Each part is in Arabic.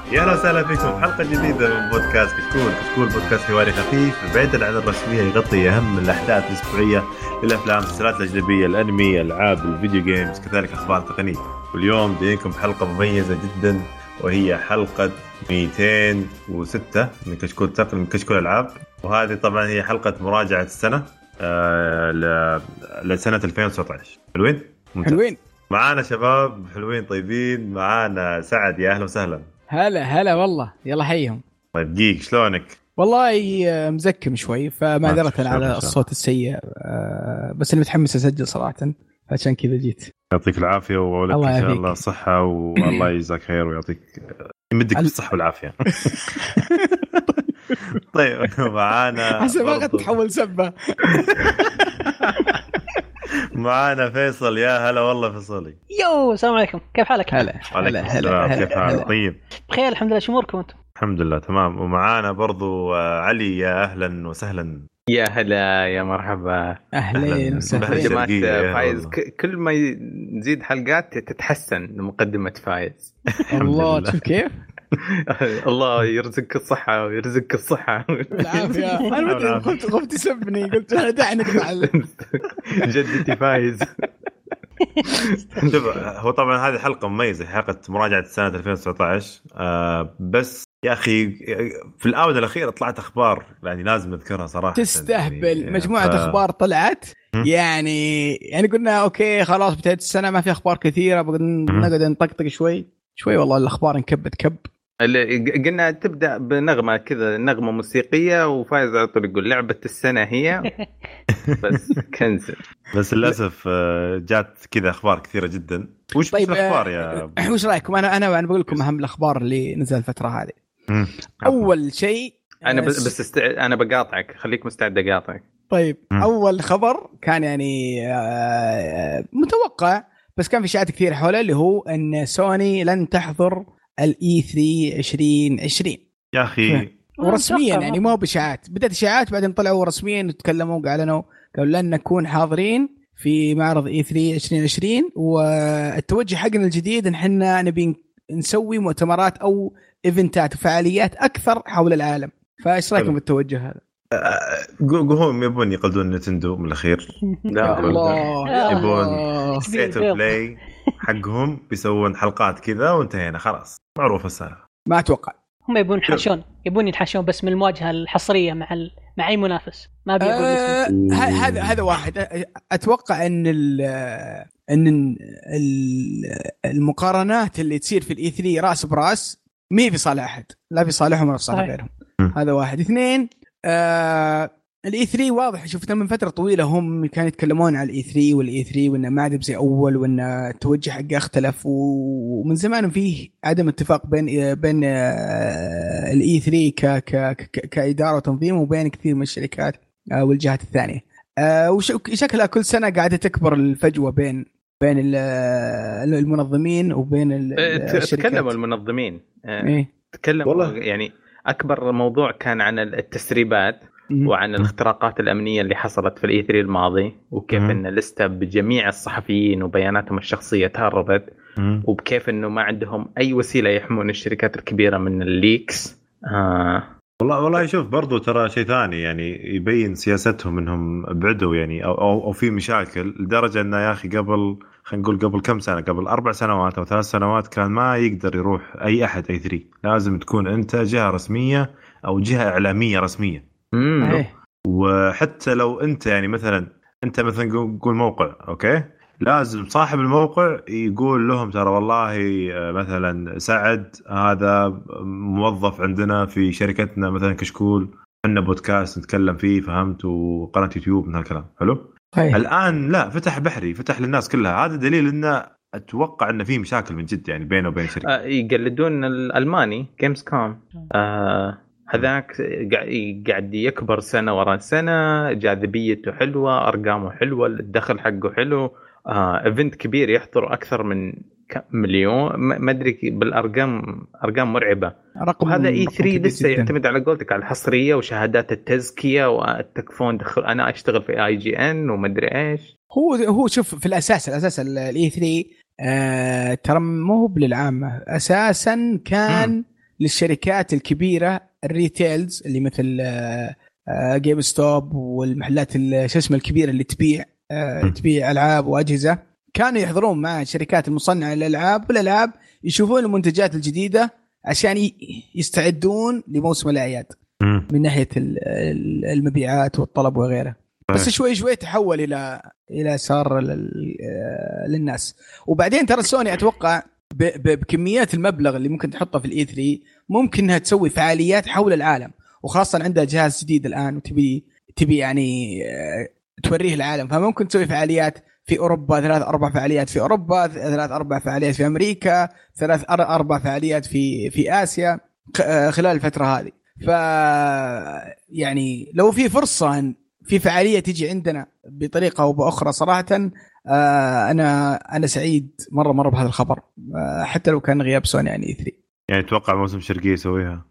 يا اهلا وسهلا فيكم حلقه جديده من بودكاست كشكول. كشكول بودكاست حواري خفيف بعيدا عن الرسميه، يغطي اهم الاحداث الاسبوعيه للافلام، المسلسلات الاجنبيه، الانمي، العاب، الفيديو جيمز، كذلك اخبار تقنيه. واليوم جايكم حلقه مميزه جدا، وهي حلقه 206 من كشكول من كشكول العاب. وهذه طبعا هي حلقه مراجعه السنه لسنه 2019. حلوين ممتاز. حلوين معانا شباب حلوين طيبين. معانا سعد، يا اهلا وسهلا. هلا والله، يلا حيهم. طيب دقيق، شلونك؟ والله مزكم شوي، فمعذرة على الصوت السيء، بس أنا متحمس أسجل صراحة، عشان كذا جيت. يعطيك العافية وولك إن شاء الله صحة، والله يجزاك خير ويعطيك يمدك بالصحة والعافية. طيب معانا حسب ما قد تحول سبة. معانا فيصل، يا هلا والله فيصلي. يو السلام عليكم، كيف حالك؟ هلا كيف حالك؟ طيب بخير الحمد لله، شو اموركم انتم؟ الحمد لله تمام. ومعانا برضو علي، يا اهلا وسهلا. يا هلا يا مرحبا، اهلا وسهلا. فايز كل ما نزيد حلقات تتحسن مقدمة فايز. الله شوف كيف. الله يرزقك الصحة ويرزقك الصحة والعافية. أنا قلت يسبني، قلت دعني أقطع جدتي فايز. هو طبعا هذه حلقة مميزة، حلقة مراجعة سنة 2019. بس يا أخي في الآونة الأخيرة طلعت أخبار يعني لازم نذكرها صراحة. تستهبل يعني مجموعة أخبار طلعت. يعني قلنا أوكي خلاص بداية السنة ما في أخبار كثيرة، نقعد نطقطق شوي والله الأخبار انكبت كب. قلنا تبدأ بنغمة كذا، نغمة موسيقية، وفايز على طول يقول لعبة السنة هي. بس كنسل. بس للأسف جات كذا أخبار كثيرة جدا. وش طيب الأخبار يا وش رأيكم؟ أنا بقول لكم أهم الأخبار اللي نزل الفترة هذه. أول شيء أنا بس أنا بقاطعك، خليك مستعد أقاطعك. طيب أول خبر كان يعني متوقع، بس كان في إشاعات كثير حوله، اللي هو أن سوني لن تحضر الE3 2020 يا أخي. ورسميا يعني مو بإشاعات، بدأت إشاعات بعدين طلعوا رسميا وتكلموا قالوا لن نكون حاضرين في معرض E3 2020. والتوجه حقنا الجديد إن حنا نبي نسوي مؤتمرات أو إيفنتات وفعاليات أكثر حول العالم. فإيش رأيكم بالتوجه هذا؟ هم يبون يقلدون نتندو من الأخير. لا الله يبون ستيت اوف بلاي حقهم، بيسوون حلقات كذا وانتهينا خلاص، معروف السالفة. ما أتوقع هم يبون يتحاشون بس من المواجهة الحصرية مع أي منافس، ما بيقول هذا واحد. أتوقع أن المقارنات اللي تصير في الE3 رأس براس مي في صالح أحد، لا في صالحهم ولا في صالح غيرهم. هذا واحد. اثنين، الE3 واضح شفنا من فترة طويلة هم كانوا يتكلمون على الE3 والE3 وإنه ما عاد زي أول، وإن التوجه حقه اختلف، ومن زمان فيه عدم اتفاق بين الE3 كإدارة وتنظيم وبين كثير من الشركات والجهات الثانية. وشكلها كل سنة قاعدة تكبر الفجوة بين المنظمين وبين الشركات. تكلموا المنظمين إيه؟ تكلموا يعني أكبر موضوع كان عن التسريبات وعن الاختراقات الأمنية اللي حصلت في الE3 الماضي، وكيف أن لسته بجميع الصحفيين وبياناتهم الشخصية تهربت، وبكيف أنه ما عندهم أي وسيلة يحمون الشركات الكبيرة من الليكس. والله شوف برضو ترى شيء ثاني، يعني يبين سياستهم انهم بعدوا يعني او في مشاكل لدرجة انه يا اخي خلينا نقول قبل كم سنة، قبل 4 سنوات او 3 سنوات كان ما يقدر يروح اي احد E3، لازم تكون انت جهة رسمية او جهة اعلامية رسمية. وحتى لو انت يعني مثلا نقول موقع اوكي، لازم صاحب الموقع يقول لهم ترى والله مثلا سعد هذا موظف عندنا في شركتنا مثلا كشكول، عندنا بودكاست نتكلم فيه، فهمت، وقناة يوتيوب من هالكلام حلو. الآن لا، فتح بحري، فتح للناس كلها. هذا دليل إنه أتوقع إنه فيه مشاكل من جد يعني بينه وبين الشركة. يقلدون الألماني جيمز كوم، هذاك قاعد يكبر سنة وراء سنة، جاذبيته حلوة، أرقامه حلوة، الدخل حقه حلو. إيفنت كبير يحضر أكثر من مليون، ما أدري بالأرقام، أرقام مرعبة. وهذا E3 لسه يعتمد على قولتك على الحصرية وشهادات التزكية والتكفون دخل. أنا أشتغل في IGN وما أدري إيش. هو شوف في الأساس الE3 ترى مو هو للعامة أساسا، كان للشركات الكبيره الريتيلز اللي مثل جيم ستوب والمحلات شو اسمه الكبيره اللي تبيع العاب واجهزه. كانوا يحضرون مع الشركات المصنعه للالعاب والالعاب يشوفون المنتجات الجديده عشان يستعدون لموسم الاعياد من ناحيه المبيعات والطلب وغيره. بس شوي شوي تحول الى صار للناس. وبعدين ترى سوني اتوقع بكميات المبلغ اللي ممكن تحطه في الاي 3 ممكن انها تسوي فعاليات حول العالم، وخاصه عندها جهاز جديد الان وتبي يعني توريه العالم، فممكن تسوي فعاليات في اوروبا 3-4 فعاليات في اوروبا، 3-4 فعاليات في امريكا، 3-4 فعاليات في اسيا خلال الفتره هذه. ف يعني لو في فرصه في فعاليه تيجي عندنا بطريقه او باخرى صراحه انا سعيد مره بهذا الخبر، حتى لو كان غياب سوني يعني 3. يعني اتوقع موسم شرقيه يسويها.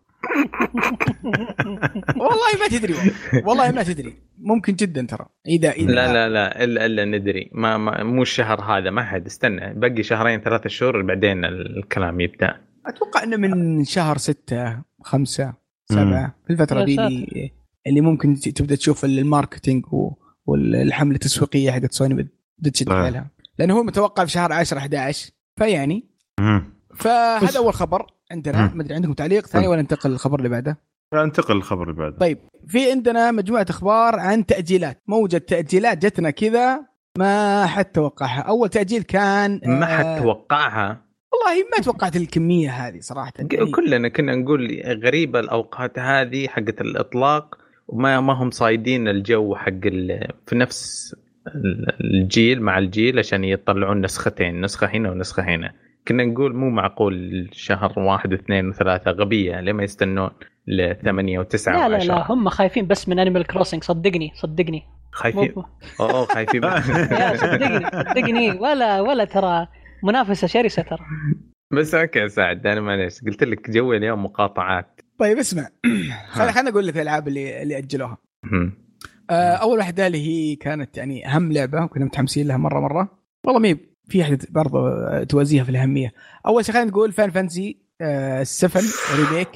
والله ما تدري ممكن جدا ترى. اذا لا الا ندري ما مو الشهر هذا، ما حد استنى باقي 2-3 شهور بعدين الكلام يبدا. اتوقع انه من شهر 6 5 7 في الفتره دي اللي ممكن تبدا تشوف الماركتينج والحمله التسويقيه حقت سوني بدت تشد حيلها، لانه هو متوقع في شهر 10 11 فيعني. فهذا اول خبر عندنا. ما ادري عندكم تعليق ثاني ولا ننتقل للخبر اللي بعده؟ ننتقل للخبر اللي بعده. طيب في عندنا مجموعه اخبار عن تاجيلات. موجه تاجيلات جتنا كذا ما حد توقعها. اول تاجيل كان ما حد توقعها والله، ما توقعت الكميه هذه صراحه. كلنا كنا نقول غريبه الاوقات هذه حقت الاطلاق، وما هم صايدين الجو حق في نفس الجيل مع الجيل عشان يطلعون نسختين، نسخه هنا ونسخه هنا. كنا نقول مو معقول شهر 1 و2 و3 غبيه لما يستنون ل8 و9 و10. لا هم خايفين بس من أنيمال كروسنج. صدقني خايفين. خايفين. صدقني ولا ترى منافسه شرسه ترى. بس اوكي سعد، انا معليش قلت لك جوي اليوم مقاطعات. طيب اسمع خلينا اقول لك الالعاب اللي اجلوها. اول واحده اللي هي كانت يعني اهم لعبه وكنا متحمسين لها مره والله. مي في احد برضه توازيها في الاهميه. اول شيء خلينا نقول فان فانسي 7 ريميك.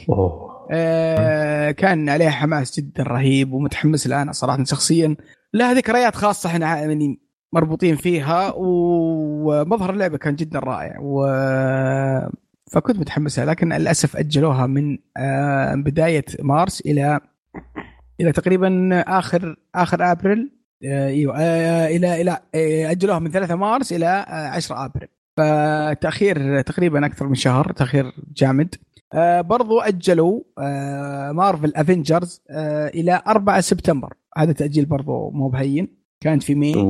كان عليها حماس جدا رهيب ومتحمس الان صراحه شخصيا. لها ذكريات خاصه احنا يعني مربوطين فيها، ومظهر اللعبه كان جدا رائع فكنت متحمسها. لكن للاسف اجلوها من بدايه مارس الى تقريبا اخر ابريل. الى اجلوها من 3 مارس الى 10 ابريل، فتاخير تقريبا اكثر من شهر، تاخير جامد. برضو اجلوا مارفل افنجرز الى 4 سبتمبر. هذا تاجيل برضو مو بهين، كانت في ماي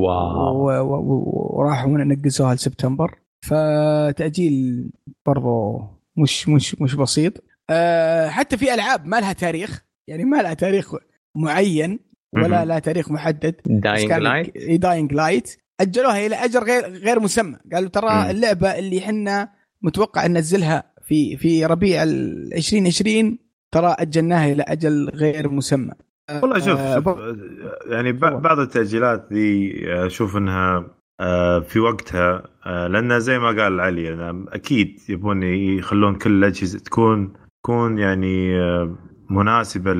وراحوا نقزوها لسبتمبر. فتاجيل برضو مش بسيط. حتى في العاب ما لها تاريخ، يعني ما لها تاريخ معين ولا لا تاريخ محدد. داينج لايت اجلوها الى اجل غير مسمى. قالوا ترى اللعبه اللي حنا متوقع ان ننزلها في ربيع 2020 ترى اجلناها الى اجل غير مسمى. والله شوف يعني بعض التأجيلات ذي اشوف انها في وقتها، لان زي ما قال علي أنا اكيد يبون يخلون كل الاجهزه تكون يعني مناسبه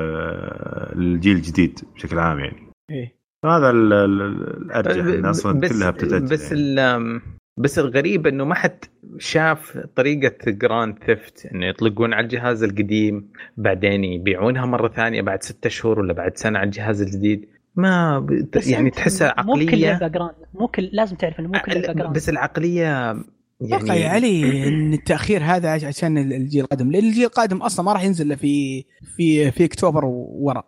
للجيل الجديد بشكل عام يعني. هذا الارجح ان اصلا كلها بتتأجل. بس الغريب انه ما حد شاف طريقه جراند ثيفت انه يطلقون على الجهاز القديم بعدين يبيعونها مره ثانيه بعد 6 شهور ولا بعد سنه على الجهاز الجديد. ما يعني تحسها عقليه. مو كل لعبه جراند، مو كل لازم تعرف انه مو كل لعبه جراند. بس العقليه يعني يا علي ان التاخير هذا عشان الجيل القادم، لان الجيل القادم اصلا ما راح ينزل في اكتوبر ورا.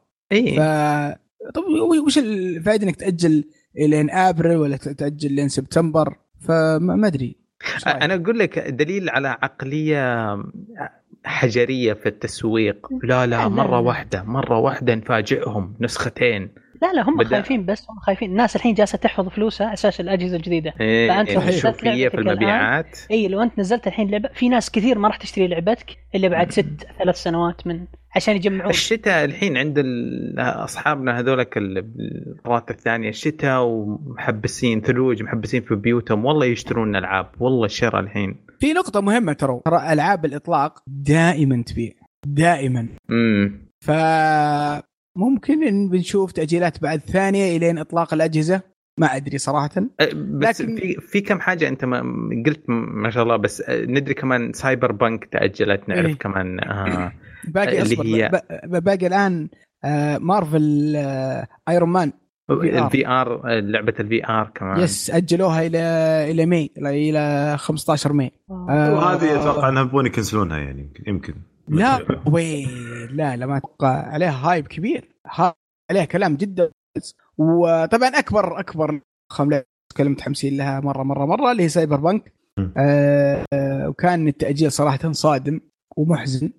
طب وش الفائده انك تاجل لين ابريل ولا تاجل لين سبتمبر؟ فما ادري. انا اقول لك دليل على عقليه حجريه في التسويق. لا مره واحده نفاجئهم نسختين. لا هم خايفين، بس هم خايفين. الناس الحين جالسه تحفظ فلوسها على اساس الاجهزه الجديده. فانت نشوف في المبيعات. اي لو انت نزلت الحين لعبه، في ناس كثير ما راح تشتري لعبتك الا بعد 3 سنوات من عشان يجمعون. الشتاء الحين عند اصحابنا هذولك القارات الثانيه الشتاء، ومحبسين ثلوج، محبسين في بيوتهم، والله يشترون العاب، والله الشراء الحين. في نقطه مهمه ترى العاب الاطلاق دائما تبيع دائما. فممكن ان بنشوف تاجيلات بعد ثانيه الين اطلاق الاجهزه، ما ادري صراحه. بس لكن في كم حاجه انت ما قلت ما شاء الله، بس ندري كمان سايبر بانك تاجلت، نعرف كمان باقي باقي الان مارفل ايرون مان الفي ار، لعبه الفي ار كمان يس اجلوها الى ماي، الى 15 ماي. وهذه اتوقع انهم يبون يكنسلونها يعني يمكن. لا لا ما اتوقع عليها هايب كبير، عليها كلام جدا. وطبعا اكبر خمله كلام متحمسين لها مره اللي هي سايبر بانك. وكان التاجيل صراحه صادم ومحزن.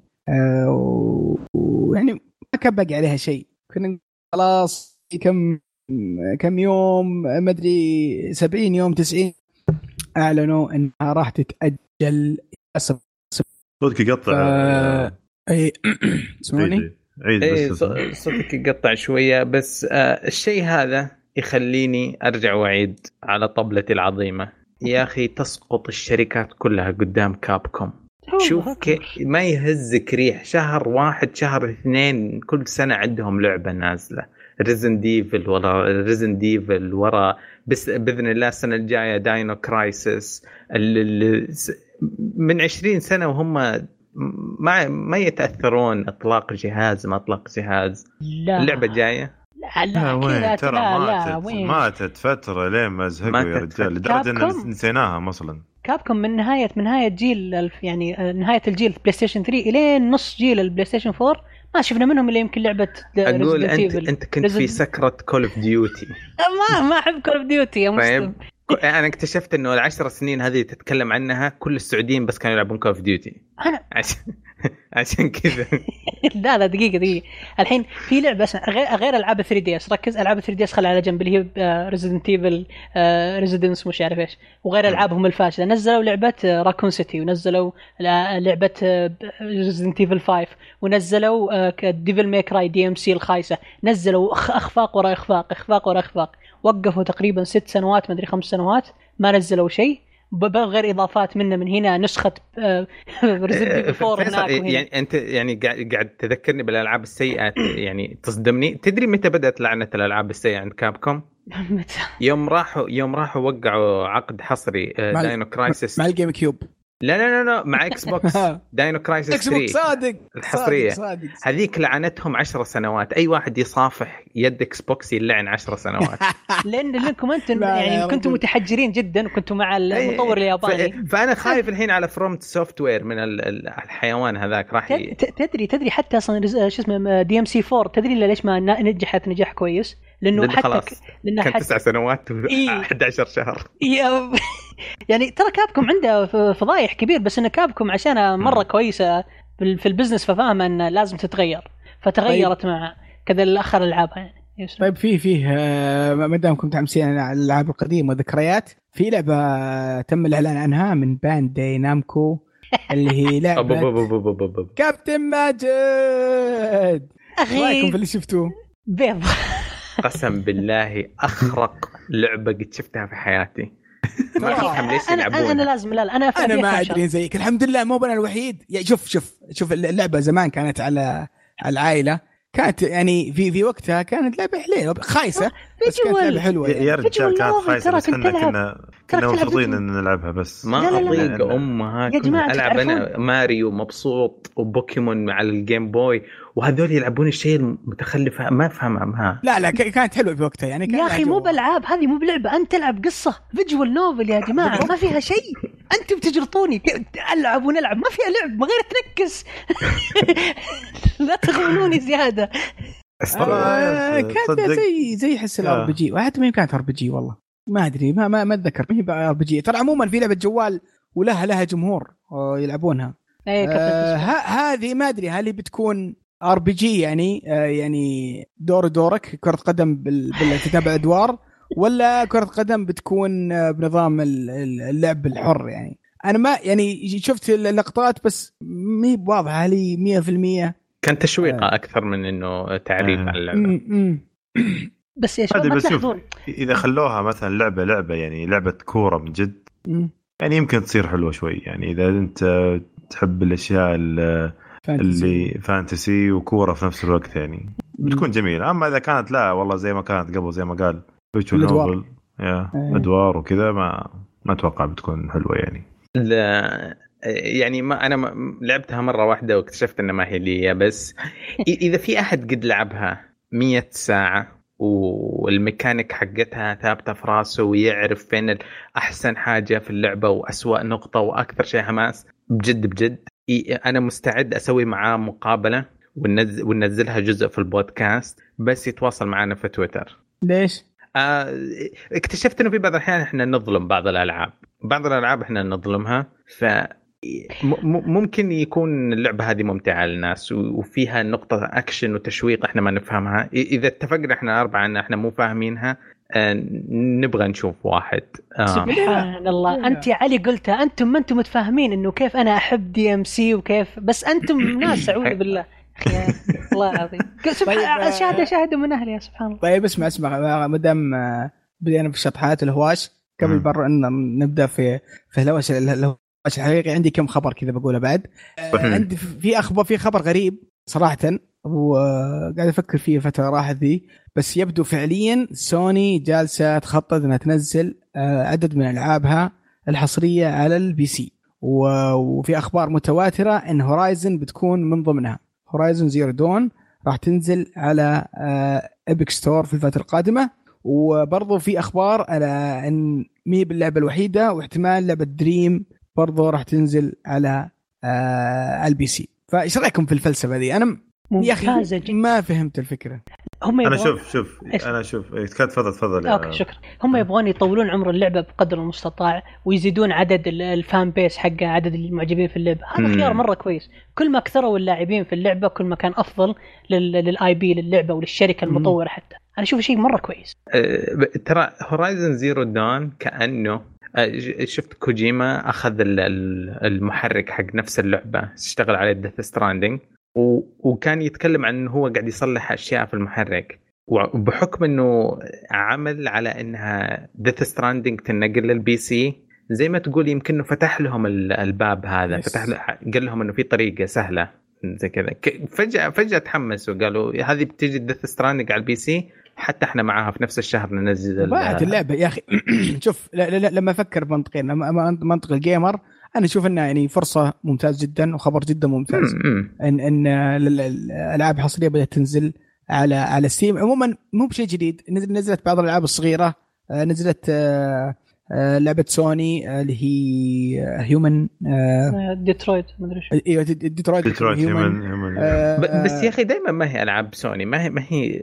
ويعني ما كان باقي عليها شيء، كنا خلاص كم يوم ما ادري 70 يوم 90 اعلنوا انها راح تتاجل. صوتك يقطع. اي اسمعني. عيد صوتك يقطع شويه بس. الشيء هذا يخليني ارجع واعيد على طبلتي العظيمه يا اخي، تسقط الشركات كلها قدام كابكوم. شوف ما يهزك ريح شهر 1 شهر 2 كل سنه عندهم لعبه نازله، ريزن ديفل ورا بس باذن الله السنه الجايه داينو كرايسيس. من 20 سنه وهم ما يتاثرون اطلاق جهاز ما اطلاق جهاز. لا. اللعبه جايه لا ترى ماتت فتره لين ما زهقوا يا رجال، لدرجه ان نسيناها مثلا. كابكوم من نهايه جيل يعني نهايه الجيل بلاي ستيشن 3 الين نص جيل البلاي ستيشن 4 ما شفنا منهم الا يمكن لعبه. اقول انت كنت في سكره كول اوف ديوتي. ما احب كول اوف ديوتي يا مسلم. انا اكتشفت انه ال10 سنين هذه تتكلم عنها كل السعوديين بس كانوا يلعبون كول اوف ديوتي. انا عشان كذا. لا دقيقه الحين في لعبه غير العاب 3 دي اس. ركز العاب 3 دي اس خلي على جنب، اللي هي ريزيدنت ايفل ريزيدنس مش عارف ايش، وغير العابهم الفاشله. نزلوا لعبه راكون سيتي، ونزلوا لعبه ريزيدنت ايفل 5، ونزلوا ديفل ماي كراي دي ام سي الخايسه. نزلوا اخفاق ورا اخفاق. وقفوا تقريبا 6 سنوات ما ادري 5 سنوات ما نزلوا شيء غير اضافات من هنا نسخه ريزيدنت 4 هناك. يعني انت يعني قاعد تذكرني بالالعاب السيئه يعني تصدمني. تدري متى بدات لعنه الالعاب السيئه عند كابكوم؟ يوم راحوا وقعوا عقد حصري داينو كرايسيس مع الجيم كيوب. لا مع اكس بوكس. داينو كرايسيس 3 صادق الحصريه هذيك لعنتهم 10 سنوات. اي واحد يصافح يد اكس بوكس يلعن 10 سنوات. لانكم انتم يعني كنتم متحجرين جدا وكنتم مع المطور الياباني. فانا خايف الحين على فروم سوفت وير من الحيوان هذاك. راح تدري حتى اصلا شو اسمه دي ام سي 4 تدري ليش ما نجحت نجاح كويس؟ لانه حتى كان 9 سنوات و11 شهر. يعني ترى كابكوم عنده فضايح كبير، بس ان كابكوم عشان مره كويسه في البزنس ففاهمه ان لازم تتغير، فتغيرت مع كذا الاخر العابها يعني. طيب فيه ما دامكم متحمسين على الالعاب القديمه وذكريات، في لعبه تم الاعلان عنها من بانداي نامكو اللي هي لعبه كابتن ماجد. رايكم في اللي شفتوه؟ بيض. قسم بالله اخرق لعبه قد شفتها في حياتي. ما فيهم ليش يلعبون. انا لازم انا ما ادري زيك. الحمد لله مو انا الوحيد. يعني شوف اللعبه زمان كانت على العائله، كانت يعني في وقتها كانت لعبه حلوه خايسه بس كانت لعبه حلوه يعني. يا رجال كانت خايسه بس كنا مبسوطين ان نلعبها بس ما اطيق امها. كنت العب انا ماريو مبسوط وبوكيمون مع الجيم بوي، وهذول يلعبون الشيء المتخلف ما افهم عنها. لا كانت حلوه في وقتها يعني. يا اخي مو بالعاب هذه، مو بلعبه، انت تلعب قصه فيجوال نوفل يا جماعه ما فيها شيء. انتم بتجرطوني العب ونلعب، ما فيها لعب ما غير تنكس. لا تغولوني زياده. كانت زي حس الار بي جي، وحتى ما كانت ار بي جي والله ما ادري ما اتذكر. ما هي ار بي جي ترى عموما في لعبه جوال ولها جمهور يلعبونها. هذه ما ادري هل بتكون RPG يعني دورك كرة قدم بالتتابع ادوار، ولا كرة قدم بتكون بنظام اللعب الحر؟ يعني انا ما يعني شفت اللقطات بس مي واضحه لي 100%. كان تشويقه اكثر من انه تعريف عن اللعبه. بس يا شباب ما تلاحظون اذا خلوها مثلا لعبه يعني لعبه كوره من جد يعني يمكن تصير حلوه شوي. يعني اذا انت تحب الاشياء اللي فانتسي وكوره في نفس الوقت يعني بتكون جميله. اما اذا كانت لا والله زي ما كانت قبل، زي ما قال الادوار ادوار وكذا، ما اتوقع بتكون حلوه يعني. لا يعني ما انا لعبتها مره واحده واكتشفت انها ما هي لي. بس اذا في احد قد لعبها 100 ساعه والميكانيك حقتها ثابته في راسه ويعرف فين احسن حاجه في اللعبه واسوأ نقطه واكثر شيء حماس، بجد انا مستعد اسوي معاه مقابله وننزلها جزء في البودكاست، بس يتواصل معنا في تويتر. ليش؟ اكتشفت انه في بعض الاحيان احنا نظلم بعض الالعاب احنا نظلمها. ف ممكن يكون اللعبه هذه ممتعه للناس وفيها نقطه اكشن وتشويق احنا ما نفهمها. اذا اتفقنا احنا اربعه ان احنا مو فاهمينها، نبغى نشوف واحد. سبحان الله. انت يا علي قلتها، انتم ما انتم متفاهمين انه كيف انا احب DMC وكيف، بس انتم ناس اعوذ بالله يا الله العظيم. سبحان شاهدوا من اهلي يا سبحان الله. طيب اسمع مدام بدينا في الشطحات الهواش قبل برا ان نبدا في الهواش الحقيقي. عندي كم خبر كذا بقوله بعد. عندي في خبر غريب صراحه، وقاعد افكر فيه فتره راحت ذي، بس يبدو فعليا سوني جالسه تخطط انها تنزل عدد من العابها الحصريه على البي سي، وفي اخبار متواتره ان هورايزن بتكون من ضمنها. هورايزن زيرو دون راح تنزل على ايبك ستور في الفتره القادمه. وبرضه في اخبار على ان مي باللعبه الوحيده، واحتمال لعبه دريم برضه راح تنزل على البي سي. فايش رايكم في الفلسفه دي؟ انا يا اخي ما فهمت الفكره. انا شوف تفضل اوكي شكرا. هم يبغون يطولون عمر اللعبه بقدر المستطاع ويزيدون عدد الفان بيس حقه، عدد المعجبين في اللعبه. هذا خيار مره كويس. كل ما كثروا اللاعبين في اللعبه كل ما كان افضل للاي بي للعبه وللشركه المطوره. حتى انا اشوف شيء مره كويس. ترى هورايزن زيرو دون كانه شفت كوجيما اخذ المحرك حق نفس اللعبه اشتغل عليه ديث ستراندينج، وكان يتكلم عن انه هو قاعد يصلح اشياء في المحرك، وبحكم انه عمل على انها ديث ستراندينج تنقل للبي سي زي ما تقول يمكن فتح لهم الباب هذا. قال لهم انه في طريقه سهله زي كذا. فجاه تحمسوا قالوا هذه بتيجي ديث ستراندينج على البي سي، حتى احنا معاها في نفس الشهر ننزل بعد اللعبه يا اخي. شوف لما افكر منطقيا، منطق الجيمر، انا اشوف انها يعني فرصه ممتاز جدا وخبر جدا ممتاز ان الالعاب حصريه بدات تنزل على ستيم. عموما مو بشيء جديد، نزلت بعض الالعاب الصغيره. نزلت لعبه سوني اللي هي هيومن ديترويت ما ادري ايش. ايوه ديترويت هيومن. بس يا اخي دائما ما هي العاب سوني، ما هي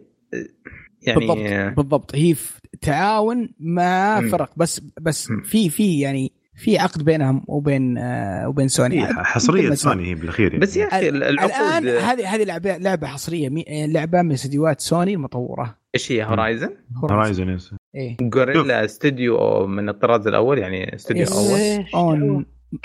يعني بالضبط هي تعاون مع فرق، بس في يعني في عقد بينهم وبين سوني. حصريه سوني هي بالاخير يعني. بس يا اخي الان هذه لعبه حصريه، لعبه من استديوهات سوني المطوره. ايش هي؟ هورايزن ايه غوريلا استوديو من الطراز الاول، يعني استوديو اول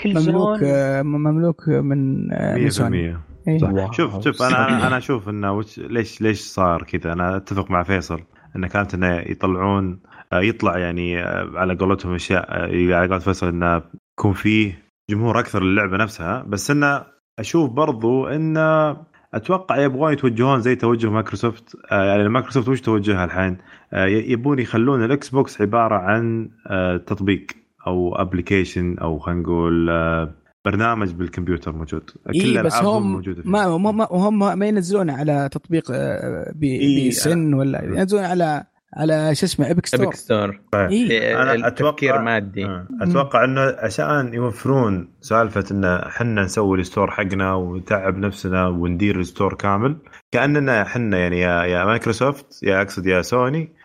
مملوك من سوني. صح. شوف انا اشوف انه ليش صار كذا. انا اتفق مع فيصل ان كانت انه يطلعون يطلع يعني على قولتهم اشياء على قولة فيصل انه يكون فيه جمهور اكثر للعبه نفسها. بس انه اشوف برضو انه اتوقع يبغون يتوجهون زي توجه مايكروسوفت. يعني مايكروسوفت وش توجهها الحين؟ يبون يخلون الاكس بوكس عباره عن تطبيق او ابلكيشن او خلينا نقول برنامج بالكمبيوتر موجود. كل الالعاب موجوده فيه. هم ما ينزلون على تطبيق بسن ولا ينزلون على شو اسمه ايبك ستور. انا اتوقع مادي. اتوقع انه عشان يوفرون سالفه ان احنا نسوي الستور حقنا ونتعب نفسنا وندير الستور كامل، كاننا احنا يعني يا مايكروسوفت يا اقصد يا سوني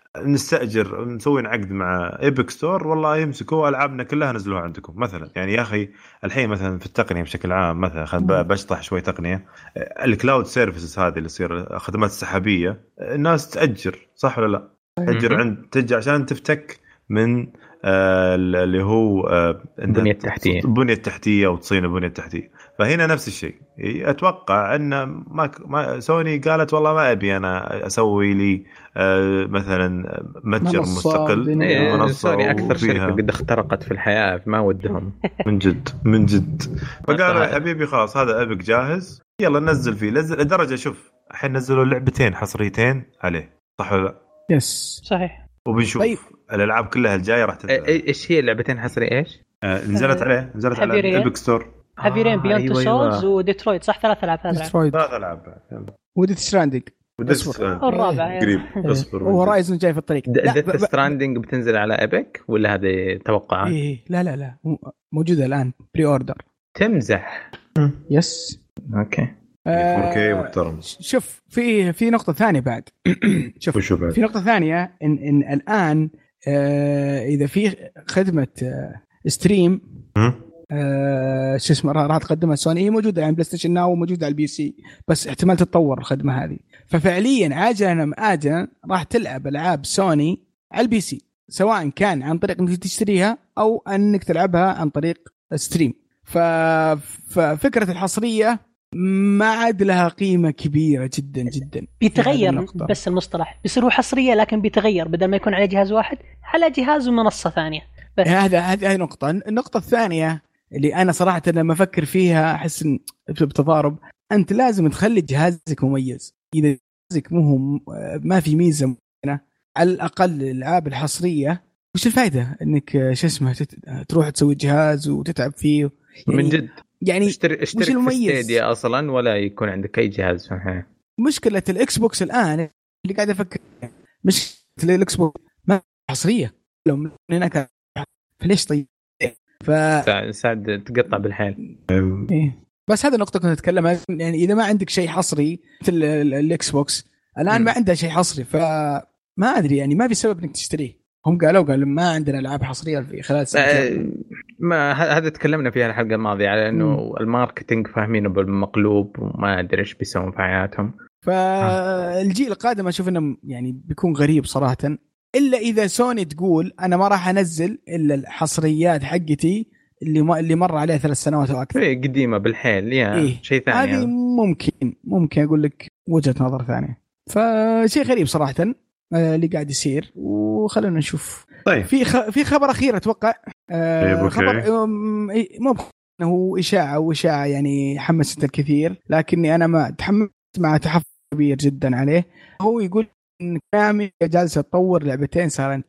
نستأجر نسوي عقد مع ايبك ستور، والله يمسكوا العابنا كلها نزلوها عندكم مثلا. يعني يا اخي الحين مثلا في التقنيه بشكل عام، مثلا خلينا بشطح شوي تقنيه، الكلاود سيرفيسز هذه اللي تصير خدمات السحابيه، الناس تأجر صح ولا لا؟ تأجر عند تجي عشان تفتك من اللي هو البنية التحتية، البنية التحتية وتصين البنية التحتية. فهنا نفس الشيء. أتوقع أن ما سوني قالت والله ما أبي أنا أسوي لي مثلا متجر مستقل. سوني أكثر شركة قد اخترقت في الحياة، ما ودهم من جد. فقالوا يا حبيبي خلاص هذا أبك جاهز، يلا ننزل فيه. لدرجة شوف الحين نزلوا لعبتين حصريتين عليه صح ولا لا؟ يس صحيح. وبنشوف طيب. الالعاب كلها الجايه راح تنزل. ايش هي اللعبتين حصري ايش؟ نزلت على الايبك ستور. هافيرين بيونت تو سولز وديترويت، صح 3 ألعاب. 3 ألعاب وديث ستراندينج الرابع قريب. اصبر وهورايزن جاي في الطريق. ديث ستراندينج بتنزل على ايبك ولا هذه توقعات؟ إيه لا موجوده الان بري اوردر. تمزح؟ يس اوكي 4K محترم. شوف في نقطه ثانيه بعد. شوف في نقطه ثانيه ان الان اذا في خدمه ستريم شو اسمه راح تقدمها سوني، هي موجوده يعني بلاي ستيشن ناو وموجوده على البي سي، بس احتمال تتطور الخدمه هذه. ففعليا عاجلا ام آجلا راح تلعب العاب سوني على البي سي، سواء كان عن طريق انك تشتريها او انك تلعبها عن طريق ستريم. ففكره الحصريه ما عاد لها قيمه كبيره جدا. بيتغير بس المصطلح بيصير هو حصريه، لكن بيتغير بدل ما يكون على جهاز واحد على جهاز ومنصه ثانيه. هذه نقطه. النقطه الثانيه اللي انا صراحه لما افكر فيها احس بتضارب، انت لازم تخلي جهازك مميز. اذا جهازك ما في ميزه معينه، على الاقل الالعاب الحصريه وش الفائده انك شو اسمه تروح تسوي جهاز وتتعب فيه يعني من جد. يعني اشترك في ستيديا اصلا ولا يكون عندك اي جهاز. مشكله الاكس بوكس الان اللي قاعد افكر، مش الاكس بوكس ما حصريه لو من هناك، فليش طيب سعد تقطع بالحيل. بس هذا النقطة كنت أتكلم يعني إذا ما عندك شيء حصري مثل الإكس بوكس الآن ما عنده شيء حصري، فما أدري يعني ما في سبب إنك تشتريه. هم قالوا ما عندنا ألعاب حصرية في خلال سنتين. ما هذا تكلمنا فيها الحلقة الماضية على إنه الماركتينج فاهمينه بالمقلوب وما أدري إيش بيسوون في حياتهم. فالجيل القادم أشوف إنه يعني بيكون غريب صراحة، إلا إذا سوني تقول أنا ما راح أنزل إلا الحصريات حقتي اللي مر عليه 3 سنوات أو أكثر. قديمة بالحيل يا شيء ثاني. هذه ممكن أقول لك وجهة نظر ثانية. فشيء غريب صراحة اللي قاعد يصير، وخلونا نشوف. طيب في خبر أخير أتوقع خبر مو هو إشاعة يعني حمست الكثير، لكني أنا ما تحمست مع تحفظ كبير جدا عليه. هو يقول إن كامي جالسة تطور لعبتين صارن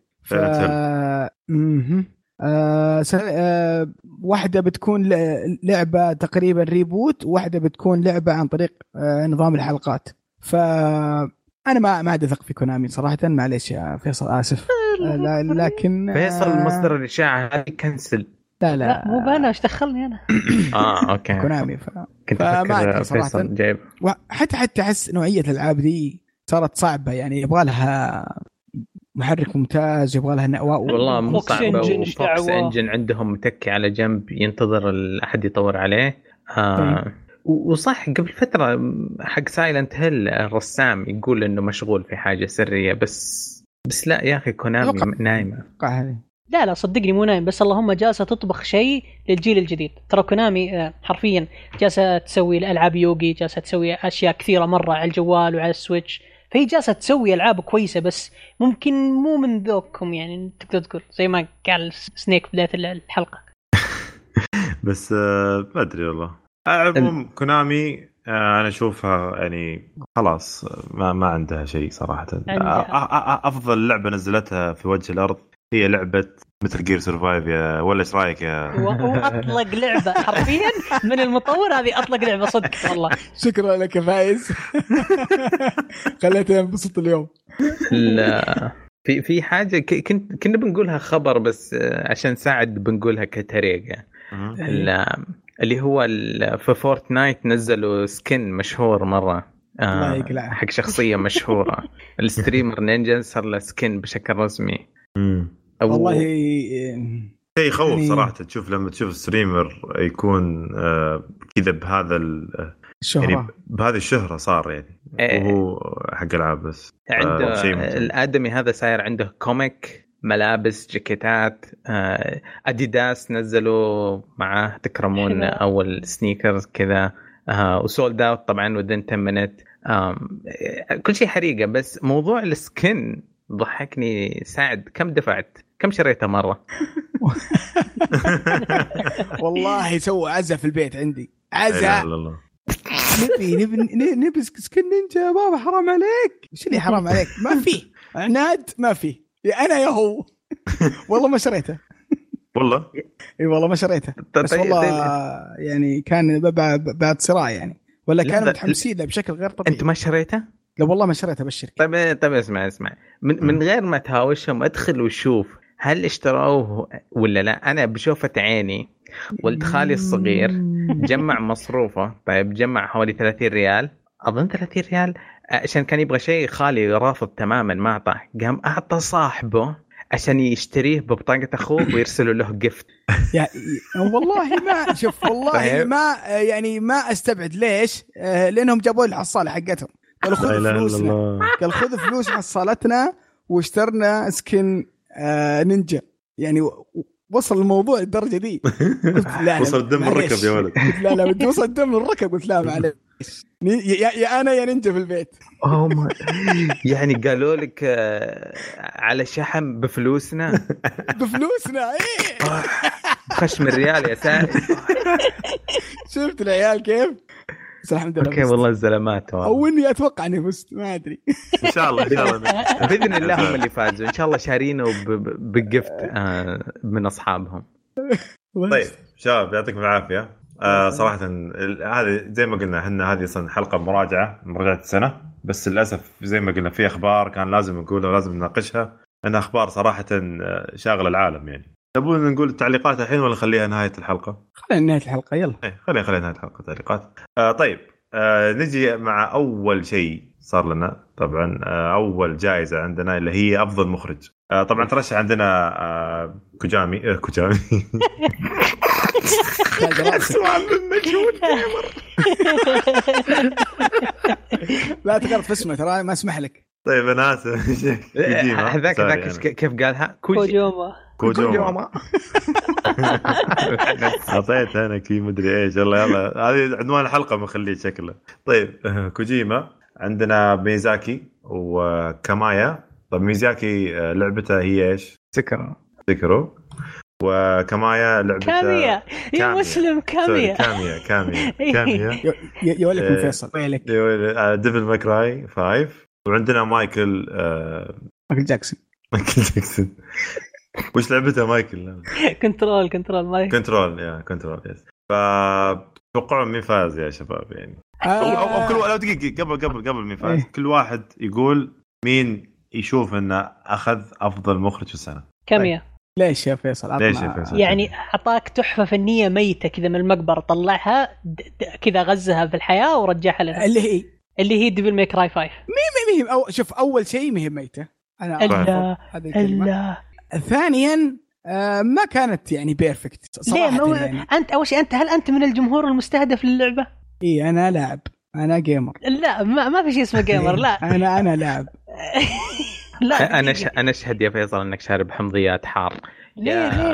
واحدة بتكون لعبة تقريبا ريبوت، واحدة بتكون لعبة عن طريق نظام الحلقات. فأنا ما عاد أثق في كونامي صراحة، معليش يا فيصل آسف. لكن فيصل مصدر الإشاعة هذه كنسل. لا مو بأنا إيش دخلني أنا. أوكي كونامي كنت أفكر فيصل جايب. حتى أحس نوعية الألعاب دي صارت صعبة، يعني يبغى لها محرك ممتاز، يبغى لها والله مو صعبة. وفوكس انجن عندهم متكي على جنب ينتظر احد يطور عليه. وصح قبل فترة حق سايلنت هيل الرسام يقول انه مشغول في حاجة سرية، بس لا يا اخي كونامي نايمة. لا صدقني مو نايم، بس اللهم جالسة تطبخ شيء للجيل الجديد. ترى كونامي حرفيا جالسة تسوي الألعاب يوغي، جالسة تسوي أشياء كثيرة مرة على الجوال وعلى السويتش، فهي جالسة تسوي ألعاب كويسة، بس ممكن مو من ذوقكم يعني تقدر تقول زي ما قال سنيك بداية الحلقة. بس ما أدري والله. عموم كونامي أنا أشوفها يعني خلاص ما عندها شيء صراحة. أفضل لعبة نزلتها في وجه الأرض هي لعبة مثل جير سرفايف ولا إيش رأيك يا أطلق لعبة حرفيا من المطور، هذه أطلق لعبة صدق والله. شكرا لك يا فايز. خليتني انبسط اليوم. لا في حاجة كنا بنقولها خبر بس عشان ساعد بنقولها كطريقة. اللي هو في فورتنايت نزلوا سكين مشهور مرة الله يقلعه. حق شخصيه مشهوره. الستريمر نينجا صار له سكين بشكل رسمي. والله شيء يخوف يعني صراحه تشوف لما تشوف ستريمر يكون كذا بهذا الشهرة يعني بهذه الشهرة صار يعني وهو حق العاب بس عنده الآدمي هذا صاير عنده كوميك ملابس جاكيتات أديداس نزلوا معاه تكرمون أول سنيكرز كذا وسولد اوت طبعا ودين 10 minutes كل شيء حريقة. بس موضوع السكن ضحكني. سعد كم دفعت كم شريتها مرة؟ والله سووا عزة في البيت عندي عزة نبي سكن نينجا بابا حرام عليك. ايش اللي حرام عليك؟ ما في عناد ما في يا انا يا هو. والله ما شريته والله اي والله ما شريته بس والله يعني كان بعد صراع يعني ولا كانوا متحمسين له بشكل غير طبيعي. انت ما شريته؟ لا والله ما شريته بالشركه. طيب اسمع من غير ما تهاوشهم ادخل وشوف هل اشتروه ولا لا. انا بشوفة عيني ولد خالي الصغير جمع مصروفه. طيب جمع حوالي 30 ريال اظن 30 ريال عشان كان يبغى شيء. خالي رافض تماما ما اعطاه. قام اعطى صاحبه عشان يشتريه ببطاقة اخوه ويرسلوا له جفت. والله ما شوف والله ما يعني ما استبعد ليش لانهم جابوا لي الحصاله حقتهم قالوا خذ فلوسنا. قال خذ فلوس حصالتنا واشترنا سكن نينجا. يعني وصل الموضوع الدرجة دي. وصل الدم الركب يا ولد. لا بدي وصل الدم الركب. قلت لا معلش يا أنا يا نينجا في البيت. يعني قالوا لك على شحن بفلوسنا. بفلوسنا إيه. خشم الريال يا سعد. شفت العيال كيف؟ الحمد لله. اوكي والله الزلمات او اني اتوقع اني فزت ما ادري. ان شاء الله باذن الله هم اللي فازوا ان شاء الله شارينه بجفت من اصحابهم. طيب شباب يعطيكم العافيه. صراحه هذه زي ما قلنا احنا هذه اصلا حلقه مراجعه السنه بس للاسف زي ما قلنا في اخبار كان لازم نقولها ولازم نناقشها. انها اخبار صراحه شاغله العالم يعني. تبون نقول التعليقات الحين ولا نخليها نهايه الحلقه؟ خلينا نهايه الحلقه يلا. خلينا نهايه الحلقه تعليقات. طيب نجي مع اول شيء صار لنا. طبعا اول جائزه عندنا اللي هي افضل مخرج. طبعا ترشح عندنا كوجامي لا تقدر اسمه ترى ما اسمح لك. طيب انا اسف. هذاك كيف قالها؟ كوجوما. عطيت انا كي مدري ايش. يلا هذه عنوان الحلقه مخليه شكله. طيب كوجيما عندنا ميزاكي وكامايا. طب ميزاكي لعبته هي ايش؟ سكرو. وكامايا لعبته كاميا يا مسلم. كاميا يا ولكم فيصل ويلك. ديفل ماكراي 5. وعندنا مايكل جاكسون. وش لعبته مايكل؟ كنترول مايكل. كنترول يس. فتوقعوا مين فاز يا شباب يعني؟ أو كل لو دقيقة قبل مين فاز كل واحد يقول مين يشوف انه اخذ افضل مخرج في السنة. كاميا. ليش يا فيصل؟ يعني اعطاك تحفة فنية ميتة كذا من المقبرة طلعها كذا غزها في الحياة ورجعها لنا. اللي هي ديفل ماي كراي 5. مين أو شوف أول شيء مهم ميتة. أنا إلا ثانيا ما كانت يعني بيرفكت صراحة. يعني. أنت أول شيء هل أنت من الجمهور المستهدف للعبة؟ إيه أنا لاعب. أنا جيمر. لا ما في شيء اسمه جيمر. لا أنا لاعب. لا أنا أشهد يا فيصل أنك شارب حمضيات حار. ليه؟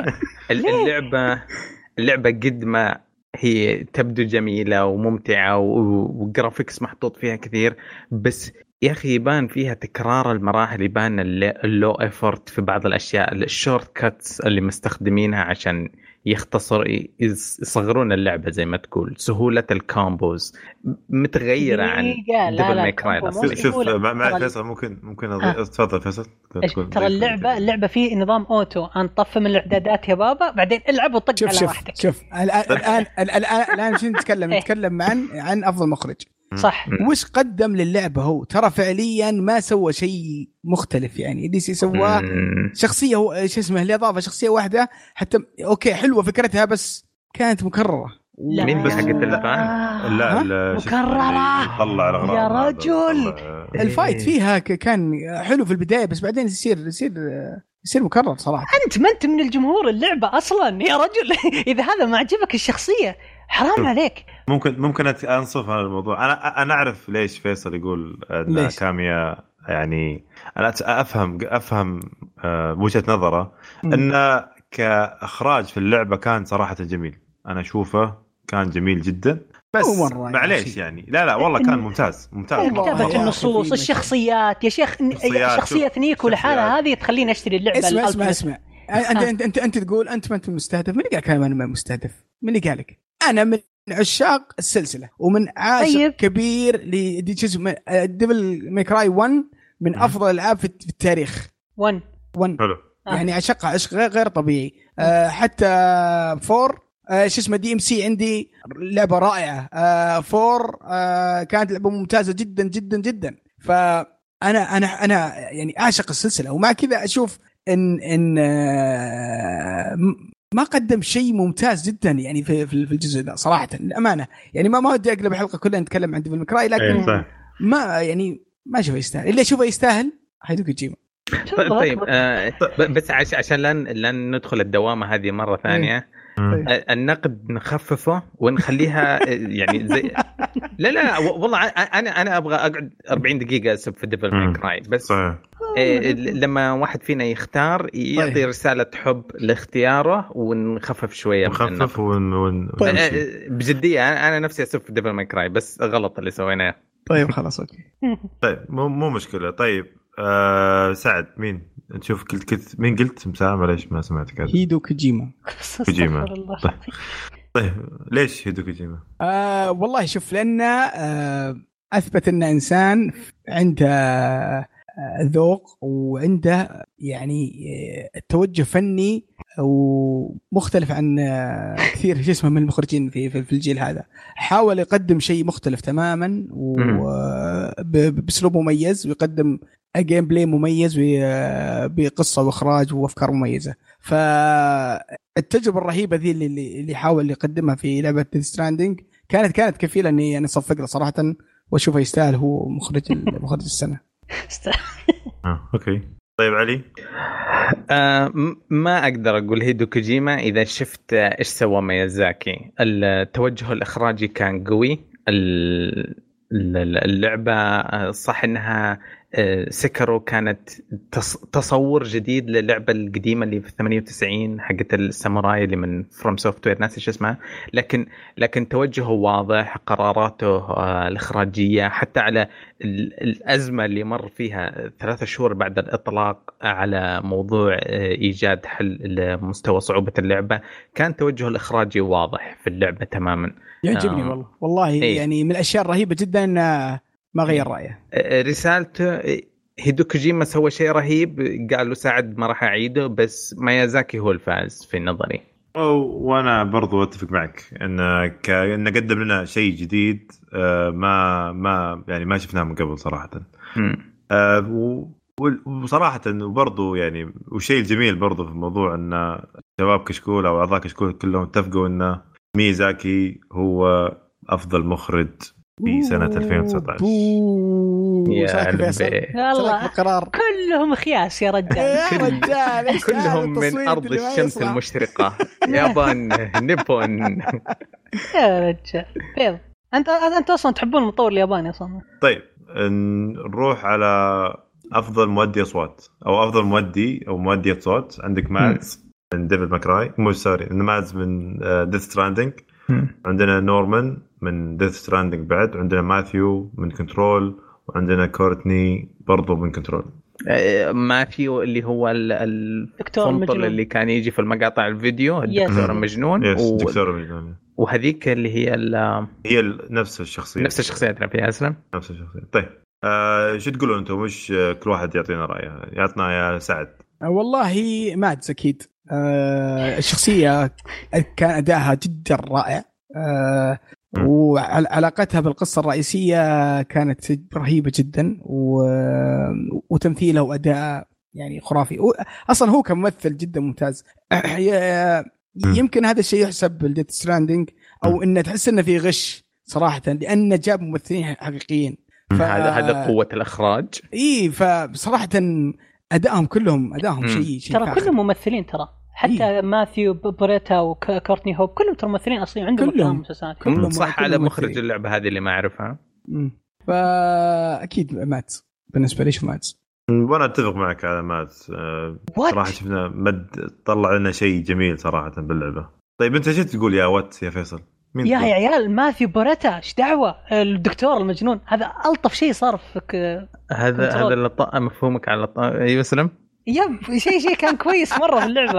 اللعبة قد ما هي تبدو جميلة وممتعة وجرافيكس محطوط فيها كثير بس يا أخي يبان فيها تكرار المراحل. يبان اللو إفورت في بعض الأشياء. الشورت كاتس اللي مستخدمينها عشان يصغرون اللعبة زي ما تقول. سهولة الكومبوز متغيرة عن دبل ماي كراي. شوف مع فيصل ممكن تفضل فيصل. ترى اللعبة فيه نظام أوتو. أنطف من الإعدادات يا بابا بعدين العب وطق على راحتك. شوف الآن شو نتكلم عن أفضل مخرج. صح. وش قدم للعبة هو؟ ترى فعليا ما سوى شيء مختلف. يعني دي سوى شخصية شو اسمه اللي أضافة شخصية واحدة حتى أوكي حلوة فكرتها بس كانت مكررة مين بس حقت الفان؟ لا مكررة طلع الأغراض يا رجل. الفايت فيها كان حلو في البدايه، بس بعدين يصير مكرر صراحه. انت ما انت من الجمهور اللعبه اصلا يا رجل. اذا هذا ما عجبك الشخصيه حرام عليك. ممكن انصف هذا الموضوع. انا اعرف ليش فيصل يقول ان كاميا، يعني انا افهم وجهة نظره ان كاخراج في اللعبه كان صراحه جميل. انا اشوفه كان جميل جدا، بس معليش يعني لا والله كان ممتاز. كتابة النصوص، الشخصيات يا شيخ، شخصية نيكو لحالها هذه تخليني اشتري اللعبة. اسمع انت تقول انت ما انت مستهدف. من اللي قال كلام انا ما مستهدف؟ من اللي قالك؟ انا من عشاق السلسلة ومن عاشق كبير ديفل ماي كراي 1 من افضل الالعاب في التاريخ. 1 حلو يعني عشقها عشق غير طبيعي. حتى 4 شو اسمه دي ام سي عندي لعبه رائعه. 4 كانت لعبه ممتازه جدا جدا جدا. فانا يعني اعشق السلسله، ومع كذا اشوف ان ما قدم شيء ممتاز جدا يعني في الجزء ده صراحه الامانه. يعني ما ودي اقلب الحلقه كلها نتكلم عن ديفل ماكراي، لكن ما يعني ما اشوفه يستاهل. اللي اشوفه يستاهل هيدو كوجيما. طيب بس عشان لن ندخل الدوامه هذه مره ثانيه. النقد نخففه ونخليها يعني زي لا والله انا ابغى اقعد 40 دقيقه اسب في ديفل ماي كراي بس. لما واحد فينا يختار يعطي رساله حب لاختياره ونخفف شويه نخفف بجديه. انا نفسي اسب في ديفل ماي كراي، بس غلط اللي سويناه. طيب خلاص اوكي. طيب مو مشكله. طيب سعد مين نشوف؟ قلت مين؟ قلت مساء معليش ما سمعتك. هيدو كوجيما. طيب ليش هيدو كوجيما؟ والله شوف، لأن أثبت أن إنسان عنده ذوق وعنده يعني توجه فني ومختلف عن كثير شو اسمه من المخرجين في الجيل هذا. حاول يقدم شيء مختلف تماما وبأسلوب مميز، ويقدم جيم بلاي مميز بقصة وإخراج وأفكار مميزة. فالتجربة الرهيبة ذي اللي حاول يقدمها في لعبة Death Stranding كانت كفيلة إني يعني صفق له صراحة، وأشوفه يستاهل. هو مخرج السنة. أوكي. طيب علي؟ ما أقدر أقول هيدو كوجيما إذا شفت إيش سوى ميازاكي. التوجه الإخراجي كان قوي. اللعبة صح إنها سكرو كانت تصور جديد للعبة القديمة اللي في 98 حقت الساموراي اللي من فروم سوفتوير، ناسي شو اسمها، لكن توجهه واضح، قراراته الإخراجية، حتى على الأزمة اللي مر فيها 3 شهور بعد الإطلاق على موضوع إيجاد حل لمستوى صعوبة اللعبة، كان توجهه الإخراجي واضح في اللعبة تماما. يعجبني والله يعني من الأشياء الرهيبة جدا ما غير رأيه. رسالته هيدو كوجيما سوى شيء رهيب، قال له سعد ما راح أعيده، بس ميازاكي هو الفائز في نظري. وانا برضو اتفق معك ان قدم لنا شيء جديد ما يعني ما شفناه من قبل صراحه. وصراحه برضو يعني والشيء الجميل برضو في الموضوع ان شباب كشكول او اعضاء كشكول كلهم اتفقوا ان ميازاكي هو افضل مخرج في سنة 2019. يا الله كلهم خياس يا رجال. كلهم من أرض الشمس المشرقة. يابان نيبون. يا رجال بيض. أنت أصلا تحبون المطور الياباني أصلا. طيب نروح على أفضل مؤدي أصوات أو أفضل مؤدي أو مؤدية صوت. عندك مادز من ديفل ماكراي، مادز من ديث ستراندينج. عندنا نورمان من ديث ستراندينج بعد، عندنا ماثيو من كنترول، وعندنا كورتني برضو من كنترول. ماثيو اللي هو الدكتور اللي كان يجي في المقاطع الفيديو، الدكتور المجنون. الدكتور المجنون. وهذيك اللي هي نفس الشخصية اللي فيها أسلم. نفس الشخصية. طيب شو تقولون أنتم؟ مش كل واحد يعطينا رأيه. يعطنا يا سعد. والله مادز أكيد. الشخصية كان أداءها جدا رائع. وعلاقتها بالقصة الرئيسية كانت رهيبة جدا، وتمثيله وأداء يعني خرافي. أصلا هو كممثل جدا ممتاز. يمكن هذا الشيء يحسب لديث ستراندينج او انه تحس انه في غش صراحه لانه جاب ممثلين حقيقيين. هذا قوه الاخراج. اي فبصراحه ادائهم كلهم شيء ترى كلهم ممثلين ترى حتى ماثيو بوريتا وكورتني هوب كلهم ترى ممثلين اصليين عندهم افلام ومسلسلات. صح على مخرج اللعبه هذه اللي ما اعرفها. فاكيد مات بالنسبه لي شو مات. وانا اتفق معك على مات. صراحه شفنا مد طلع لنا شيء جميل صراحه باللعبه. طيب انت ايش تقول يا فيصل؟ يا عيال ماثيو بوريتا ايش دعوه الدكتور المجنون هذا الطف شيء صار فيك. هذا اللي طاق مفهومك على ايوه سلام. يب شيء كان كويس مره في اللعبه.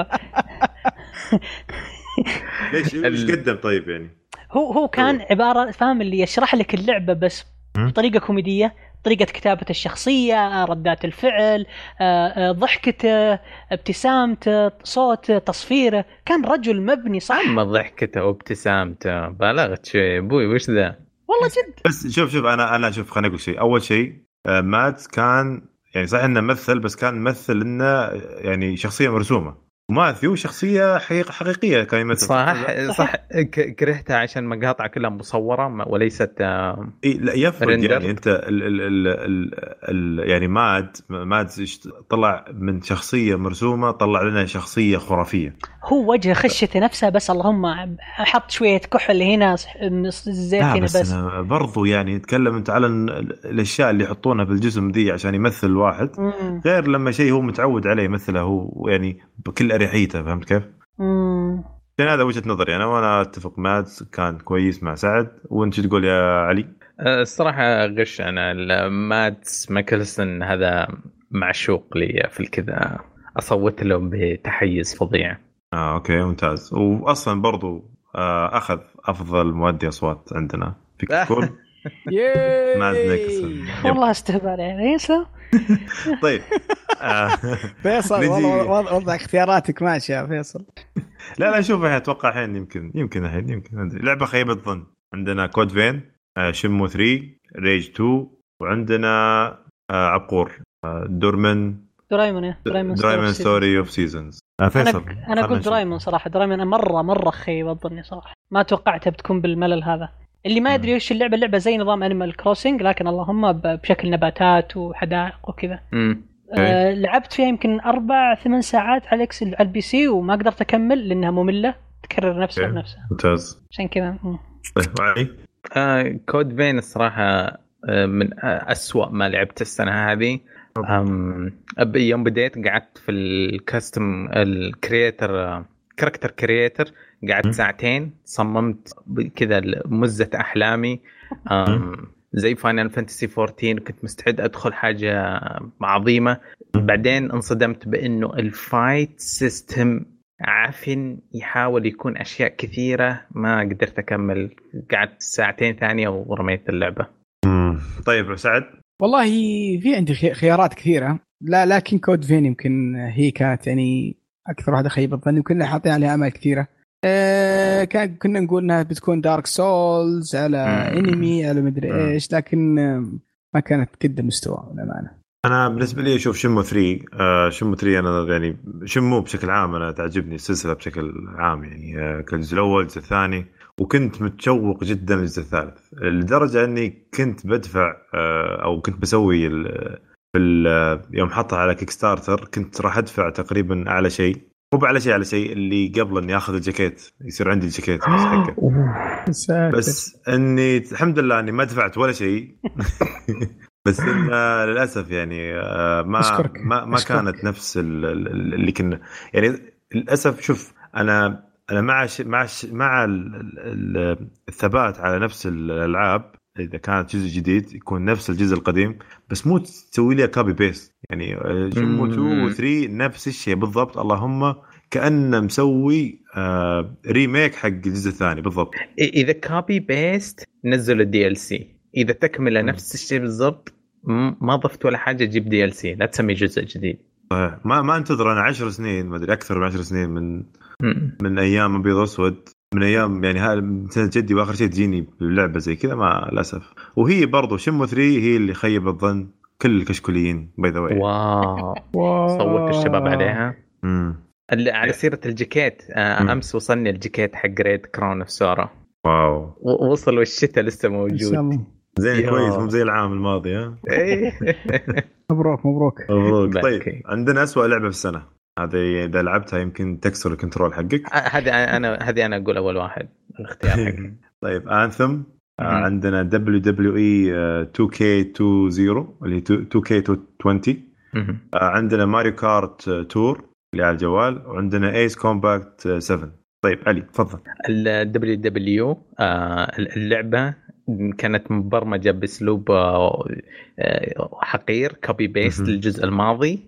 ايش قدم طيب يعني هو كان عباره فاهم اللي يشرح لك اللعبه بس بطريقه كوميديه، طريقه كتابه الشخصيه، ردات الفعل، ضحكته، ابتسامته، صوته، تصفيره. كان رجل مبني صح. ما ضحكته وابتسامته بالغت شيء ابوي وش ذا والله جد. بس شوف انا شوف خليني اقول شيء. اول شيء مات كان يعني صح انه ممثل بس كان ممثل انه يعني شخصيه مرسومه. ماثيو شخصيه حقيقيه كان يمثل. صح كرهتها عشان مقاطع كلها مصوره وليست لا يفرق يعني انت يعني ماد طلع من شخصيه مرسومه طلع لنا شخصيه خرافيه. هو وجه خشته نفسها بس اللهم حط شويه كحل هنا زيت هنا بس برضو يعني نتكلم انت على الاشياء اللي يحطونها بالجسم دي عشان يمثل واحد غير لما شيء هو متعود عليه يمثله هو يعني بكل أريحيته. فهمت كيف؟ كان هذا وجهة نظري أنا وأنا أتفق. مات كان كويس مع سعد. وأنت شو تقول يا علي؟ الصراحة غش أنا مات مايكلسون هذا معشوق لي في الكذا أصوت له بتحيز فظيع. أوكي ممتاز. وأصلا برضو أخذ أفضل مؤدي أصوات عندنا فيك تقول والله استهبال يعني يسلم. طيب فيصل والله وضع اختياراتك ماشي يا فيصل. لا شوف اتوقع الحين يمكن لعبه خيبه ظن. عندنا كود فين، شمو 3، ريج 2، وعندنا عقور درايمون ستوري اوف سيزونز. انا قلت درايمون صراحه. درايمون مره خيبه ظني صراحه. ما توقعتها بتكون بالملل هذا. اللي ما يدري وش اللعبة زي نظام أنيمال كروسنج لكن اللهم بشكل نباتات وحدائق وكذا. لعبت فيها يمكن 4-8 ساعات على البي سي وما قدرت أكمل لأنها مملة تكرر نفسها بنفسها. ممتاز. عشان كذا. كود فين الصراحة من أسوأ ما لعبت السنة هذه. يوم بديت قعدت في الكاستم كاركتر كرييتر قعدت ساعتين صممت كذا مزة أحلامي زي فاينل فانتسي 14. كنت مستعد أدخل حاجة عظيمة. بعدين انصدمت بأنه الفايت سيستم عفن يحاول يكون أشياء كثيرة ما قدرت أكمل. قعدت ساعتين ثانية ورميت اللعبة. طيب سعد. والله في عندي خيارات كثيرة لكن كود فين يمكن هي كانت يعني أكثر واحدة خيبة ظني وكنا حاطين عليها أمال كثيرة. كنا نقول انها بتكون دارك سولز على انمي على مدري ايش لكن ما كانت قد المستوى للامانه. انا بالنسبه لي اشوف شمو 3 انا يعني شمو بشكل عام انا تعجبني السلسله بشكل عام يعني الجزء الاول الجزء الثاني وكنت متشوق جدا للجزء الثالث لدرجه اني كنت بدفع او كنت بسوي يوم حطها على كيك ستارتر كنت راح ادفع تقريبا اعلى شيء مو على شيء اللي قبل اني اخذ الجاكيت يصير عندي الجاكيت حقه. بس اني الحمد لله اني ما دفعت ولا شيء. بس للاسف يعني ما كانت نفس اللي كنا يعني للاسف. شوف انا مع الثبات على نفس الالعاب. اذا كانت جزء جديد يكون نفس الجزء القديم بس مو تسوي لي كوبي بيست يعني شمو 2 و 3 نفس الشيء بالضبط. اللهم كأنه مسوي ريميك حق الجزء الثاني بالضبط. اذا كوبي بيست نزل الدي ال سي. اذا تكمله نفس الشيء بالضبط ما ضفت ولا حاجه جيب دي ال سي لا تسمي جزء جديد. ما انتظر انا 10 سنين ما ادري اكثر من 10 سنين من ايام ابيض واسود من ايام يعني هذا سنة جدي واخر شيء تجيني بلعبه زي كذا مع الاسف. وهي برضو شمو 3 هي اللي خيب الظن كل الكشكوليين باي ذا واي. واو صوت الشباب عليها. على سيرة الجاكيت أمس وصلني الجاكيت حق ريد كراون اوف سورا. واو وصل والشتاء لسه ان موجود. شاء الله. زين كويس مو زي العام الماضي ها. مبروك مبروك. مبروك. طيب عندنا أسوأ لعبة في السنة هذه إذا لعبتها يمكن تكسر الكنترول حقك. هذه أنا أقول أول واحد الاختيار حقي. طيب أنثم. عندنا WWE 2K20 اللي 2K20. عندنا ماريو كارت تور اللي على الجوال وعندنا ايس كومباكت 7. طيب علي تفضل. WWE اللعبة كانت مبرمجة باسلوب حقير كوبي بيست للجزء الماضي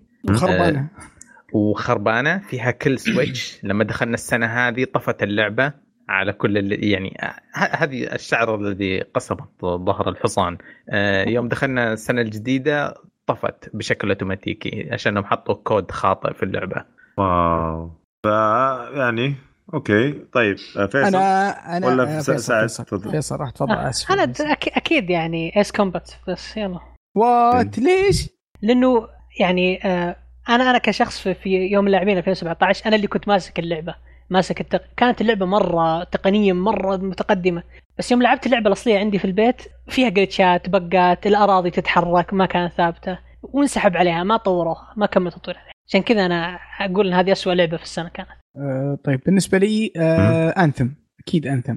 وخربانة فيها كل سويتش. لما دخلنا السنة هذه طفت اللعبة على كل يعني هذه الشعر الذي قصبت ظهر الحصان. يوم دخلنا السنة الجديدة طفت بشكل اوتوماتيكي عشانهم حطوا كود خاطئ في اللعبة. واو. يعني اوكي. طيب فيصل انا ولا سعد؟ فيصل راح تفضل. اسف انا اكيد يعني اس كومبات بس يلا. وات ليش؟ لانه يعني انا كشخص في يوم اللاعبين 2017 انا اللي كنت ماسك اللعبه كانت اللعبه مره تقنيا مره متقدمه. بس يوم لعبت اللعبه الاصليه عندي في البيت فيها جلتشات بقات الاراضي تتحرك ما كانت ثابته وانسحب عليها ما طوروها ما كملت تطوير عليها. عشان كذا انا اقول ان هذه أسوأ لعبه في السنه كانت. طيب بالنسبه لي انثم اكيد انثم.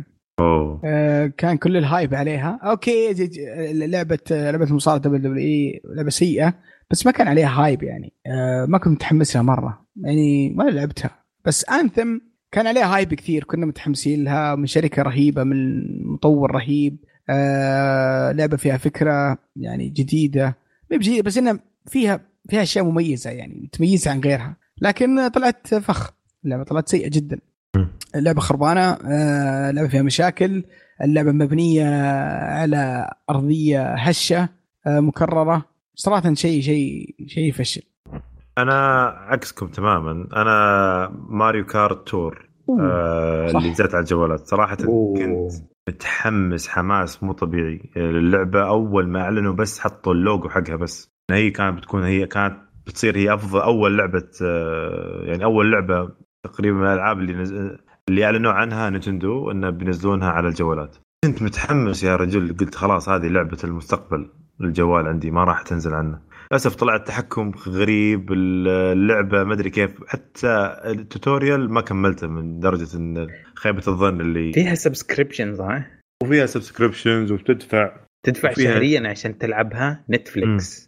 كان كل الهايب عليها. اوكي لعبه المصارعه WWE لعبه سيئه بس ما كان عليها هايب يعني. ما كنت متحمس لها مره يعني ما لعبتها. بس انثم كان عليها هايب كثير كنا متحمسين لها من شركه رهيبه من مطور رهيب. لعبه فيها فكره يعني جديده بس انها فيها اشياء مميزه يعني تميزها عن غيرها. لكن طلعت فخ. اللعبه طلعت سيئه جدا. اللعبه خربانه. اللعبه فيها مشاكل. اللعبه مبنيه على ارضيه هشه مكرره. صراحه شيء يفشل. انا عكسكم تماما. انا ماريو كارت تور اللي نزلت على الجوالات صراحه كنت متحمس حماس مو طبيعي. اللعبه اول ما اعلنوا بس حطوا اللوجو حقها بس هي كانت بتصير هي اول لعبه يعني اول لعبه تقريبا من الالعاب اللي اعلنوا عنها نينتندو انه بينزلونها على الجوالات. كنت متحمس يا رجل. قلت خلاص هذه لعبه المستقبل. الجوال عندي ما راح تنزل عنه. للاسف طلع التحكم غريب. اللعبه ما ادري كيف حتى التوتوريال ما كملته من درجه ان خيبه الظن اللي فيها سبسكريبشنز. وفيها سبسكريبشنز وتدفع شهريا عشان تلعبها. نتفليكس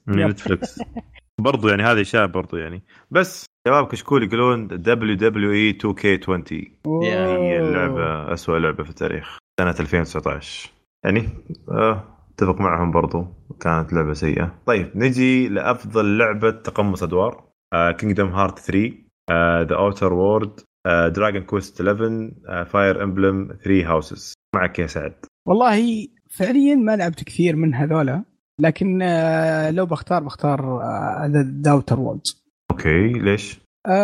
برضو يعني هذا شيء برضو يعني. بس شباب كشكول يقولون WWE 2K20 هي اللعبة أسوأ لعبة في التاريخ سنة 2019 يعني. اتفق معهم برضو كانت لعبة سيئة. طيب نجي لأفضل لعبة تقمص أدوار. Kingdom Hearts 3 The Outer World Dragon Quest 11 Fire Emblem 3 Houses. معك يا سعد. والله فعليا ما لعبت كثير من هذولا لكن لو بختار The Outer Worlds. اوكي ليش؟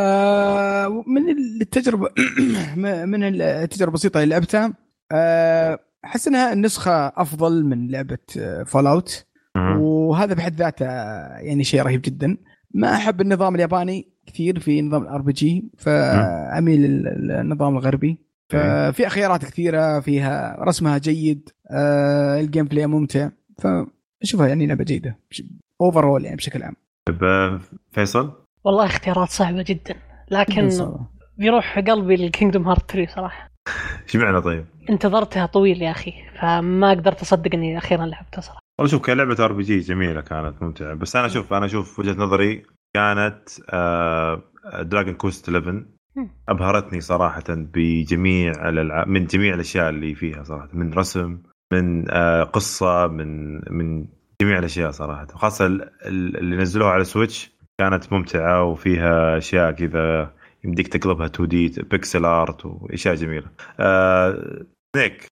من التجربة من التجربة البسيطة اللي لعبتها أحس أنها النسخة أفضل من لعبة فولوت وهذا بحد ذاته يعني شيء رهيب جدا. ما أحب النظام الياباني كثير في نظام RPG فأميل للنظام الغربي. ففي خيارات كثيرة فيها رسمها جيد. الجيم بلاي ممتع فأشوفها يعني لعبة جيدة أوفرول يعني بشكل عام. فيصل والله اختيارات صعبة جدا لكن بيروح قلبي الكينجدوم هارت 3 صراحة. ايش معنى؟ طيب انتظرتها طويل يا أخي فما قدرت أصدق أني أخيرا لعبتها صراحة. والله شوف كلعبة RPG جميلة كانت ممتعة بس أنا أشوف وجهة نظري كانت دراجون كوست 11 أبهرتني صراحة بجميع الألعاب من جميع الأشياء اللي فيها صراحة من رسم من قصة من جميع الأشياء صراحة. خاصة اللي نزلوها على سويتش كانت ممتعة وفيها أشياء كذا يمديك تقلبها 2D بيكسل آرت وأشياء جميلة. نيك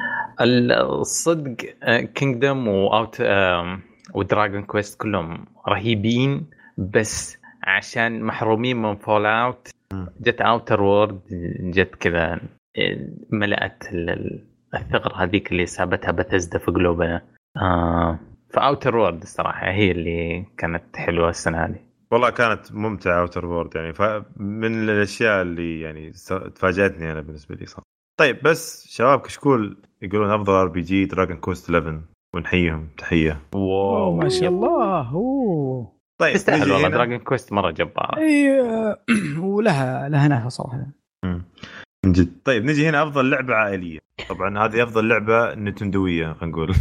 الصدق كينجدم وأوت ودراجون كويست كلهم رهيبين بس عشان محرومين من فول أوت جت أوتر وورد جت كذا ملأت الثغرة هذيك اللي سابتها بثزدا في قلوبنا. فأوتر وورد الصراحة هي اللي كانت حلوة السنة هذه. والله كانت ممتعه اوتر وورد يعني، من الاشياء اللي يعني تفاجاتني انا بالنسبه لي صح. طيب بس شباب كشكول يقولون افضل ار بي جي دراجون كوست 11 ونحييهم تحيه. واو ما شاء الله. طيب تستاهل والله، دراجون كويست مره جباره. اي ولها ناسها صراحه. من جد. طيب نجي هنا افضل لعبه عائليه. طبعا هذه افضل لعبه نتندويه خلينا نقول.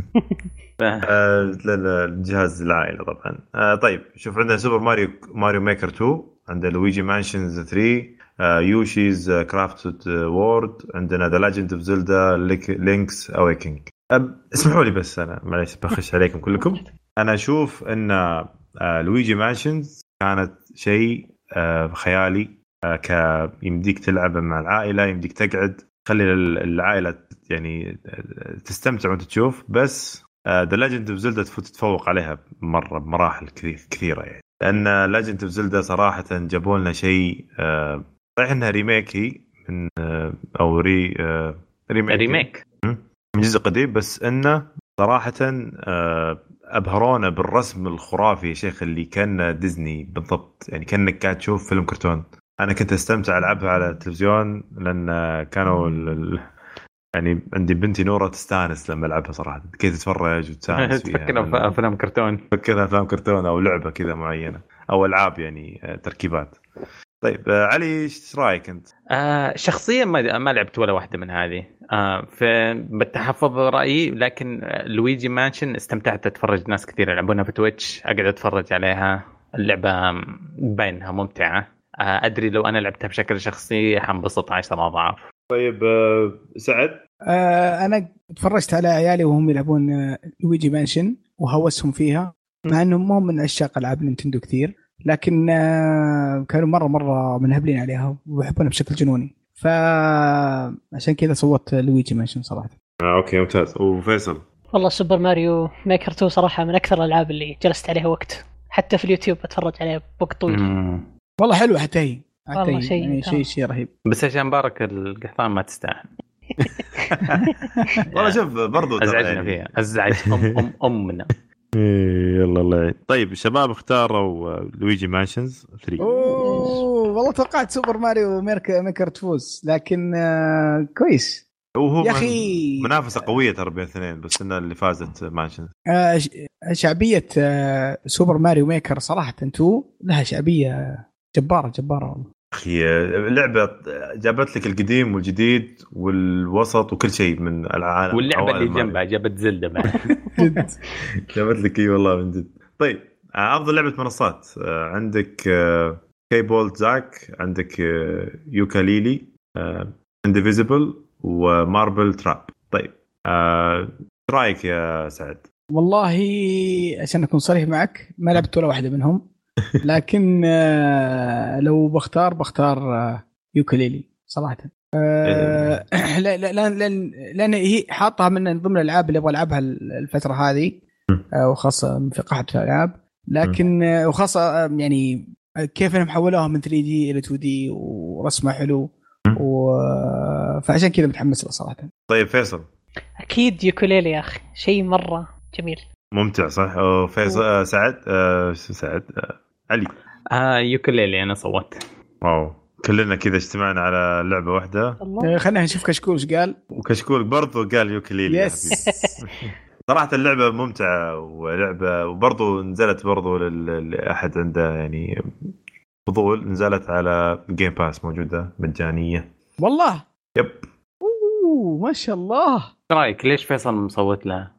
للجهاز العائله طبعا. طيب شوف عندنا سوبر ماريو ميكر 2، عندنا لويجي مانشنز 3، يوشيز كرافتد وورد، عندنا ذا ليجند اوف زلدا لينكس اويكينج. اسمحوا لي بس انا معليش بخش عليكم كلكم. انا اشوف ان لويجي مانشنز كانت شيء خيالي، يمديك تلعب مع العائله، يمديك تقعد خلي العائله يعني تستمتع وانت تشوف. بس ذا ليجند اوف زلدا تتفوق عليها مره بمراحل كثيره يعني، لان ليجند اوف زلدا صراحه جابوا لنا شيء صحيح انها ريميك، هي من او ريميك من جزء قديم، بس انه صراحه ابهرونا بالرسم الخرافي يا شيخ، اللي كان ديزني بالضبط يعني، كانك قاعد تشوف فيلم كرتون. انا كنت استمتع العبها على التلفزيون لان كانوا يعني عندي بنتي نورة تستانس لما العبها صراحه، كيف تتفرج وتستانس فيها. تفكرنا في افلام كرتون، فكرها افلام كرتون او لعبه كذا معينه او العاب يعني تركيبات. طيب علي ايش رايك انت؟ شخصيا ما لعبت ولا واحده من هذه، فبالتحفظ رايي. لكن لويجي مانشن استمتعت اتفرج ناس كثير يلعبونها في تويتش، اقعد اتفرج عليها. اللعبه باينها ممتعه، ادري لو انا لعبتها بشكل شخصي حنبسط 10 اضعاف. طيب سعد؟ انا اتفرجت على عيالي وهم يلعبون لويجي مانشن وهوسهم فيها، مع انهم مو من عشاق العاب نينتندو كثير، لكن كانوا مره منهبلين عليها ويحبونها بشكل جنوني، فعشان كذا صوت لويجي مانشن صراحه. اوكي ممتاز. وفيصل؟ والله سوبر ماريو ميكر 2 صراحه من اكثر الالعاب اللي جلست عليها وقت، حتى في اليوتيوب اتفرج عليها بوقت طويل. والله حلوه حتى هي والله شيء يعني شيء رهيب، بس عشان مبارك القحطان ما تستاهل. والله شوف برضو ازعجنا يعني فيها، ازعج امنا. يلا الله يعين. طيب الشباب اختاروا لويجي مانشنز 3. والله توقعت سوبر ماريو ميكر تفوز، لكن كويس. وهو يا اخي منافسه قويه ترى بين الاثنين، بس انه اللي فازت مانشنز. شعبيه سوبر ماريو ميكر صراحه 2 لها شعبيه جباره والله. اخي لعبه جابت لك القديم والجديد والوسط وكل شيء من العالم، واللعبه اللي جنبها جابت زلدة بعد. جابت لك اي والله من جد. طيب افضل لعبه منصات، عندك كيبولد زاك، عندك يوكاليلي، انديفيزبل، وماربل تراب. طيب رايك يا سعد؟ والله عشان اكون صريح معك ما لعبت ولا واحده منهم، لكن لو بختار يوكاليلي صراحه. لان هي حاطها من ضمن الالعاب اللي ابغى العبها الفتره هذه، وخاصه في قاعه الالعاب. لكن وخاصه يعني كيف انهم حولوها من 3D الى 2D ورسمه حلو، فعشان كذا متحمس له صراحه. طيب فيصل؟ اكيد يوكوليلي يا اخي، شيء مره جميل ممتع صح. فيصل سعد سعد علي؟ يوكوليلي انا صوت. واو كلنا كذا اجتمعنا على لعبه واحده. خلينا نشوف كشكول ايش قال. وكشكول برضو قال يوكليلي. يس. صراحه اللعبه ممتعه، ولعبه وبرضو نزلت برضو لاحد عنده يعني فضول، نزلت على جيم باس، موجوده مجانيه والله. يب. ما شاء الله. رايك ليش فيصل مصوت لها؟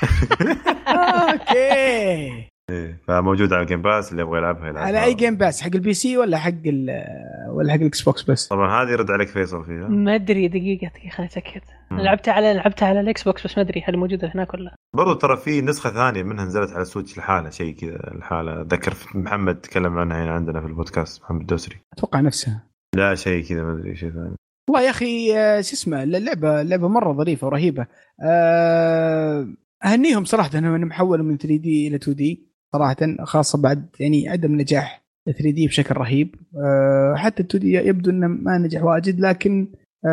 اوكي. فموجود على الجيم باس، اللي يبغى يلعبها على اي جيم باس؟ حق البي سي ولا حق الاكس بوكس بس؟ طبعا هذه يرد عليك فيصل فيها. ما ادري، دقيقه خليني اتاكد. لعبتها على الاكس بوكس بس ما ادري هل موجوده هناك ولا. برضو ترى في نسخه ثانيه منها نزلت على سويتش لحالها، شيء كذا الحاله. ذكر محمد تكلم عنها هنا عندنا في البودكاست، محمد دوسري اتوقع نفسها. لا شيء كذا ما ادري شيء ثاني والله يا اخي. شو اسمه اللعبه مره ظريفه ورهيبه. اهنيهم صراحه انهم حولوا من 3D الى 2D صراحه، خاصه بعد يعني عدم نجاح 3D بشكل رهيب. حتى 2D يبدو انه ما نجح واجد، لكن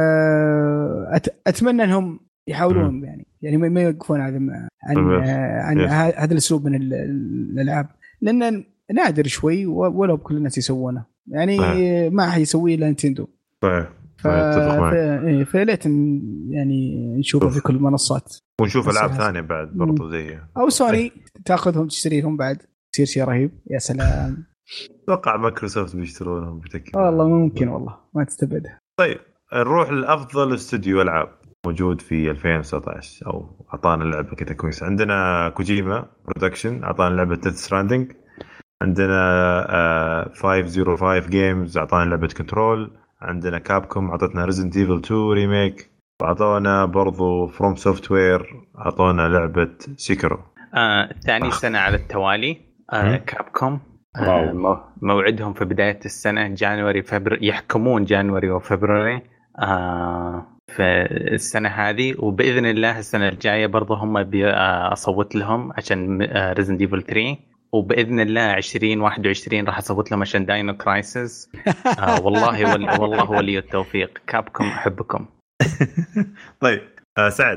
اتمنى انهم يحاولون يعني ما يوقفون عن هذا الاسلوب من الالعاب، لان نادر شوي ولو بكل الناس يسوونه يعني ما حيسويه الا نينتندو. صحيح. فليت يعني نشوفه في كل المنصات ونشوف العاب ثانيه بعد برضو زي او سوني تاخذهم تشتريهم بعد تصير شيء رهيب. يا سلام. اتوقع مايكروسوفت بيشترونهم بتاكيد. والله ممكن والله ما تستبعدها. طيب نروح لافضل استوديو العاب موجود في 2019 او اعطانا لعبه كذا كويسه. عندنا كوجيما برودكشن اعطانا لعبه ديث ستراندنج. عندنا 505 جيمز اعطانا لعبه كنترول. عندنا كابكوم اعطتنا ريزيدنت ايفل 2 ريميك. واعطونا برضو فروم سوفت وير اعطونا لعبه سيكرو. ثاني سنه على التوالي كابكوم موعدهم في بدايه السنه جانوري فبراير يحكمون جانوري وفبراير في السنه هذه. وباذن الله السنه الجايه برضو هم اصوت لهم عشان ريزيدنت ايفل 3. وباذن الله 2021 راح اصوت لهم عشان داينو كرايسيس. والله ولي التوفيق. كابكم احبكم. طيب سعد.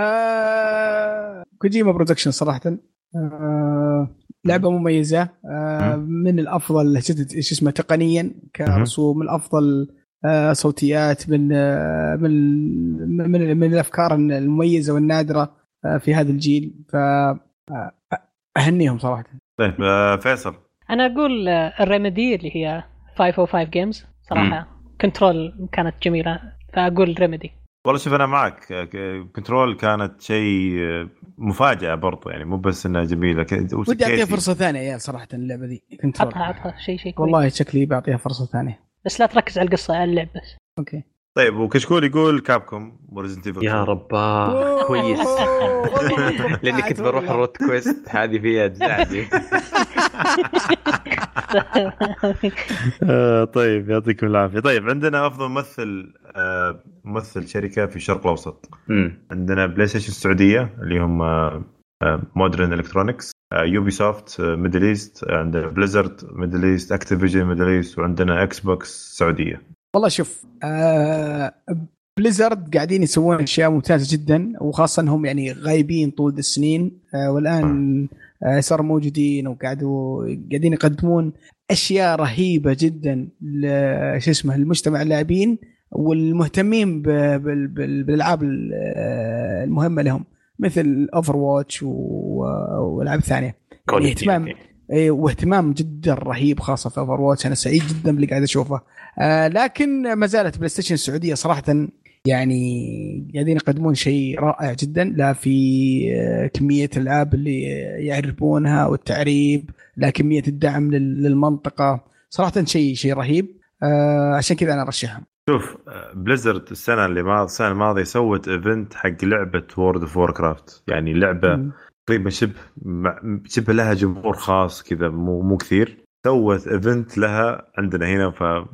كوجيما برودكشن صراحه لعبه مميزه من الافضل شو اسمه تقنيا كرسوم الافضل صوتيات من الافكار المميزه والنادره في هذا الجيل. فاهنيهم صراحه. طيب فيصل. انا اقول الريميدي اللي هي 505 جيمز صراحه كنترول كانت جميله فاقول ريميدي. والله شوف انا معك. كنترول كانت شيء مفاجاه برضو يعني مو بس انها جميله. ودي اعطيها فرصه ثانيه يا صراحه اللعبه دي كنترول. عطها شيء كويس والله شكلي بعطيها فرصه ثانيه بس لا تركز على القصه على اللعبه بس. اوكي طيب وكشكول يقول كابكوم وريزنت ايفل. يا رب كويس لاني كنت بروح الروت كويست هذه فيها تزعجي. طيب يعطيكم العافيه. طيب عندنا افضل ممثل شركه في الشرق الاوسط. عندنا بلاي ستيشن السعوديه اللي هم مودرن الكترونكس. يوبي سوفت ميدل ايست. عندنا بليزرد ميدل ايست. اكتيفيجن ميدل ايست. وعندنا اكس بوكس سعوديه. والله شوف بليزرد قاعدين يسوون اشياء ممتازه جدا وخاصه انهم يعني غايبين طول السنين والان صاروا موجودين وقاعدين يقدمون اشياء رهيبه جدا المجتمع اللاعبين والمهتمين بالالعاب المهمه لهم مثل اوفر واتش والعاب ثانيه. يعني اهتمام واهتمام جدا رهيب خاصه في اوفر واتش. انا سعيد جدا باللي قاعد اشوفه. لكن ما زالت بلاي ستيشن السعوديه صراحه يعني قاعدين يقدمون شيء رائع جدا. لا في كميه الالعاب اللي يعربونها والتعريب لا كميه الدعم للمنطقه صراحه شيء رهيب. عشان كذا انا ارشحهم. شوف بليزرد السنه الماضيه سوت ايفنت حق لعبه وورد اوف ووركرافت. يعني لعبه تقريبا شبه لها جمهور خاص كذا مو كثير. سوت ايفنت لها عندنا هنا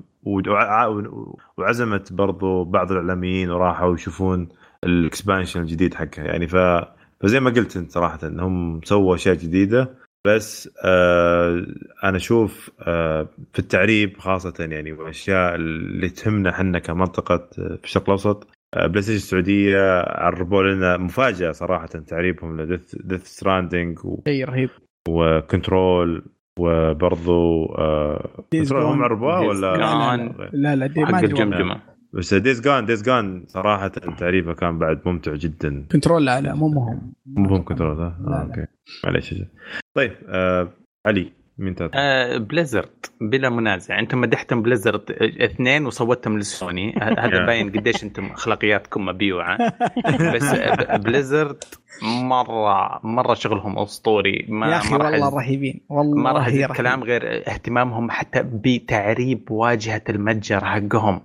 وعزمت برضو بعض الاعلاميين وراحوا يشوفون الاكسبانشن الجديد حقها. يعني فزي ما قلت انت صراحه انهم سووا اشياء جديده. بس انا اشوف في التعريب خاصه يعني والاشياء اللي تهمنا احنا كمنطقه في الشرق الاوسط. بلاي ستيشن السعوديه عربوا لنا مفاجاه صراحه تعريبهم لديث ستراندنج شيء رهيب وكنترول وبرضو هم عربوها ولا لا دي ما الجمجمه. بس ديز جان صراحه تعريبها كان بعد ممتع جدا. كنترول لا مو كنترول اوكي معليش. طيب علي مين بليزرد بلا منازع. انتم مدحتم بليزرد 2 وصوتتم للسوني. هذا باين قديش انتم اخلاقياتكم مبيوعه. بس بليزرد مره شغلهم اسطوري. يا اخي والله رهيبين والله. ما راح أزيد كلام غير اهتمامهم حتى بتعريب واجهه المتجر حقهم.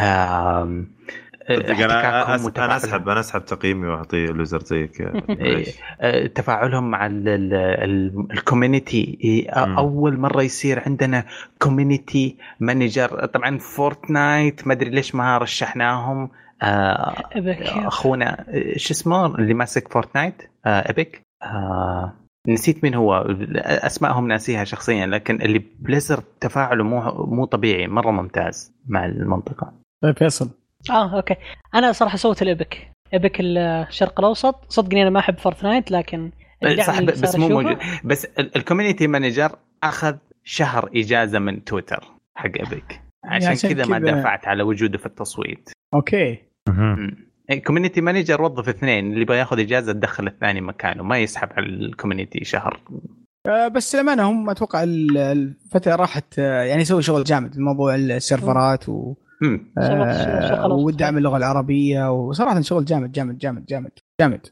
انا اسحب تقييمي واعطيه لوزر زيك. تفاعلهم مع الكوميونتي. اول مره يصير عندنا كوميونتي مانجر. طبعا فورتنايت ما ادري ليش ما رشحناهم. اخونا ايش اسمه اللي ماسك فورتنايت ايبك. نسيت مين هو. اسمائهم ناسيها شخصيا. لكن اللي بليزر تفاعله مو طبيعي مره ممتاز مع المنطقه. طيب فيصل. اوكي انا صراحه صوت الابك الشرق الاوسط. صدقني انا ما احب فورتنايت لكن صح بس مو موجود. بس الكوميونتي مانجر اخذ شهر اجازه من تويتر حق ابيك، عشان كذا ما دافعت على وجوده في التصويت. اوكي. الكوميونتي مانجر وظف 2 اللي يبغى ياخذ اجازه تدخل الثاني مكانه، ما يسحب على الكوميونتي شهر. بس للأمانة هم اتوقع الفتره راحت يعني يسوي شغل جامد في موضوع السيرفرات والدعم اللغه العربيه، وصراحه شغل جامد جامد جامد جامد جامد.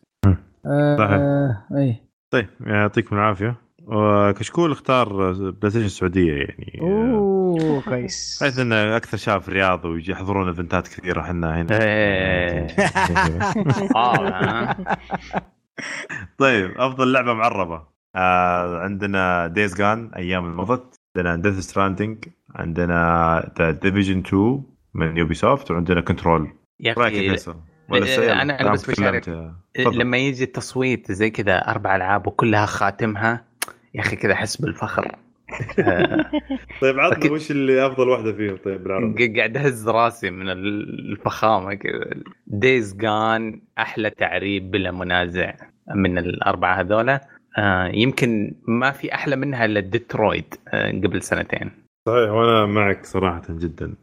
اي طيب يعطيكم العافيه. وكشكول اختار بلاي ستيشن السعوديه يعني. كويس. حيث انه اكثر شاب في الرياض ويجي يحضرون ايفنتات كثيره احنا هنا. طيب افضل لعبه معربه عندنا دايز جان ايام المضت، عندنا ديث ستراندينج، عندنا ديفيجن 2 من يوبي سوفت، وعندنا كنترول. رايك فيصل؟ انا بس بشارك لما يجي التصويت زي كذا 4 ألعاب وكلها خاتمها، يا اخي كذا احس بالفخر. طيب عطنا وش اللي افضل واحده فيهم؟ طيب بالعربي قاعد اهز راسي من الفخامه كذا. دايز جان احلى تعريب بلا منازع من الاربعه هذولا. يمكن ما في احلى منها الا ديترويت قبل 2 سنين. صحيح، وانا معك صراحه جدا.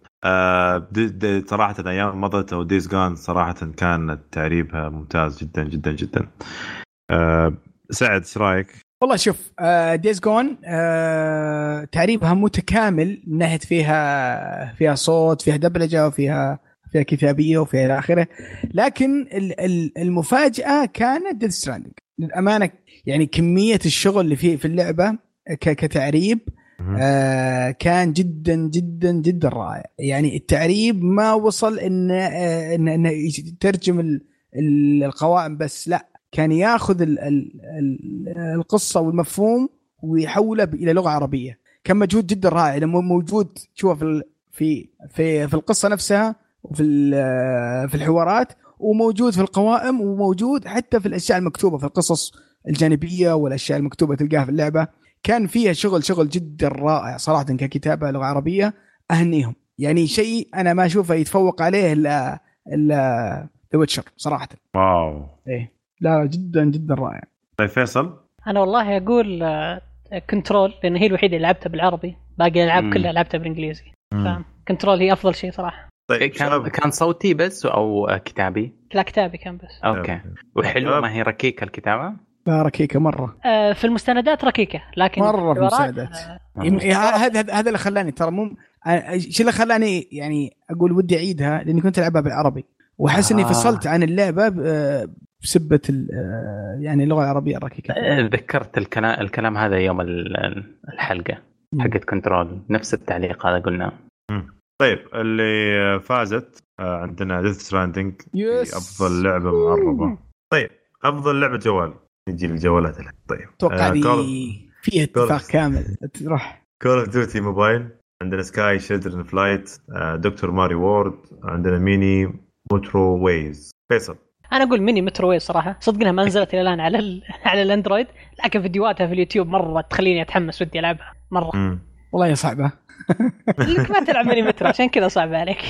صراحه ايام مضت او دايز جان صراحه كانت تعريبها ممتاز جدا جدا جدا. سعد ايش رايك؟ والله شوف دايز جون تعريبها متكامل من ناحيه فيها صوت، فيها دبلجه، وفيها كتابيه، وفيها الى اخره. لكن المفاجاه كانت ديث ستراندينج للامانه. يعني كميه الشغل اللي في اللعبه كتعريب كان جدا جدا جدا رائع. يعني التعريب ما وصل ان يترجم القوائم بس، لا، كان ياخذ القصه والمفهوم ويحوله الى لغه عربيه. كان مجهود جدا رائع لما موجود شوف في القصه نفسها، وفي في الحوارات، وموجود في القوائم، وموجود حتى في الاشياء المكتوبه في القصص الجانبيه والاشياء المكتوبه تلقاها في اللعبه. كان فيها شغل جدا رائع صراحه ككتابه لغه عربيه. اهنيهم، يعني شيء انا ما اشوفه يتفوق عليه الا ذا ويتشر صراحه. واو، ايه لا جدا جدا رائع. طيب فيصل؟ انا والله اقول كنترول، لان هي الوحيده اللي لعبتها بالعربي، باقي الالعاب كلها لعبتها بالانجليزي. فكنترول هي افضل شيء صراحه. طيب كان صوتي بس او كتابي؟ لا كتابي كان بس. اوكي. وحلوه، ما هي ركيكه الكتابه؟ لا ركيكه مره. في المستندات ركيكه، لكن مره في المستندات هذا اللي خلاني ترى مو شيء اللي خلاني يعني اقول ودي اعيدها، لاني كنت العبها بالعربي وحس اني فصلت عن اللعبه بسبه يعني اللغه العربيه الركيكه. ذكرت الكلام هذا يوم الحلقه حقت كنترول، نفس التعليق هذا قلنا. طيب اللي فازت عندنا ديث ستراندينج افضل لعبه معربه. طيب افضل لعبه جوال، نجي للجوالات. طيب اتوقع فيها اتفاق كامل تروح. كول اوف ديوتي موبايل، عندنا سكاي شيلدرن فلايت، دكتور ماريو وورد، عندنا ميني مترو ويز. فيصل؟ انا اقول ميني مترو ويز صراحه، صدق انها ما نزلت الى الان على الاندرويد، لكن فيديوهاتها في اليوتيوب مره تخليني اتحمس ودي العبها مره. والله يا صعبه لك ما تلعب ميني مترو عشان كذا صعب عليك.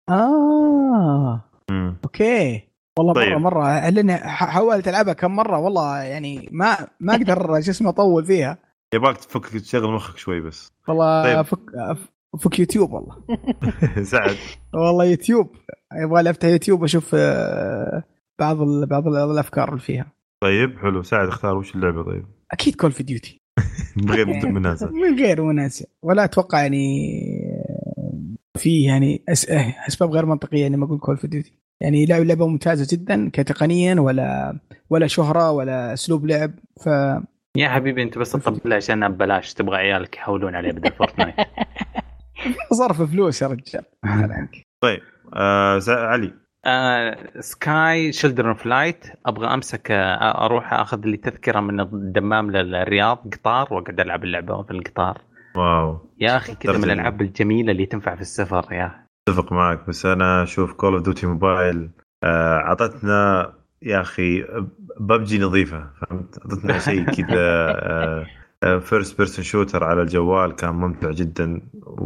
اوكي والله. طيب. مره لاني حاولت العبها كم مره والله، يعني ما اقدر شو اسمه اطول فيها. يبغاك تشغل مخك شوي بس والله. طيب. فك يوتيوب والله. سعد؟ والله يوتيوب يبغى افتح يوتيوب اشوف بعض الافكار اللي فيها. طيب حلو. سعد اختار وش اللعبه؟ طيب اكيد كول في ديوتي من غير منازع. من غير منازع، ولا اتوقع يعني في يعني اسباب غير منطقيه يعني ما اقول كول في ديوتي. يعني لعبه ممتازه جدا كتقنيا، ولا شهره ولا اسلوب لعب. يا حبيبي انت بس تطبل عشان ببلاش، تبغى عيالك يحولون عليه بدل فورتنايت. صرف فلوس يا رجال. طيب علي؟ سكاي شيلدرن فلايت، ابغى امسك اروح اخذ لي تذكره من الدمام للرياض قطار واقعد العب اللعبه في القطار. واو يا اخي كذا من الالعاب الجميله اللي تنفع في السفر. يا اتفق معك، بس انا اشوف كول اوف ديوتي موبايل عطتنا يا اخي ببجي نظيفه، فهمت؟ عطتنا شيء كذا فيرست بيرسون شوتر على الجوال، كان ممتع جدا.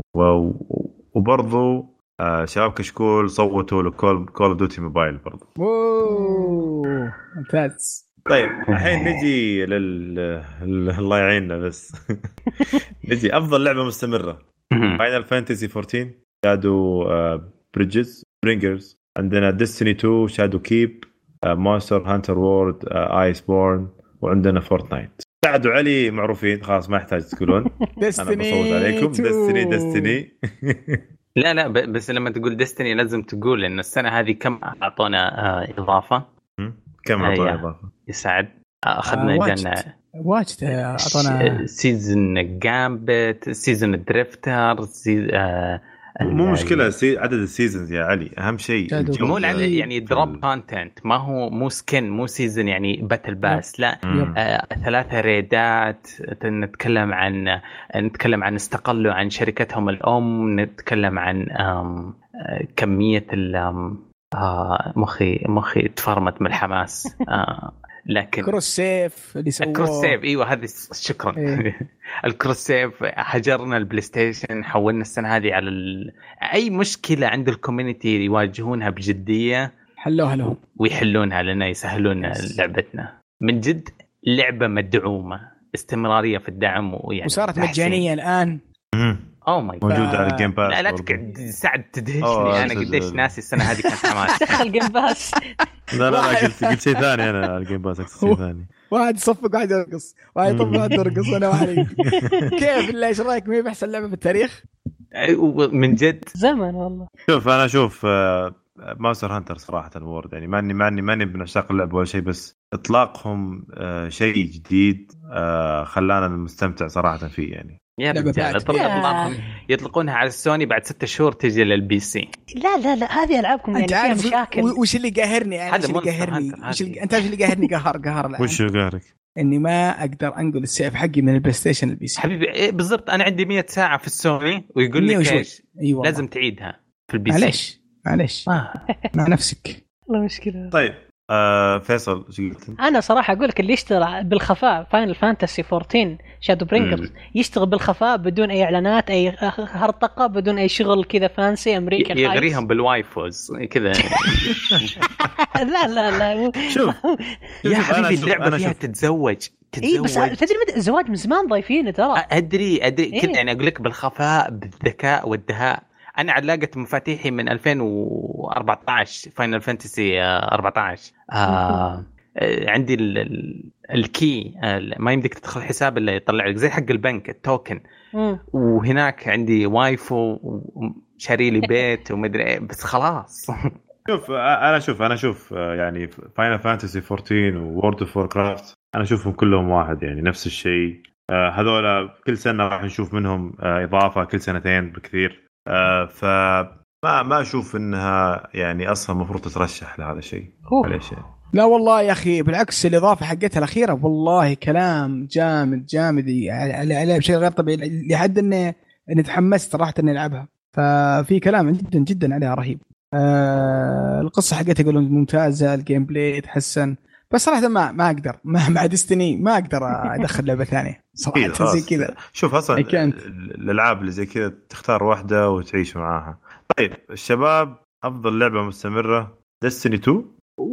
وبرضو شباب كشكول صوتوا لكول اوف ديوتي موبايل برضو. ممتاز. طيب الحين نجي الله يعيننا بس. نجي افضل لعبه مستمره. فاينل فانتسي 14 شادو بريدجز برينجرز، عندنا ديستني 2 شادو كيب، مونستر هانتر وورد، ايس بورن، وعندنا فورتنايت. سعد وعلي معروفين خلاص ما يحتاج تقولون. انا بصوت عليكم ديستني. لا بس لما تقول ديستني لازم تقول ان السنه هذه كم اعطونا اضافه. كم اعطونا اضافه يسعد؟ اخذنا جنة واجد اعطونا سيزن جامبت، سيزن دريفتر، مو مشكله عدد السيزونز يا علي، اهم شيء مو يعني دروب كونتنت، ما هو مو سكن، مو سيزن يعني باتل باس، لا 3 ريدات. نتكلم عن استقلوا عن شركتهم الام، نتكلم عن كميه مخي تفرمت من الحماس. لكن كروس سيف اللي سووه، الكروس سيف ايوه هذه شكرا. الكروس سيف حجرنا البلاي ستيشن، حولنا السنه هذه على اي مشكله عند الكوميونتي يواجهونها بجديه حلوها لهم ويحلونها لنا، يسهلون لعبتنا. من جد لعبه مدعومه، استمراريه في الدعم، ويعني وصارت مجانيه الان. او ماي موجوده على الجيم باس. لا تقعد سعد تدهشني، انا قديش ناسي السنه هذه كانت حماس. دخل جيم باس. لا قلت شيء ثاني، انا على الجيم باس شيء ثاني. واحد يصفق واحد يرقص، واحد يطبق واحد يرقص، انا واحد كيف بالله ايش رايك؟ ما بيحصل لعبه في التاريخ من جد زمن والله. انا اشوف ماستر هانتر صراحه الوورد، يعني ماني بنعشق اللعبه ولا شيء، بس اطلاقهم شيء جديد خلانا نستمتع صراحه فيه. يعني يا رجال يطلقونها على السوني بعد 6 شهور تجي للبي سي. لا هذه العابكم يعني فيها مشاكل. وش اللي قاهرني يعني؟ هذا انت ايش اللي قاهرني قهر وش قهرك؟ اني ما اقدر انقل السيف حقي من البلاي ستيشن للبي سي. حبيبي بالضبط، انا عندي 100 ساعه في السوني ويقول لي ايش لازم تعيدها في البي سي. معليش مع نفسك. والله مشكله. طيب فيصل ايش قلت؟ انا صراحه اقول لك اللي يشتغل بالخفاء فاينل فانتسي 14 شادو برينجرز يشتغل بالخفاء بدون اي اعلانات، اي هرطقه، بدون اي شغل كذا فانسي امريكان، يغريهم بالوايفوز كذا. لا شوف يا حبيبي اللعبه فيها تتزوج. اي بس تدري الزواج من زمان ضايفينه ترى. ادري كذا يعني اقول لك بالخفاء بالذكاء والدهاء. انا علاقه مفاتيحي من 2014 فاينل فانتسي 14. عندي الكي ما يمديك تدخل حساب الا يطلع لك زي حق البنك التوكن. وهناك عندي وايفو وشاري لي بيت ومدري ايه، بس خلاص. انا اشوف يعني فاينل فانتسي 14 وورد اوف ووركرافت انا اشوفهم كلهم واحد، يعني نفس الشيء. هذول كل سنه راح نشوف منهم اضافه، كل سنتين بكثير. فما اشوف انها يعني اصلا المفروض تترشح لهذا الشيء. معليش يعني. لا والله يا اخي بالعكس، الاضافه حقتها الاخيره والله كلام جامد على بشيء غير طبيعي، لحد اني تحمست صراحه اني العبها. ففي كلام جدا عليها رهيب. القصه حقتها يقولون ممتازه، الجيم بلاي يتحسن، بس صراحه ما اقدر مع ديستني ما اقدر ادخل لعبه ثانيه صراحه زي كذا. شوف اصلا الالعاب اللي زي كذا تختار واحده وتعيش معاها. طيب الشباب، افضل لعبه مستمره ديستني 2.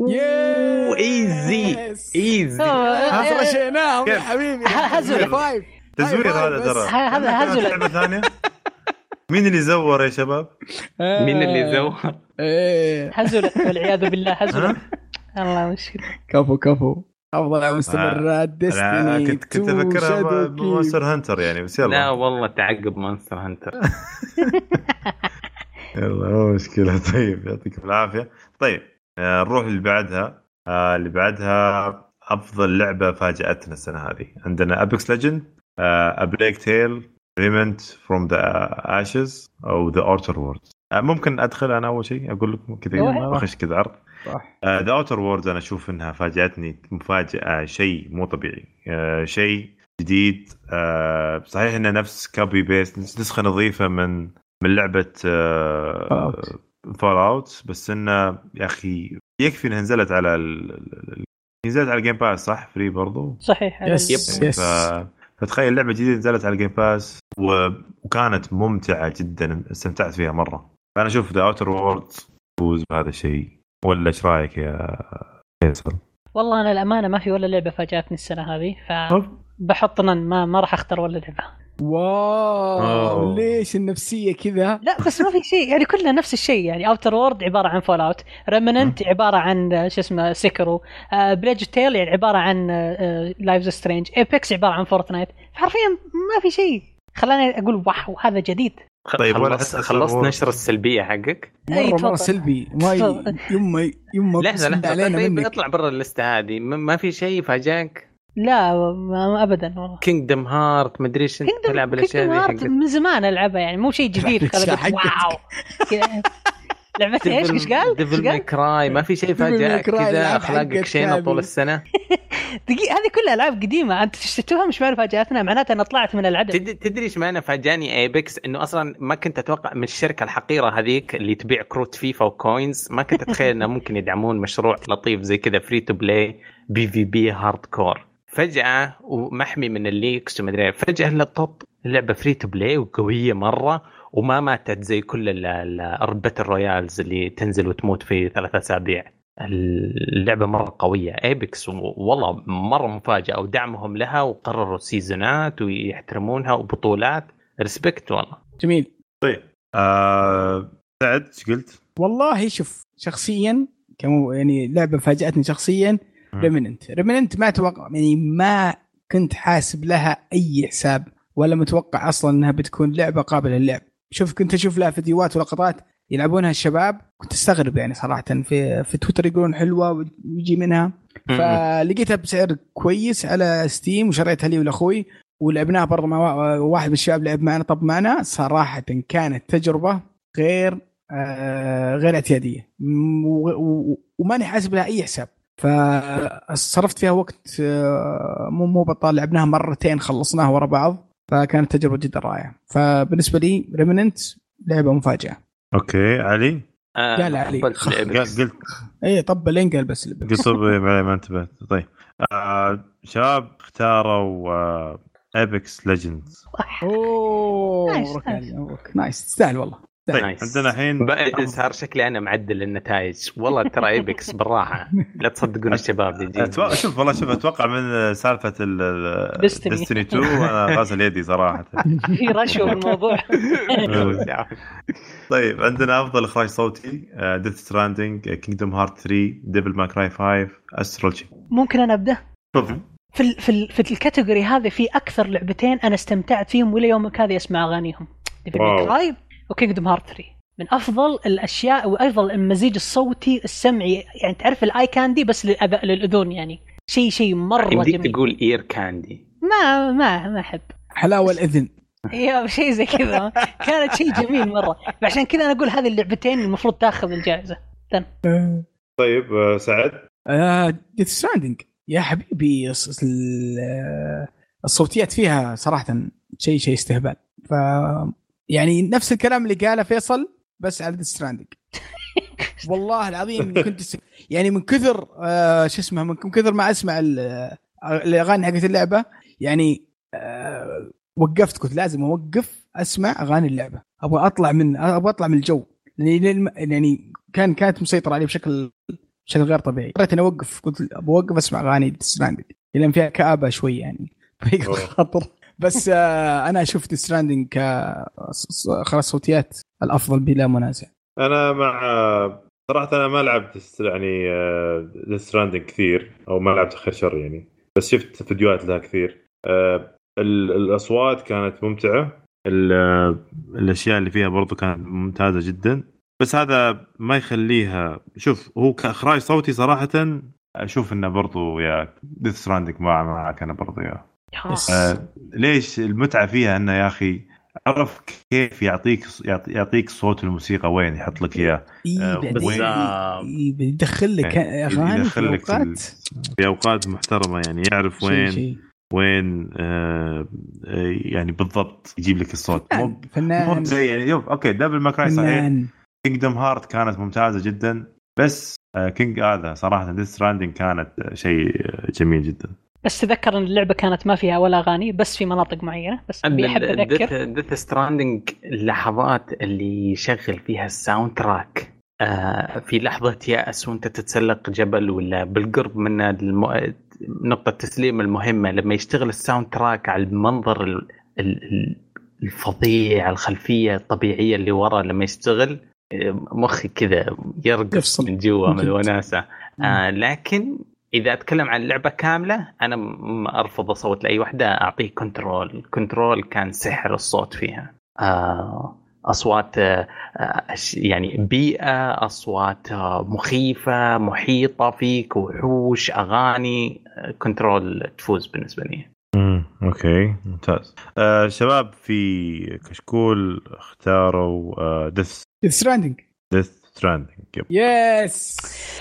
ايزي هفرشيناهم يا حبيبي. هزل تزوير هذا ترى. هذا هزل. لعبه ثانيه. مين اللي زور يا شباب؟ مين اللي زور؟ هزل والعياذ بالله. هزل الله مشكلة. كفو افضل مستمر ديستني. كنت افكرها مونستر هانتر يعني، بس يلا. لا والله تعقب مونستر هانتر. يلا مو مشكله. طيب يعطيكم العافيه. طيب نروح اللي بعدها افضل لعبه فاجاتنا السنه هذه. عندنا ابيكس ليجند، A Plague Tale, Remnant from the Ashes او The Outer Worlds. ممكن ادخل انا اول شيء اقول لكم كذا بخش كذا عرض. The Outer Worlds انا اشوف انها فاجاتني مفاجاه، شيء مو طبيعي، شيء جديد. صحيح انه نفس كوبي بيست، نسخه نظيفه من لعبه فول اوت، بس انه يا اخي يكفي انها نزلت على نزلت على الجيم باس صح؟ فري برضو صحيح. يس. فتخيل لعبه جديده نزلت على الجيم باس وكانت ممتعه جدا، استمتعت فيها مره. فانا اشوف The Outer Worlds فوز بهذا الشيء. ولا ايش رايك يا فيصل؟ والله انا الامانه ما في ولا لعبه فاجاتني السنه هذه، فبحط ما راح اختار ولا لعبه. واو ليش النفسيه كذا؟ لا بس ما في شيء يعني، كلها نفس الشيء يعني. اوتر وورد عباره عن فول اوت، ريمننت عباره عن شو اسمه سيكرو، بليج تيل يعني عباره عن لايفز سترينج، ايبكس عباره عن فورتنايت. حرفيا ما في شيء خلاني اقول واو هذا جديد. طيب خلصت نشر السلبيه حقك؟ مرة سلبي. ما يما لحظه طيب اطلع برا الليسته هذه. ما في شيء فاجاك؟ لا ما ابدا والله. كينجدم هارت مدري ايش انت تلعب الاشياء دي من زمان العبها يعني، مو شيء جديد. واو لعبه ايش قال ديفل ماي كراي؟ ما في شيء فاجأك كذا اخلاقك شينه طول السنه؟ دقيقه هذه كلها العاب قديمه انت تشتتوها مش معنى فاجاتنا، معناتها انا طلعت من العدد. تدري ايش معنى فاجاني ايبكس؟ انه اصلا ما كنت اتوقع من الشركه الحقيره هذيك اللي تبيع كروت فيفا وكوينز، ما كنت اتخيل انه ممكن يدعمون مشروع لطيف زي كذا فري تو بلاي في هارد كور. فجاه ومحمي من الليكس ومدري، فجاه للطب اللعبه فري تو بلاي وقويه مره، وما ماتت زي كل الباتل رويالز اللي تنزل وتموت في 3 أسابيع. اللعبة مرة قوية ايبكس، والله مرة مفاجأة، ودعمهم لها وقرروا سيزونات ويحترمونها وبطولات. ريسبكت والله. جميل. طيب سعد ايش قلت؟ والله شوف شخصيا يعني لعبة فاجأتني شخصيا ريمننت ما اتوقع يعني، ما كنت حاسب لها اي حساب ولا متوقع اصلا انها بتكون لعبة قابلة للعب. كنت اشوف لها فيديوهات ولقطات يلعبونها الشباب، كنت استغرب يعني صراحه في تويتر يقولون حلوه ويجي منها، فلقيتها بسعر كويس على ستيم وشريتها لي ولاخوي ولعبناها برضه مع واحد من الشباب لعب معنا. طب معنا صراحه كانت تجربه غير اعتياديه وماني حاسب لها اي حساب، فصرفت فيها وقت مو بطال. لعبناها مرتين خلصناها ورا بعض، فكانت تجربة جدا رائعة. فبالنسبة لي ريمننت لعبة مفاجأة. اوكي علي قال علي قلت ايه طب لين قال بس قصب ما انتبهت. طيب شباب اختاروا ايبكس ليجندز. اوه نايس تستاهل والله. طيب عندنا الحين صار شكلي انا معدل النتائج والله. ترى ايبكس بالراحه لا تصدقون الشباب اللي شوف والله اتوقع من سالفه ديستني 2 انا غاسل يدي صراحه. في رشوه في الموضوع. طيب عندنا افضل اخراج صوتي ديث ستراندينج، كينجدم هارت 3، ديفل ماي كراي 5، استرال تشين. ممكن انا ابدا؟ تفضل. في الكاتيجوري هذه في اكثر لعبتين انا استمتعت فيهم ولا يومك هذه اسمع اغانيهم، ديفل ماي كراي وكينجدم هارت 3. من افضل الاشياء وايضا المزيج الصوتي السمعي يعني، تعرف الاي كاندي بس للاذن يعني، شيء مره جميل. تقول اير كاندي؟ ما احب حلاوه الاذن يا شيء زي كذا. كانت شيء جميل مره، عشان كذا انا اقول هذه اللعبتين المفروض تاخذ الجائزه. طيب سعد. ديث ستراندينج يا حبيبي، الصوتيات فيها صراحه شيء استهبال. ف يعني نفس الكلام اللي قاله فيصل بس على ديث ستراندينج. والله العظيم كنت يعني من كثر من كثر ما اسمع الاغاني حقت اللعبه يعني وقفت، كنت لازم اوقف اسمع اغاني اللعبه. ابغى اطلع من الجو، يعني كانت مسيطره علي بشكل غير طبيعي. قررت اني اوقف، قلت بوقف اسمع اغاني ديث ستراندينج لان فيها كآبه شوي يعني خطر. بس انا شفت ستراندينج خلاص صوتيات الافضل بلا منازع. انا مع صراحه انا ما لعبت يعني ستراندينج كثير، او ما لعبت خير شر يعني، بس شفت فيديوهات لها كثير. الاصوات كانت ممتعه، الاشياء اللي فيها برضو كانت ممتازه جدا، بس هذا ما يخليها. شوف هو كاخراج صوتي صراحه اشوف انه برضو يا ديث ستراندينج معك انا برضو يا ليش المتعة فيها انه يا اخي عرف كيف يعطيك صوت الموسيقى وين يحط لك اياه، بيدخل لك اغاني في اوقات محترمة يعني، يعرف وين يعني بالضبط يجيب لك الصوت. مو زي يعني اوكي دبل ما كراي صحيح، كينجدم هارت كانت ممتازة جدا، بس كينج هذا صراحة ديث ستراندينج كانت شيء جميل جدا. بس تذكر ان اللعبه كانت ما فيها ولا اغاني، بس في مناطق معينه بس. بيحب اذكر ديث ستراندينج اللحظات اللي يشغل فيها الساوند تراك في لحظة يأس وانت تتسلق جبل ولا بالقرب من نقطة تسليم المهمة، لما يشتغل الساوند تراك على المنظر الفظيع، الخلفية الطبيعية اللي ورا لما يشتغل، مخي كذا يرقص من جوا من الوناسة. لكن إذا أتكلم عن اللعبة كاملة أنا أرفض أصوت لأي واحدة، أعطيه كنترول كان سحر الصوت فيها. أصوات يعني بيئة، أصوات مخيفة محيطة فيك، وحوش، أغاني، كنترول تفوز بالنسبة لي. اوكي ممتاز. شباب في كشكول اختاروا ديث ستراندينج. يس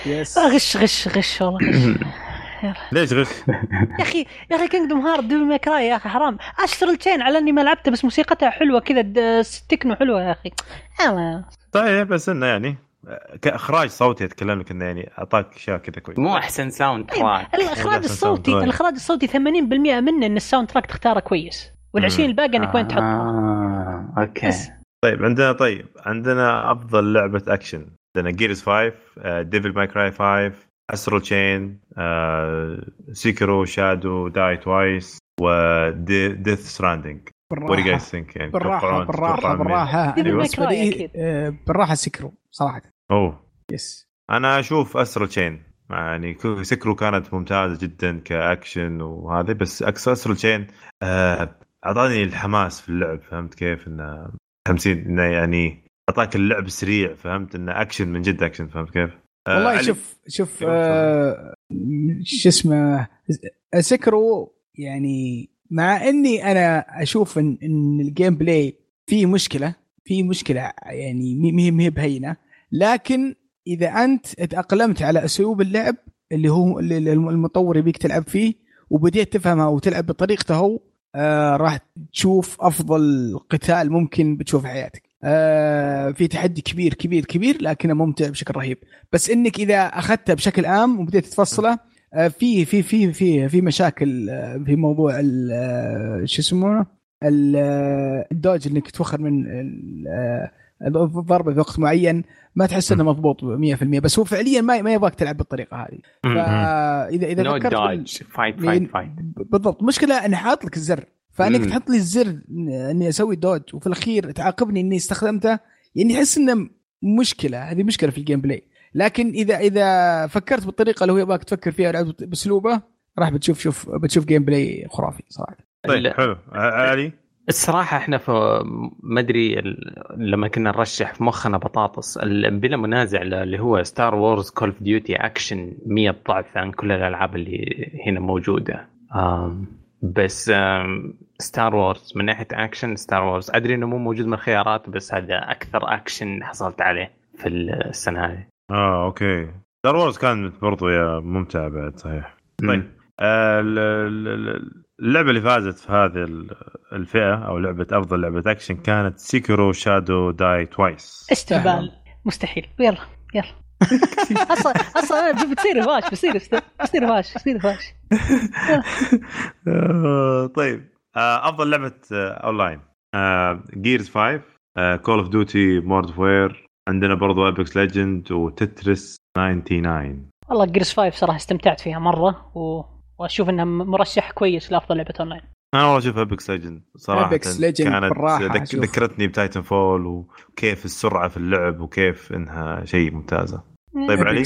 غش والله. ليش غش؟ يا اخي كينجدوم هارت ديفل ماي كراي يا اخي حرام اشتري التين على اني ما لعبته، بس موسيقتها حلوه كذا، تكنو حلوه يا اخي. طيب بس انه يعني كاخراج صوتي اتكلم لك انه يعني اعطاك اشياء كذا كويس، مو احسن ساوند تراك. الاخراج الصوتي 80% منه ان الساوند تراك تختاره كويس، وال20 الباقي انك وين تحطه. اوكي طيب عندنا افضل لعبه اكشن. عندنا جيرز 5، ديفل ماي كراي 5، أسترال تشين، سيكرو شادو داي توايس، وديث ستراندينج. What do you guys think؟ يعني بالراحة بالراحة سيكرو صراحة. يس أنا أشوف أسترال تشين، يعني سيكرو كانت ممتازة جدا كأكشن وهذا، بس أسترال تشين أعطاني الحماس في اللعب، فهمت كيف إنه تمثيل، إنه يعني أعطاك اللعب سريع، فهمت إنه أكشن من جد أكشن، فهمت كيف؟ والله شوف شو اسمه سكرو، يعني مع اني انا اشوف ان الجيم بلاي فيه مشكله يعني مهي بهينه، لكن اذا انت تأقلمت على اسلوب اللعب اللي هو المطور يبيك تلعب فيه وبديت تفهمها وتلعب بطريقته هو، راح تشوف افضل قتال ممكن بتشوف في حياتك. في تحدي كبير كبير كبير لكنه ممتع بشكل رهيب. بس انك اذا اخذته بشكل عام وبديت تفصله، في في في في في مشاكل في موضوع شو يسمونه الدوج، انك تفخر من الضربه في وقت معين ما تحس انه مضبوط 100%، بس هو فعليا ما يبغاك تلعب بالطريقه هذه. فاذا no فكرت فايت بالضبط، مشكله اني حاط لك الزر، فانك تحط لي الزر اني اسوي دوج وفي الاخير تعاقبني اني استخدمته، يعني احس انه هذه مشكله في الجيم بلاي. لكن اذا فكرت بالطريقه اللي هو يبغاك تفكر فيها ولعبت باسلوبه، راح بتشوف جيم بلاي خرافي صراحه. طيب حلو علي. الصراحه احنا في ما ادري لما كنا نرشح في مخنا بطاطس بلا منازع اللي هو ستار وورز كول اوف ديوتي اكشن 100 ضعف عن كل الالعاب اللي هنا موجوده. بس ستار وورز من ناحيه اكشن، ستار وورز ادري انه مو موجود من الخيارات، بس هذا اكثر اكشن حصلت عليه في السنه هذه. اوكي ستار وورز كان برضو يا ممتع بعد صحيح. طيب اللعبه اللي فازت في هذه الفئه او لعبه افضل لعبه اكشن كانت سيكرو شادو داي توايس. استهبال مستحيل. يلا اصلا بتصير فاش. طيب افضل لعبه اونلاين جيرز 5، كول اوف ديوتي مودرن وير، عندنا برضو ابيكس ليجند وتتريس 99. والله جيرز 5 صراحه استمتعت فيها مره واشوف انها مرشح كويس لافضل لعبه اونلاين. انا والله اشوف ابيكس ليجند صراحه كانت ذكرتني بتايتن فول، وكيف السرعه في اللعب وكيف انها شيء ممتازه. طيب علي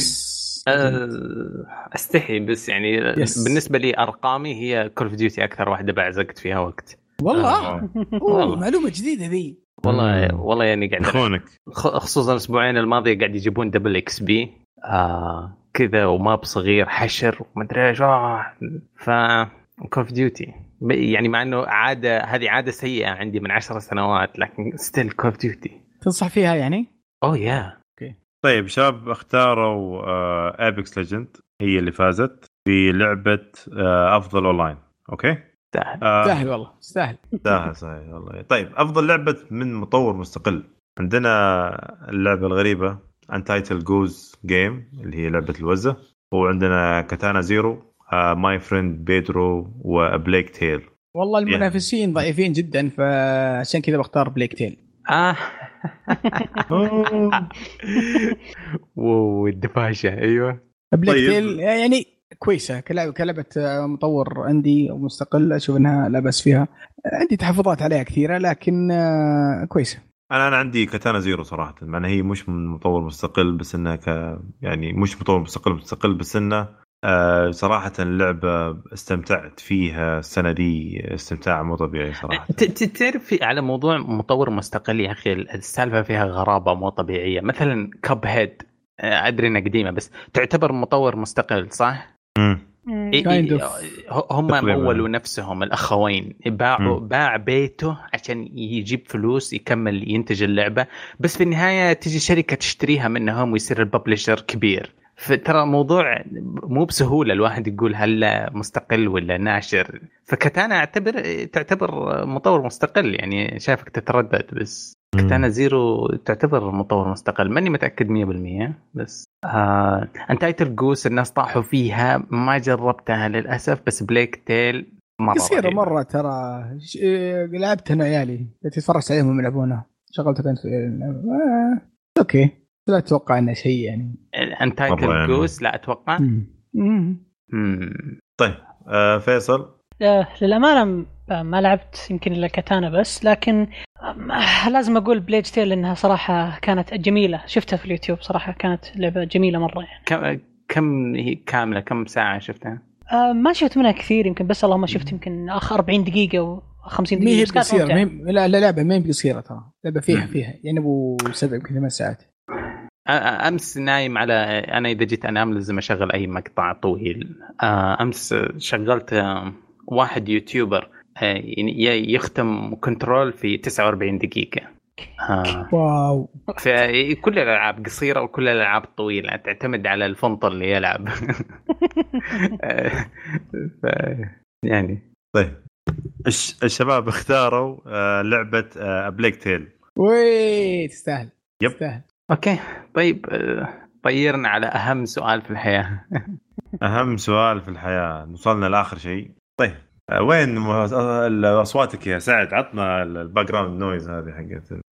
استحي بس يعني بالنسبه لي ارقامي هي كول اوف ديوتي اكثر واحده بعزقت فيها وقت. والله معلومه جديده ذي. والله يعني قاعد اخونك خصوصا الاسبوعين الماضيه قاعد يجيبون دبل اكس بي كذا وما بصغير حشر وما ادري ايش. ف كول اوف ديوتي يعني مع انه هذه عاده سيئه عندي من 10 سنوات، لكن ستيل كول اوف ديوتي. تنصح فيها يعني؟ يا اوكي. طيب شباب اختاروا ابيكس ليجند هي اللي فازت في لعبه افضل اونلاين. اوكي سهل والله سهل صحيح والله. طيب افضل لعبه من مطور مستقل، عندنا اللعبه الغريبه Untitled Goose Game اللي هي لعبه الوزه، وعندنا كاتانا زيرو، ماي فريند بيدرو، وبليك تيل. والله المنافسين ضعيفين جدا، فعشان كذا بختار بليك تيل. والدباشة ايوه. بلاك طيب. تيل يعني كويسه كلعبه مطور عندي ومستقل، اشوف انها لا بأس فيها. عندي تحفظات عليها كثيره لكن كويسه. انا عندي كاتانا زيرو صراحه، مع انها هي مش من مطور مستقل، بس انها يعني مش مطور مستقل بس انه صراحه اللعبه استمتعت فيها السنه دي استمتاع مو طبيعي صراحه. تعرف على موضوع مطور مستقل يا اخي، السالفه فيها غرابه مو طبيعيه. مثلا كاب هيد ادري انها قديمه بس تعتبر مطور مستقل صح؟ هم مولوا نفسهم الاخوين، باع بيته عشان يجيب فلوس يكمل ينتج اللعبه، بس في النهايه تجي شركه تشتريها منهم ويصير الببلشر كبير. فترى موضوع مو بسهوله الواحد يقول هل مستقل ولا ناشر. فكتانا تعتبر مطور مستقل، يعني شايفك تتردد، بس كتانا زيرو تعتبر مطور مستقل، ماني متأكد 100%. بس انتايتل جوس الناس طاحوا فيها، ما جربتها للأسف، بس بلاك تيل مرة قصيرة رهيبة. مرة ترى. لعبتها أنا عيالي تتفرج عليهم يلعبونها، شغلتها كانت أوكي، لا أتوقع إنه شيء يعني انتايتل جوس لا أتوقع. طيب فيصل. للأمانة ما لعبت يمكن إلا كاتانا بس، لكن لازم أقول بلاك تيل إنها صراحة كانت جميلة، شفتها في اليوتيوب صراحة كانت لعبة جميلة مرة يعني. كم هي كاملة، كم ساعة شفتها؟ ما شفت منها كثير، يمكن بس اللهم شفت يمكن 40 دقيقة أو 50 دقيقة. مي قصيرة لا لعبة ما هي قصيرة ترى، لعبة فيها يعني أبو 7 يمكن 8 ساعات. أمس نايم على أنا إذا جيت أنام لازم أشغل أي مقطع طويل. أمس شغلت واحد يوتيوبر يختم كنترول في 49 دقيقة. واو. فكل الألعاب قصيرة وكل الألعاب طويلة، تعتمد على الفنط اللي يلعب. يعني طيب الشباب اختاروا لعبة بلاك تيل. وي تستاهل. يب تستاهل. اوكي طيب طيرنا على اهم سؤال في الحياه. اهم سؤال في الحياه، وصلنا لاخر شيء. طيب وين اصواتك يا سعد؟ عطنا الباك جراوند نويز هذه حقت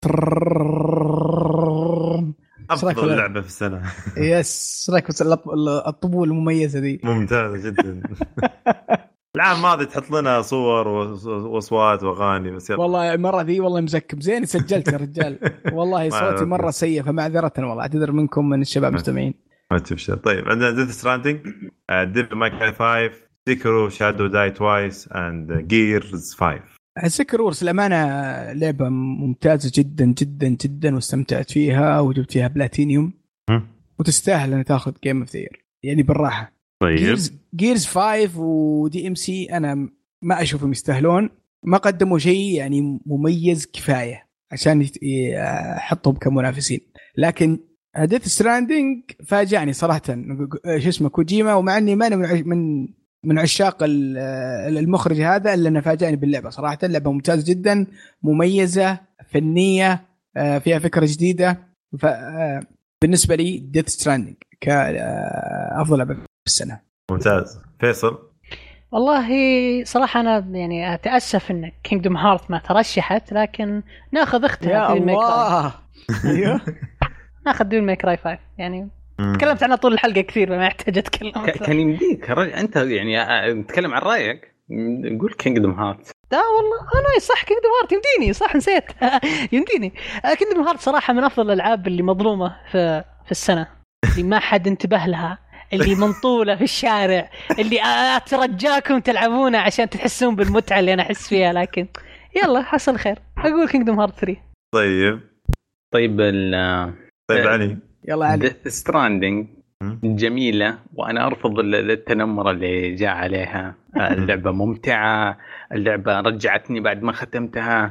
افضل لعبه في السنه. يس رايك الطبول المميزه دي ممتازه جدا. العام الماضي تحط لنا صور واصوات واغاني بس يلا. والله المره دي والله مزكم زين سجلت يا رجال. والله صوتي مره سيء، فمعذره والله اعتذر منكم من الشباب المستمعين. ما تشوف. طيب عندنا ديث ستراندينج، ديفل ماي كراي 5، سيكرو، شادو داي توايس، اند جيرز 5. سيكرو الامانه لعبه ممتازه جدا جدا جدا، واستمتعت فيها وجبت فيها بلاتينيوم وتستاهل ان تاخذ جيم اوف ذا يير يعني بالراحه. طيب جيرز 5 ودي ام سي انا ما اشوفهم يستاهلون، ما قدموا شيء يعني مميز كفايه عشان يحطهم كمنافسين. لكن ديث ستراندينج فاجأني صراحه، شو اسمه كوجيما، ومع اني ماني من عشاق المخرج هذا، الا انه فاجأني باللعبه صراحه. اللعبه ممتازه جدا، مميزه، فنيه، فيها فكره جديده. بالنسبه لي ديث ستراندينج كافضل لعبه السنة. ممتاز. فيصل. والله صراحة أنا يعني أتأسف إن كينغدوم هارت ما ترشحت، لكن ناخذ اختها في الميكراي. أيوه ناخذ ديفل ماي كراي 5 يعني. تكلمت عنها طول الحلقة كثير فما يحتاج أتكلم. كان يمديك أنت يعني نتكلم عن رأيك، نقول كينغدوم هارت. لا والله أنا صح كينغدوم هارت يمديني، صح نسيت. يمديني كينغدوم هارت صراحة من أفضل الألعاب اللي مظلومة في السنة، اللي ما حد انتبه لها، اللي منطولة في الشارع، اللي أترجاكم تلعبونه عشان تحسون بالمتعة اللي أنا أحس فيها. لكن يلا حصل خير، أقول كينغدوم هارت 3. طيب علي. يلا علي. Death Stranding جميلة، وأنا أرفض التنمر اللي جاء عليها. اللعبة ممتعة، اللعبة رجعتني بعد ما ختمتها،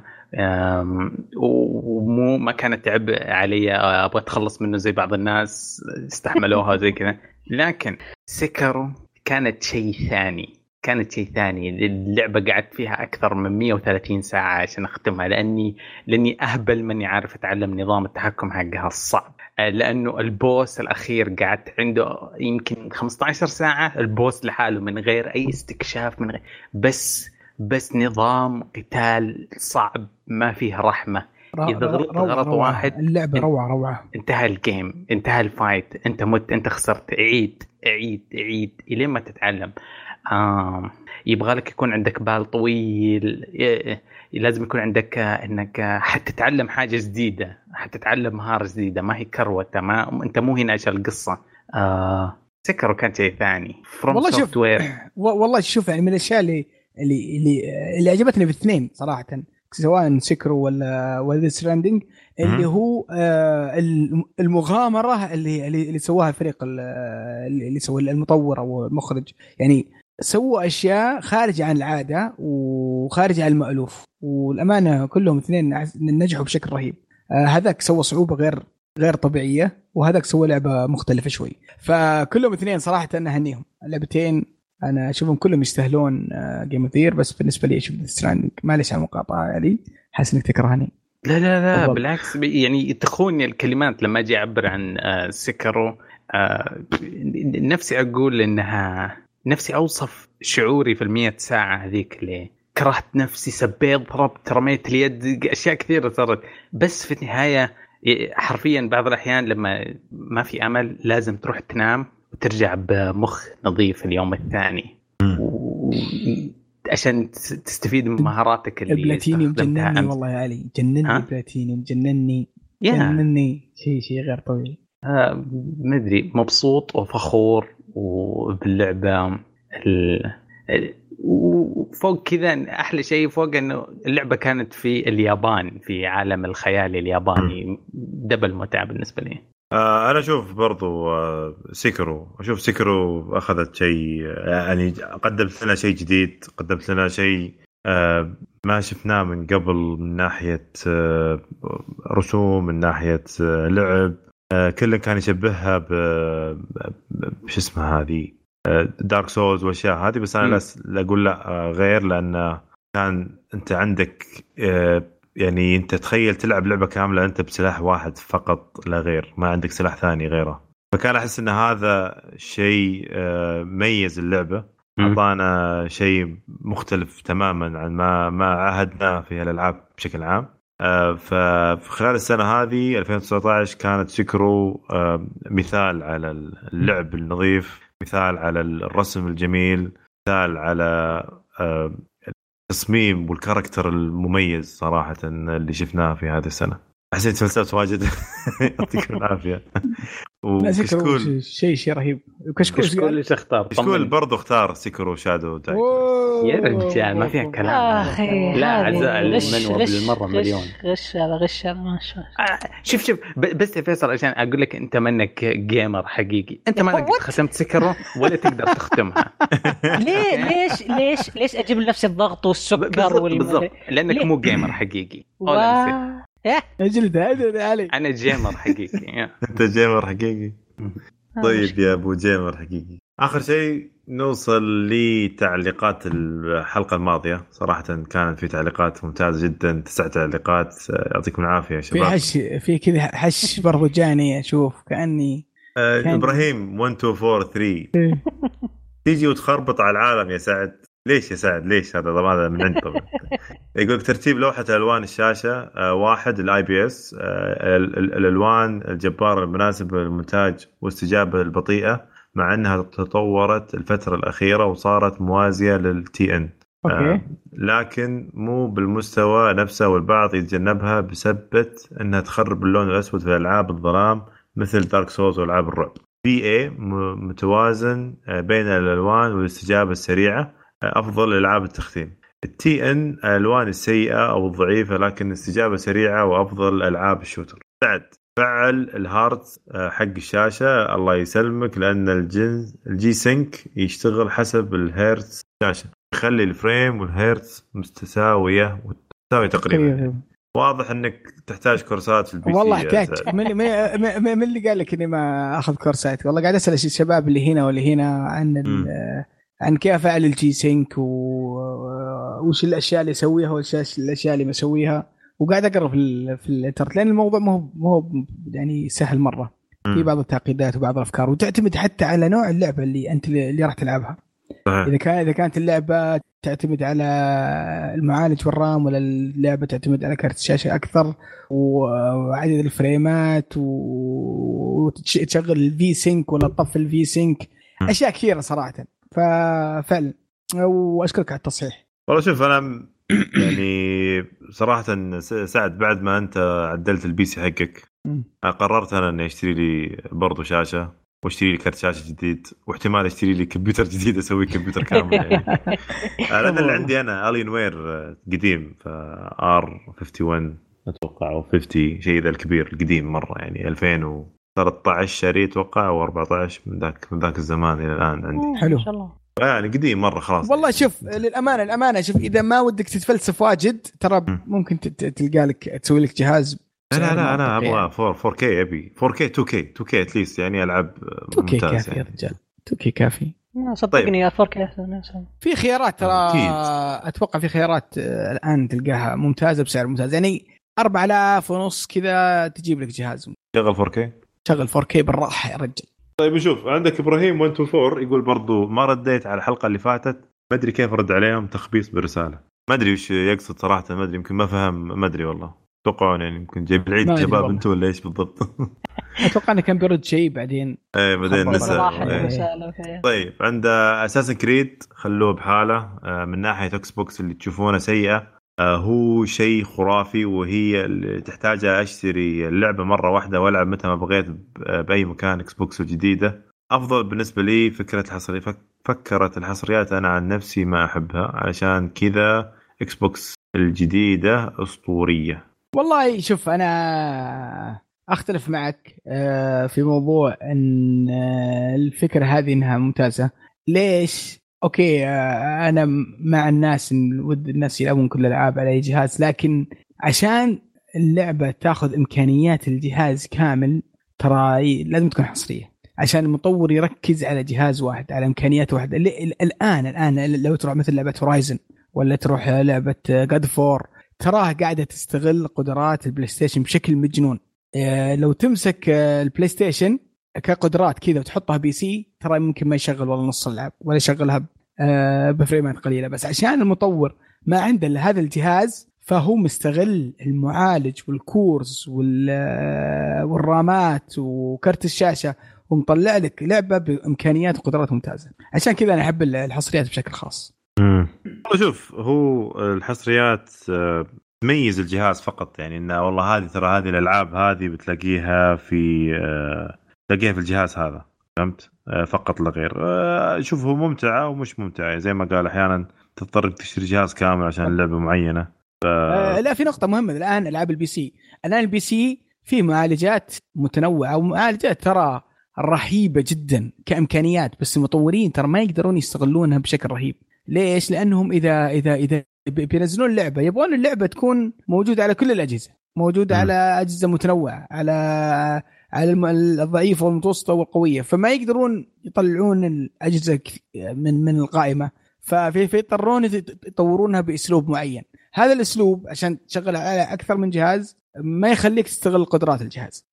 ومو ما كانت عبء علي أبغى أتخلص منه زي بعض الناس استحملوها زي كذا. لكن سيكرو كانت شيء ثاني، اللعبة قعدت فيها أكثر من 130 ساعة عشان أختمها، لأني أهبل مني عارف أتعلم نظام التحكم حقها الصعب. لأنه البوس الأخير قعدت عنده يمكن 15 ساعة، البوس لحاله من غير أي استكشاف، من غير بس نظام قتال صعب ما فيه رحمة. يغلط غلط واحد اللعبه روعه انتهى الجيم، انتهى الفايت، انت مت، انت خسرت، عيد الين ما تتعلم. يبغى لك يكون عندك بال طويل، لازم يكون عندك انك حتتعلم حاجه جديده، حتتعلم مهاره جديده، ما هي كروته، ما انت مو هنا عشان القصه. سكروا كان شيء ثاني. والله شوف والله شوف يعني من الاشياء اللي عجبتني بالاثنين صراحه، سواء سكرو ولا ستراندنج، اللي هو المغامره اللي سواها الفريق اللي سوى المطور او المخرج. يعني سووا اشياء خارجه عن العاده وخارجه عن المألوف، والامانه كلهم اثنين نجحوا بشكل رهيب. هذاك سوى صعوبه غير طبيعيه، وهذاك سوى لعبه مختلفه شوي. فكلهم اثنين صراحه اهنيهم. اللعبتين انا اشوفهم كلهم يستاهلون جيم اوف ذير، بس بالنسبه لي اشوف ستراندنج. معلش على المقاطعه علي، حاسس انك تكرهني. لا بالعكس، يعني تخوني الكلمات لما اجي اعبر عن سكرو. نفسي اقول انها، نفسي اوصف شعوري في 100 ساعه هذيك اللي كرهت نفسي، سبيت، ضربت، رميت اليد، اشياء كثيره صارت. بس في النهايه حرفيا بعض الاحيان لما ما في امل لازم تروح تنام وترجع بمخ نظيف اليوم الثاني، عشان تستفيد من مهاراتك اللي البلاتينيوم جنني والله يا علي، جنني البلاتينيوم، جنني شيء غير طبيعي. ما ادري، مبسوط وفخور وباللعبه. وفوق كذا احلى شيء فوق انه اللعبه كانت في اليابان، في عالم الخيال الياباني، دبل متعه بالنسبه لي. انا اشوف برضو سيكرو، اشوف سيكرو اخذت شيء، يعني قدمت لنا شيء جديد، قدمت لنا شيء ما شفناه من قبل، من ناحيه رسوم، من ناحيه لعب. كله كان يشبهها بش اسمها هذه دارك سولز واشياء هذه، بس انا لا اقول لا غير، لان كان انت عندك يعني انت تخيل تلعب لعبه كامله انت بسلاح واحد فقط لا غير، ما عندك سلاح ثاني غيره. فكان احس ان هذا شيء ميز اللعبه، اعطانا شيء مختلف تماما عن ما عهدنا في الالعاب بشكل عام. ففي خلال السنه هذه 2019 كانت سكرو مثال على اللعب النظيف، مثال على الرسم الجميل، مثال على التصميم والكاركتر المميز صراحة اللي شفناه في هذه السنة. حسيت فلسفت واجد. يعطيكم العافية. وكشكول شيء رهيب. كشكول اللي اختار، كشكول برضو اختار سيكرو شادو تايم. يا رجال ما فيها كلام. لا عزاء المنوى بالمرة مليون. غش ما شوف بس يا فيصل عشان اقول لك انت منك جيمر حقيقي، انت ما قد ختمت سكرو ولا تقدر تختمها. ليش اجيب لنفسي الضغط والسكر بالضبط لانك مو جيمر حقيقي. اجلد علي، انا جيمر حقيقي. انت جيمر حقيقي. طيب يا ابو جيمر حقيقي، اخر شيء نوصل لتعليقات الحلقه الماضيه. صراحه كانت في تعليقات ممتازه جدا، 9 تعليقات، يعطيكم العافيه يا شباب. في كذا حش برضو جاني اشوف كاني ابراهيم 1243 تيجي وتخربط على العالم يا سعد. ليش يا سعد؟ ليش هذا من عند طبعا. يقول ترتيب لوحة الألوان الشاشة 1 الاي بي اس، الألوان الجبارة المناسبة للمونتاج واستجابة البطيئة، مع أنها تطورت الفترة الأخيرة وصارت موازية للتي ان، لكن مو بالمستوى نفسه، والبعض يتجنبها بسبب أنها تخرب اللون الأسود في ألعاب الظلام مثل دارك سولز وألعاب الرعب. BA متوازن بين الألوان والاستجابة السريعة، أفضل ألعاب التختيم. التي ان الألوان السيئة أو الضعيفة لكن استجابة سريعة، وأفضل ألعاب الشوتر. بعد فعل الهارت حق الشاشة، الله يسلمك، لأن الجي سينك يشتغل حسب الهيرتز الشاشة، يخلي الفريم والهيرتز متساوية تقريبا. واضح انك تحتاج كورسات في البي سي. والله احتاج. من اللي قال لك اني ما اخذ كورسات؟ والله قاعد اسال الشباب اللي هنا واللي هنا عن كيف افعل الجي سينك وش الاشياء اللي اسويها وش الاشياء اللي ما اسويها، وقاعد اقرا في الانترنت، لان الموضوع مو يعني سهل مره. في بعض التعقيدات وبعض الافكار، وتعتمد حتى على نوع اللعبه اللي انت اللي راح تلعبها. اذا كانت اللعبه تعتمد على المعالج والرام، ولا اللعبة تعتمد على كارت الشاشة أكثر وعدد الفريمات وتشغل الفي سينك ولا تطفي الفي سينك، أشياء كثيرة صراحة. ففعلا وأشكرك على التصحيح. والله شوف أنا يعني صراحة سعد بعد ما أنت عدلت البي سي حقك قررت أنا أني أشتري لي برضو شاشة واشتري لي كرت شاشة جديد، واحتمال اشتري لي كمبيوتر جديد اسوي كمبيوتر كامل يعني. انا اللي عندي انا الين وير قديم R51 اتوقع او 50 شيء ذا الكبير القديم مره يعني 2013 شاري اتوقع او 14 من ذاك الزمان الى الان عندي. حلو ما شاء الله يعني قديم مره خلاص. والله شوف للامانه شوف اذا ما ودك تتفلسف واجد ترى ممكن تلقى لك تسوي لك جهاز. لا انا ابغى 4K ابي 4K 2K اتليست يعني العب ممتاز كافي يعني. يا رجال 2K كافي. صدقني يا 4K في خيارات ترى اتوقع في خيارات الان تلقاها ممتازه بسعر ممتاز يعني 4500 كذا تجيب لك جهاز شغل 4K شغل 4K بالراحه يا رجل. طيب شوف عندك ابراهيم 124 يقول برضو ما رديت على الحلقه اللي فاتت، ما ادري كيف رد عليهم تخبيص برساله، ما ادري وش يقصد صراحه، ما ادري يمكن ما فهم، ما ادري والله توقعون يعني يمكن جايب العيد شباب انتوا ولا ايش بالضبط. اتوقع انه كان بيرد شيء بعدين بعدين نسى. طيب عند اساسن كريد خلوه بحاله من ناحيه اكس بوكس اللي تشوفونه سيئه هو شيء خرافي، وهي اللي تحتاجها اشتري اللعبه مره واحده والعب متى ما بغيت باي مكان اكس بوكس الجديده افضل بالنسبه لي. فكره الحصريه فكرت الحصريات انا عن نفسي ما احبها، علشان كذا اكس بوكس الجديده اسطوريه. والله شوف أنا أختلف معك في موضوع أن الفكرة هذه إنها ممتازة. ليش؟ أوكي أنا مع الناس إن ود الناس يلعبون كل الألعاب على أي جهاز، لكن عشان اللعبة تأخذ إمكانيات الجهاز كامل ترى لازم تكون حصرية، عشان المطور يركز على جهاز واحد على إمكانيات واحدة. الآن لو تروح مثل لعبة هورايزن ولا تروح لعبة God of War تراها قاعدة تستغل قدرات البلاي ستيشن بشكل مجنون. لو تمسك البلاي ستيشن كقدرات كذا وتحطها بي سي ترى ممكن ما يشغل والله نص اللعب ولا يشغلها بفريمات قليلة، بس عشان المطور ما عنده هذا الجهاز فهو مستغل المعالج والكورس والرامات وكرت الشاشة ومطلع لك لعبة بإمكانيات وقدرات ممتازة. عشان كذا أنا أحب الحصريات بشكل خاص. والله شوف هو الحصريات تميز الجهاز فقط، يعني انه والله هذه ترى هذه الالعاب هذه بتلاقيها في الجهاز هذا، فهمت؟ فقط لا غير. شوف هو ممتعه ومش ممتعه، زي ما قال احيانا تضطر تشتري جهاز كامل عشان لعبه معينه. لا في نقطه مهمه الان العاب البي سي، الان البي سي فيه معالجات متنوعه ومعالجات ترى رهيبه جدا كامكانيات، بس المطورين ترى ما يقدرون يستغلونها بشكل رهيب. ليش؟ لانهم اذا بينزلون اللعبه يبغون اللعبه تكون موجوده على كل الاجهزه، موجوده على اجهزه متنوعه، على الضعيفه والمتوسطه والقويه، فما يقدرون يطلعون الاجهزه من القائمه، فيضطرون يطورونها باسلوب معين. هذا الاسلوب عشان تشغلها على اكثر من جهاز ما يخليك تستغل قدرات الجهاز.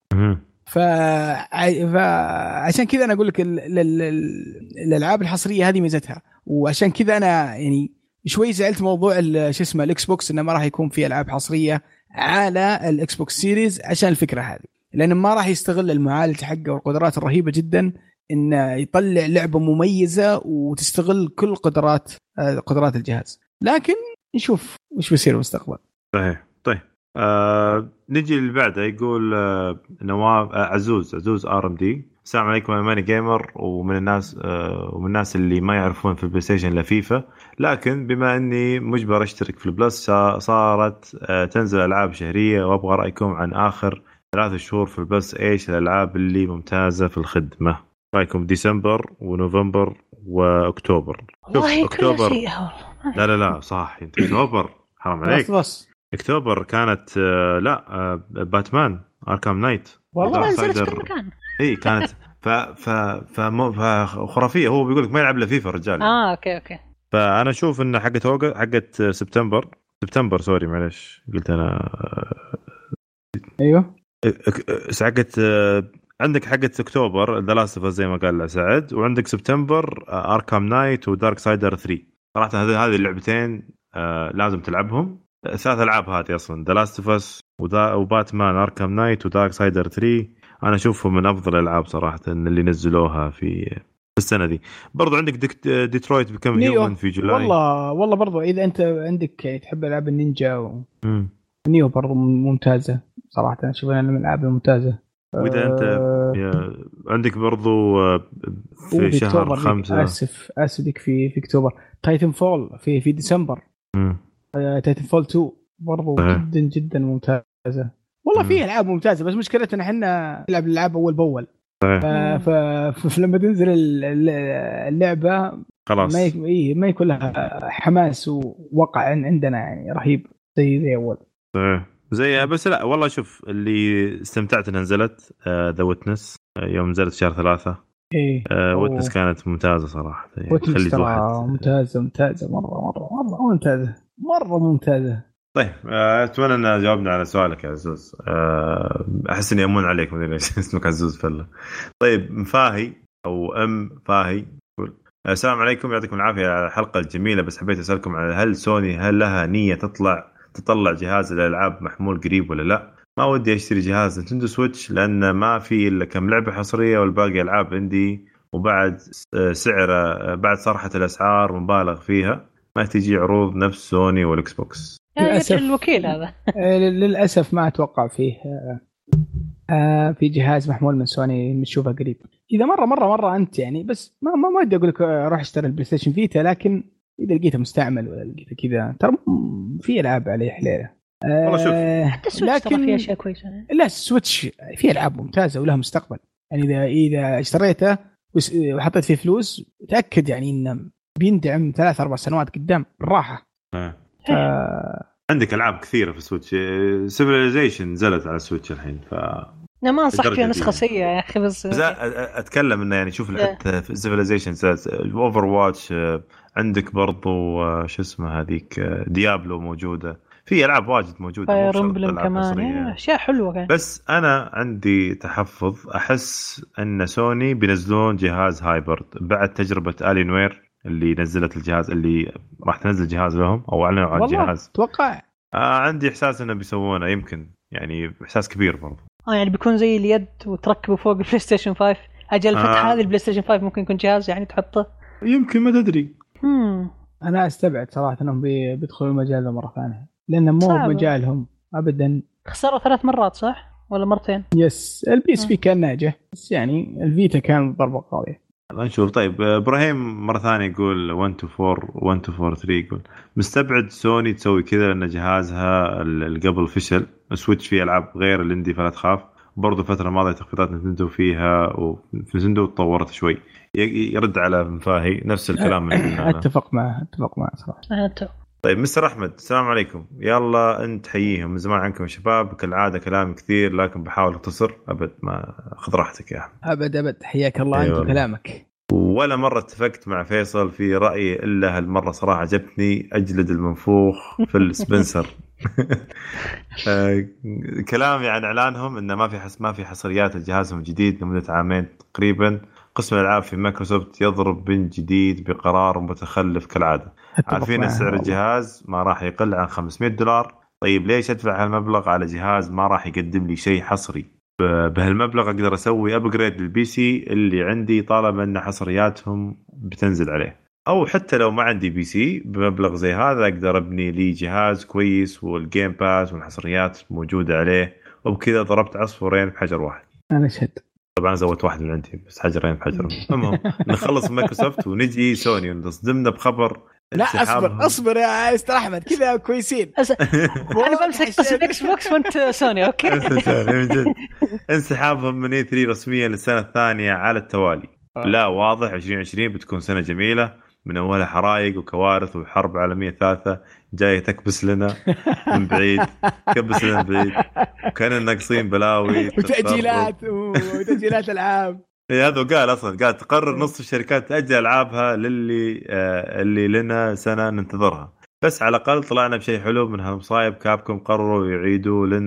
فعشان كذا انا اقول لك الالعاب الحصريه هذه ميزتها، وعشان كذا انا يعني شوي زعلت موضوع شو اسمه الاكس بوكس انه ما راح يكون في العاب حصريه على الاكس بوكس سيريز عشان الفكره هذه، لانه ما راح يستغل المعالج حقه والقدرات الرهيبه جدا انه يطلع لعبه مميزه وتستغل كل قدرات الجهاز. لكن نشوف وش بيصير المستقبل. صحيح. طيب نجي اللي بعده. يقول نواف عزوز RMD السلام عليكم انا ماني جيمر ومن الناس اللي ما يعرفون في البلاي ستيشن الا فيفا، لكن بما اني مجبر اشترك في البلس صارت تنزل العاب شهريه وابغى رايكم عن اخر 3 شهور في البلس، ايش الالعاب اللي ممتازه في الخدمه؟ رايكم ديسمبر ونوفمبر واكتوبر. شوف اكتوبر لا صح انت اكتوبر حرام عليك. بس اكتوبر كانت باتمان اركام نايت والله ما نزلت في كل مكان. اي كانت خرافيه. هو بيقول لك ما يلعب الا فيفا الرجال. اوكي فانا اشوف ان حقت سبتمبر سوري معلش قلت انا ايوه حقت عندك حقت اكتوبر ذا لاست اوف زي ما قال سعد، وعندك سبتمبر اركام نايت ودارك سايدر 3. صراحه هذه اللعبتين لازم تلعبهم. 3 ألعاب هذه اصلا ذا لاست اوف اس وباتمان اركام نايت ودارك سايدر 3 انا اشوفهم من افضل الالعاب صراحه اللي نزلوها في السنه دي. برضو عندك ديترويت بكم هيومن في جولاي. والله برضو اذا انت عندك تحب العاب النينجا نيو برضو ممتازه صراحه، انا اشوف انها من الالعاب الممتازه. واذا انت عندك برضو في شهر 5 اسف ديك في اكتوبر تايتن فول في ديسمبر. تايتن فول 2 برضو جدا جدا ممتازه. والله في العاب ممتازه، بس مشكلتنا احنا نلعب الالعاب اول باول. فلما تنزل اللعبه خلاص ما يكون لها حماس ووقع عندنا يعني رهيب زي اول. زي بس لا والله شوف اللي استمتعت انها نزلت ذا ويتنس يوم نزلت شهر 3. ويتنس كانت ممتازه صراحه يعني. خلي واحد ممتازه مره ممتازه. طيب اتمنى ان جاوبنا على سؤالك يا عزوز. احس اني امون عليك ما ادري ليش اسمك عزوز فله. طيب مفاهي او ام فاهي يقول السلام عليكم يعطيكم العافيه على الحلقه الجميله، بس حبيت اسالكم على هل سوني لها نيه تطلع جهاز الالعاب محمول قريب ولا لا؟ ما ودي اشتري جهاز نينتندو سويتش لان ما في الا كم لعبه حصريه والباقي العاب عندي، وبعد سعره بعد صرحه الاسعار مبالغ فيها ما تجي عروض نفس سوني والاكس بوكس. للاسف الوكيل هذا للاسف ما اتوقع فيه في جهاز محمول من سوني نشوفه قريب. اذا مره انت يعني بس ما ودي اقول لك روح اشتري البلاي ستيشن فيتا، لكن اذا لقيته مستعمل ولا لقيته كذا ترى في العاب عليه حليله. والله شوف حتى السويتش ترى فيه اشياء كويسه. لا السويتش فيه العاب ممتازه ولها مستقبل يعني. اذا اشتريته وحطيت فيه فلوس تاكد يعني انه بيندعم 3-4 سنوات قدام بالراحه. عندك العاب كثيره في السويتش. سيفيلايزيشن نزلت على السويتش الحين انا ما انصح فيها نسخه سيئه يا اخي. بس اتكلم انه يعني شوف سيفيلايزيشن اوفر واتش عندك برضو شو اسمه هذيك ديابلو موجوده، في العاب واجد موجوده. فاير امبلم كمان اشياء حلوه كان. بس انا عندي تحفظ، احس ان سوني بينزلون جهاز هايبرد بعد تجربه الينوير اللي نزلت الجهاز اللي راح تنزل جهاز لهم او اعلنوا عن الجهاز. اتوقع عندي احساس انه بيسوونه يمكن يعني احساس كبير برضه. يعني بيكون زي اليد وتركبه فوق البلاي ستيشن 5. اجل فتح هذه البلاي ستيشن 5 ممكن يكون جهاز يعني تحطه يمكن ما تدري. انا استبعد صراحه انهم بيدخلوا المجال مره ثانيه لانه مو مجالهم ابدا. خسروا 3 مرات صح ولا مرتين؟ يس البي اس بي كان ناجح بس يعني الفيتا كان ضربه قويه. نشوف. طيب ابراهيم مره ثانيه يقول 124 يقول مستبعد سوني تسوي كذا لان جهازها اللي قبل فشل. سويتش فيه العاب غير الاندي فلا تخاف. برضو فتره الماضيه تخفيضات نينتندو فيها وفي نينتندو تطورت شوي. يرد على مفاهي نفس الكلام اللي اتفق معه صراحه. طيب مستر احمد السلام عليكم. يلا انت حييهم من زمان عنكم يا شباب كالعاده كلام كثير لكن بحاول اختصر. ابد ما خذ راحتك يا احمد. ابد حياك الله. أيوة. انت كلامك ولا مره اتفقت مع فيصل في رايي الا هالمره صراحه عجبتني اجلد المنفوخ في السبنسر. كلامي عن اعلانهم انه ما في حصريات لجهازهم الجديد لمده عامين تقريبا. قسم الالعاب في مايكروسوفت يضرب بن جديد بقرار متخلف كالعاده. عارفين سعر الجهاز ما راح يقل عن $500. طيب ليش ادفع هالمبلغ على جهاز ما راح يقدم لي شيء حصري؟ بهالمبلغ اقدر اسوي ابجريد للبي سي اللي عندي طالما ان حصرياتهم بتنزل عليه، او حتى لو ما عندي بي سي بمبلغ زي هذا اقدر ابني لي جهاز كويس والجيم باس والحصريات موجوده عليه، وبكذا ضربت عصفورين بحجر واحد. انا شد طبعا زودت واحد من عندي بس حجرين بحجر. المهم نخلص مايكروسوفت ونجي سوني ونصدمنا بخبر. لا اصبر يا استاذ احمد كذا كويسين. انا بمسك قسم اكس بوكس وانت سوني. اوكي من جد. انسحابهم من E3 رسميا للسنه الثانيه على التوالي. لا واضح 2020 بتكون سنه جميله من اولها حرائق وكوارث وحرب عالميه ثالثه جايه تكبس لنا من بعيد. كبس لنا من بعيد كانوا ناقصين بلاوي وتأجيلات العاب. هذا قال اصلا قال تقرر نصف الشركات تأجل العابها اللي لنا سنه ننتظرها. بس على الاقل طلعنا بشيء حلو من هالمصايب. كابكم قرروا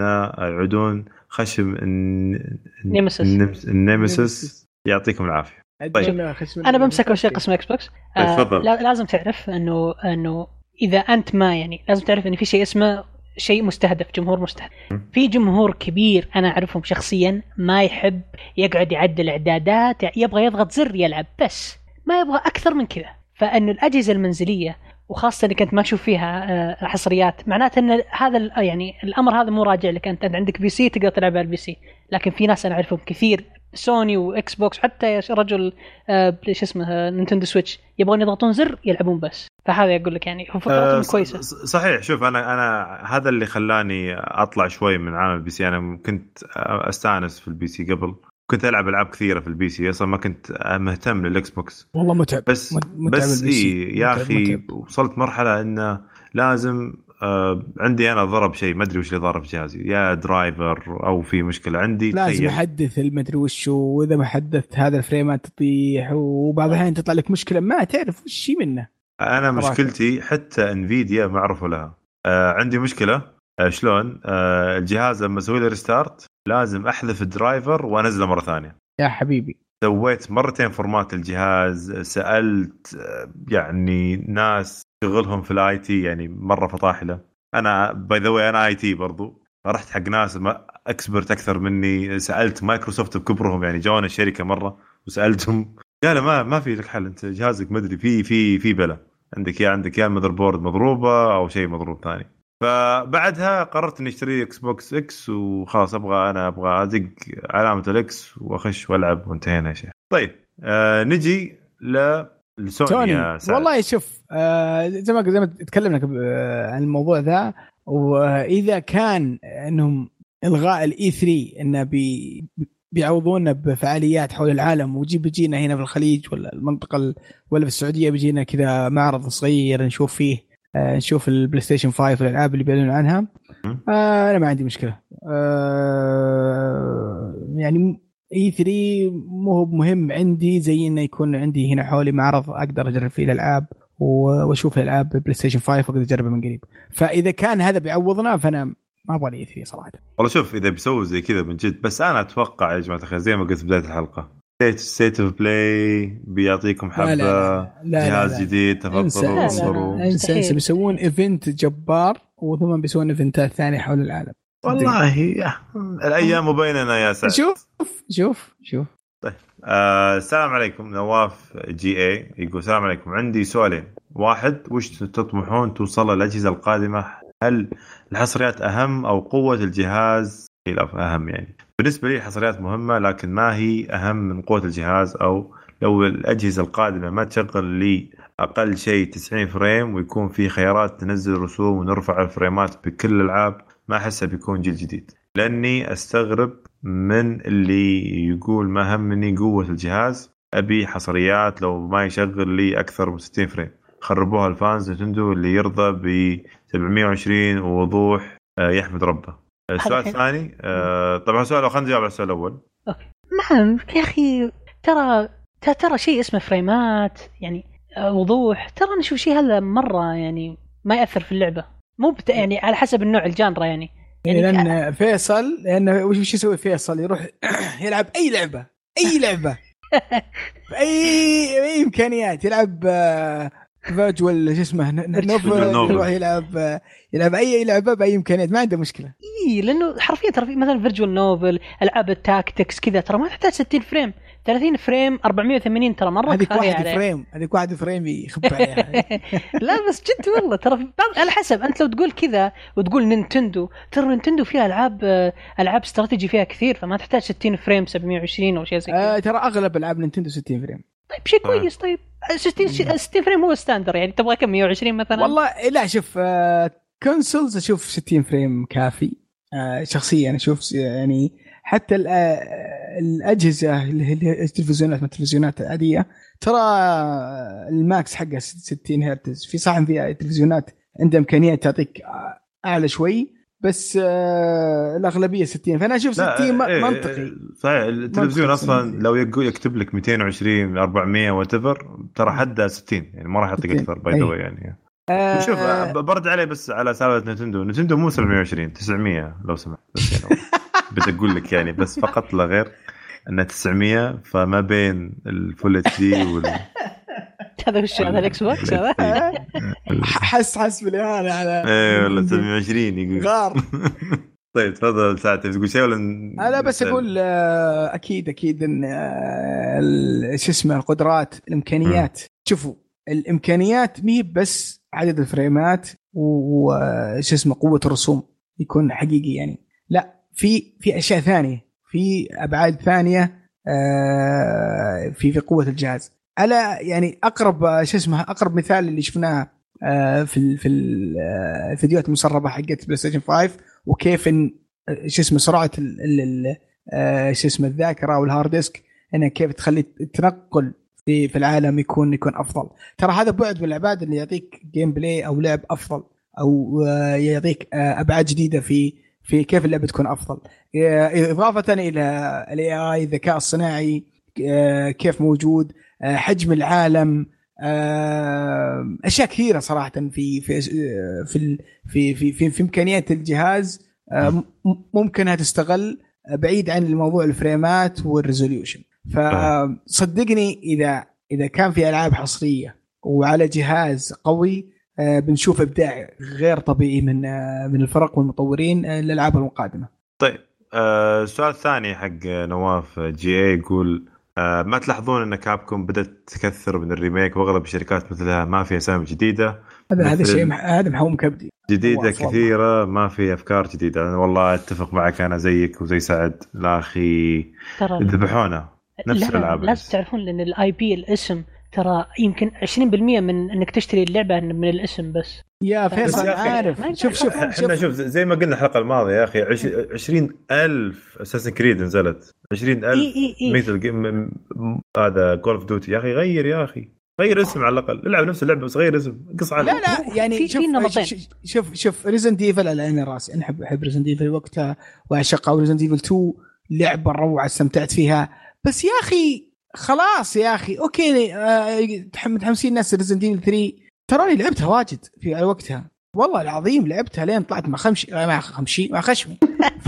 يعيدون خشم النيمسيس. يعطيكم العافيه. انا بمسك شيء قسم اكس بوكس. تفضل. لازم تعرف انه اذا انت ما يعني لازم تعرف ان في شيء اسمه شيء مستهدف، جمهور مستهدف. في جمهور كبير انا اعرفهم شخصيا ما يحب يقعد يعدل اعدادات، يبغى يضغط زر يلعب بس، ما يبغى اكثر من كذا. فانه الاجهزه المنزليه وخاصه انك انت ما تشوف فيها حصريات، معناته ان هذا يعني الامر هذا مو راجع لك. انت عندك بي سي تقدر تلعب على البي سي، لكن في ناس انا اعرفهم كثير سوني واكس بوكس، حتى رجل شو اسمه نينتندو سويتش يبغون يضغطون زر يلعبون بس. فهذا يقول لك يعني هو فكرتهم كويسه. صحيح. شوف انا هذا اللي خلاني اطلع شوي من عالم البي سي. انا كنت استانس في البي سي قبل، كنت العب العاب كثيره في البي سي، اصلا ما كنت مهتم للاكس بوكس. والله متعب بس يا اخي وصلت مرحله انه لازم عندي انا ضرب شيء ما ادري وش اللي ضرب جهازي، يا درايفر او في مشكله عندي، لازم احدث المدري وش، واذا ما حدثت هذا الفريمات تطيح، وبعض الاحيان تطلع لك مشكله ما تعرف وش شيء منه. انا مشكلتي حتى انفيديا ما عرفوا لها. عندي مشكله شلون الجهاز لما اسوي له ريستارت لازم احذف الدرايفر وانزله مره ثانيه. يا حبيبي سويت مرتين فورمات الجهاز، سالت يعني ناس شغلهم في الاي تي، يعني مره فطاحله. انا باي ذا واي انا اي تي برضو، رحت حق ناس اكسبرت اكثر مني، سالت مايكروسوفت بكبرهم، يعني جونا الشركه مره وسالتهم قالوا ما في لك حل، انت جهازك مدري في بلا عندك يا المذر بورد مضروبه او شيء مضروب ثاني. فبعدها قررت اني اشتري اكس بوكس اكس وخلاص، ابغى ادق علامه الاكس واخش والعب وانتهينا يا شيخ. طيب نجي لسوني يا سعد. والله شوف زي ما تكلمنا عن الموضوع ذا، واذا كان انهم الغاء الاي 3 انه بيعوضونا بفعاليات حول العالم، بيجينا هنا في الخليج ولا المنطقه ولا في السعوديه بيجينا كذا معرض صغير نشوف فيه نشوف البلاي ستيشن 5 والالعاب اللي بيعلنون عنها. انا ما عندي مشكله. يعني اي 3 مو مهم عندي زي انه يكون عندي هنا حولي معرض اقدر اجرب فيه الالعاب واشوف الالعاب بلاي ستيشن 5 واقدر اجربها من قريب. فاذا كان هذا بيعوضنا فانا ما ابغى اي 3 صراحه. والله شوف اذا بيسوي زي كذا من جد، بس انا اتوقع يا جماعه الخير زي ما قلت بدايه الحلقه ستيت اوف بلاي بيعطيكم حبه لا جهاز جديد تفضلوا انظروا. انسى بيسوون ايفنت جبار وثم بيسوون ايفنتات ثانيه حول العالم. والله الايام بيننا يا سعد. شوف طيب السلام عليكم. نواف جي اي يقول السلام عليكم، عندي سؤالين. واحد، وش تطمحون توصل للاجهزه القادمه؟ هل الحصريات اهم او قوه الجهاز اهم؟ يعني بالنسبه لي الحصريات مهمه، لكن ما هي اهم من قوه الجهاز. او لو الاجهزه القادمه ما تشغل لي اقل شيء 90 فريم ويكون في خيارات ننزل رسوم ونرفع الفريمات بكل الالعاب، ما احسه بيكون جيل جديد. لاني استغرب من اللي يقول ما همني قوه الجهاز، ابي حصريات لو ما يشغل لي اكثر من 60 فريم. خربوها الفانز نتندو اللي يرضى ب 720 ووضوح يحمد ربه. السؤال الثاني طبعا سؤال خلينا نجاوب على السؤال الاول. نعم يا اخي، ترى شيء اسمه فريمات يعني وضوح، ترى نشوف شيء هذا مره يعني ما ياثر في اللعبه، مو يعني على حسب النوع الجانرا يعني لان فيصل لانه وش يسوي فيصل؟ يروح يلعب اي لعبه باي امكانيات، يلعب فيرتشوال شو اسمه نوفل، يروح يلعب اي لعبه باي امكانيات، ما عنده مشكله. لانه حرفيا ترى مثلا فيرتشوال نوفل، العاب التاكتكس كذا ترى ما تحتاج 60 فريم، 30 فريم 480 ترى مره كفايه. هذيك واحد فريم يخب عليها. لا بس جد والله ترى على حسب. انت لو تقول كذا وتقول نينتندو، ترى نينتندو فيها العاب استراتيجي فيها كثير، فما تحتاج 60 فريم 720 او شيء زي كذا. ترى اغلب العاب نينتندو 60 فريم. طيب شيء كويس. طيب 60 فريم هو ستاندر يعني، تبغى كم 120 مثلا؟ والله لا شوف كونسولز اشوف 60 فريم كافي شخصيا. اشوف يعني حتى الأجهزة اللي هي التلفزيونات العادية ترى الماكس حقها 60 هرتز. في صحن فيها تلفزيونات عندها إمكانيات تعطيك أعلى شوي، بس الأغلبية 60. فأنا أشوف 60 منطقي. صحيح. التلفزيون أصلا لو يكتب لك 220 400 واتفر ترى حدها 60 يعني، ما راح يعطيك أكثر باي ذا واي يعني. شوف برد عليه بس على سالفة نينتندو مو 720 900 لو سمحت، بس يعني بتقول لك يعني بس فقط لا غير. انها 900 فما بين الفول اتش دي هذا وش هذا الاكس بوكس هذا حس بالاهانه على ايه والله 720 يقول غار. طيب تفضل ساعة تقول شيء ولا انا بس اقول اكيد ان شو اسمه القدرات الامكانيات. شوفوا الامكانيات مي بس عدد الفريمات وش اسمه قوه الرسوم يكون حقيقي يعني، لا في اشياء ثانيه، في ابعاد ثانيه في قوه الجهاز. على يعني اقرب شو اسمه اقرب مثال اللي شفناه في الفيديوهات المسربه حقت بلاي ستيشن 5 وكيف ان شو اسمه سرعه شو اسمه الذاكره والهارد ديسك انها كيف تخلي التنقل في العالم يكون افضل. ترى هذا بعد من الابعاد اللي يعطيك جيم بلاي او لعب افضل او يعطيك ابعاد جديده في كيف اللعبه تكون افضل، اضافه الى الاي اي الذكاء الصناعي كيف موجود، حجم العالم، اشياء كثيره صراحه في في في في في, في, في امكانيات الجهاز ممكنها تستغل بعيد عن الموضوع الفريمات والريزوليوشن. فصدقني اذا كان في العاب حصريه وعلى جهاز قوي بنشوف ابداع غير طبيعي من الفرق والمطورين للالعاب القادمه. طيب السؤال الثاني حق نواف جي اي يقول ما تلاحظون ان كابكوم بدأت تكثر من الريميك واغلب الشركات مثلها ما فيها اسامي جديده؟ هذا شيء هذا محوم كبدي جديده كثيره ما في افكار جديده. أنا والله اتفق معك، انا زيك وزي سعد. لا اخي ذبحونا نفس الالعاب. لازم تعرفون لان الاي بي الاسم ترى يمكن 20% من انك تشتري اللعبه من الاسم بس. يا فيصل عارف شوف احنا شوف زي ما قلنا الحلقه الماضيه يا اخي 20,000 اساسن كريد نزلت 20,000 مثل هذا كول اوف ديوتي. يا اخي غير اسم على الاقل، العب نفس اللعبه بس غير اسم قص عليه. لا يعني شوف ريزنت ايفل على عيني راسي، انا احب ريزنت ايفل وقتها واعشقها، وريزنت ايفل 2 لعبه روعه استمتعت فيها. بس يا اخي خلاص يا اخي اوكي متحمسين الناس ريزنت ايفل 3 تراني لعبتها واجد في وقتها والله العظيم، لعبتها لين طلعت مع خشمي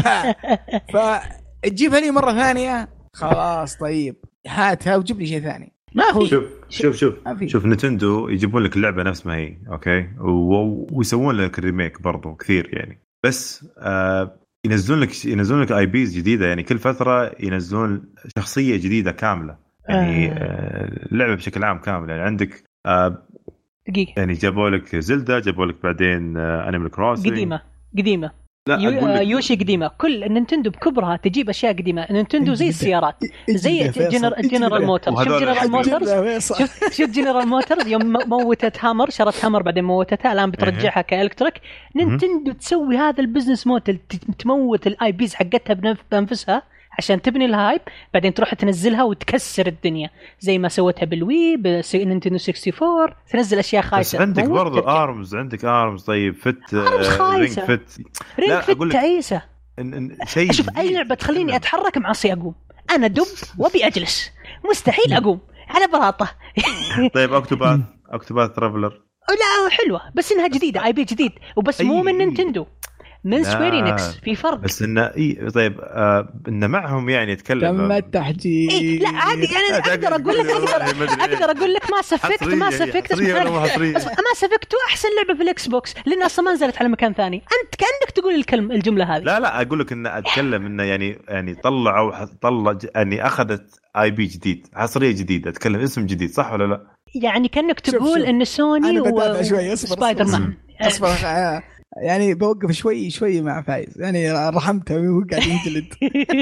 فتجيبها لي مره ثانيه خلاص طيب هاتها وجيب لي شيء ثاني. ما هو شوف نتندو يجيبون لك اللعبه نفس ما هي اوكي ويسوون لك الريميك برضو كثير يعني، بس ينزلون لك اي بيز جديده يعني كل فتره ينزلون شخصيه جديده كامله يعني اللعبه بشكل عام كامله يعني. عندك دقيقه يعني جابوا لك زلدا، جابوا لك بعدين انيمال كروسنج قديمه يوشي قديمه. كل نينتندو بكبرها تجيب اشياء قديمه. نينتندو زي السيارات زي جنرال موتورز. شوف جنرال موتورز يوم موتت هامر، شرت هامر بعدين موتتها، الان بترجعها كالكتريك. نينتندو تسوي هذا البزنس موديل، تموت الاي بيز حقتها بنفسها عشان تبني الهايب، بعدين تروح تنزلها وتكسر الدنيا زي ما سوتها بالوي بنينتندو 64. تنزل اشياء خايسه. بس عندك برضو عندك ارمز طيب رينج فت تعيسه شيء. شوف اي لعبه تخليني اتحرك معصي اقوم، انا دب وابي اجلس مستحيل اقوم على براطه. طيب اوكتوباث ترافلر لا حلوه بس انها جديده، اي بي جديد وبس مو من نينتندو، من سويرينكس. في فرق بس انه طيب انه معهم يعني يتكلم تم التحديد. لا عادي يعني اقدر اقول لك ما سفكت ما سفكت احسن لعبه في الاكس بوكس لان اصلا ما نزلت على مكان ثاني. انت كانك تقول الجمله هذه. لا اقول لك ان اتكلم انه يعني طلع يعني اخذت اي بي جديد، حصريه جديده، اتكلم اسم جديد صح ولا لا؟ يعني كانك تقول ان سوني وسبايدر مان يعني بوقف شوي مع فايز يعني رحمته وهو قاعد ينجلد.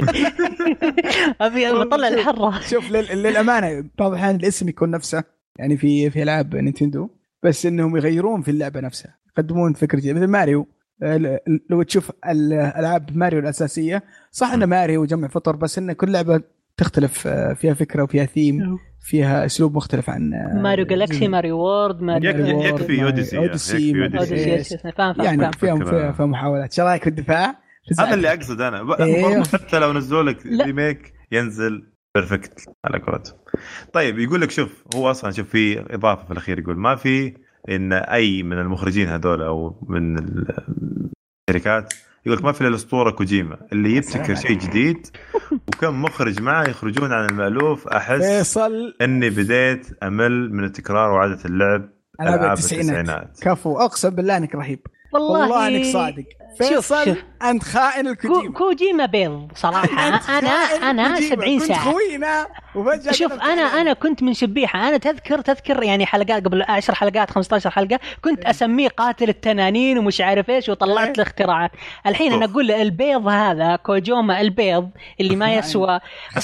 ابي اطلع الحره. شوف للامانه بعض الاحيان الاسم يكون نفسه يعني في العاب نينتندو، بس انهم يغيرون في اللعبه نفسها، يقدمون فكره جديده مثل ماريو. لو تشوف الالعاب ماريو الاساسيه صح ان ماريو جمع فطر، بس ان كل لعبه تختلف فيها فكره وفيها ثيم، فيها اسلوب مختلف عن ماريو جالاكسي، ماريو وورد، يكفي اوديسي يعني فيها محاولات. شو رايك في الدفاع؟ هذا اللي اقصد انا حتى لو نزلوا لك ريميك ينزل بيرفكت على قولتهم. طيب يقول لك شوف هو اصلا شوف في اضافه في الاخير، يقول ما في ان اي من المخرجين هذول او من الشركات يقولك ما في الا الاسطوره كوجيما اللي يبتكر شيء جديد، وكم مخرج معه يخرجون عن المألوف. احس فيصل اني بديت امل من التكرار وعاده اللعب العاب التسعينات. كفو، اقسم بالله انك رهيب، والله انك صادق. فيصل شوف. انت خائن الكوجيما. كوجيما بيض صراحه. انا 70 ساعه خوينا، وفجاه شوف انا كنت من شبيحه. انا تذكر يعني حلقات قبل 10 حلقات 15 حلقه كنت اسميه قاتل التنانين ومش عارف ايش، وطلعت له اختراعات. الحين انا اقول البيض هذا كوجيما البيض اللي ما يسوى.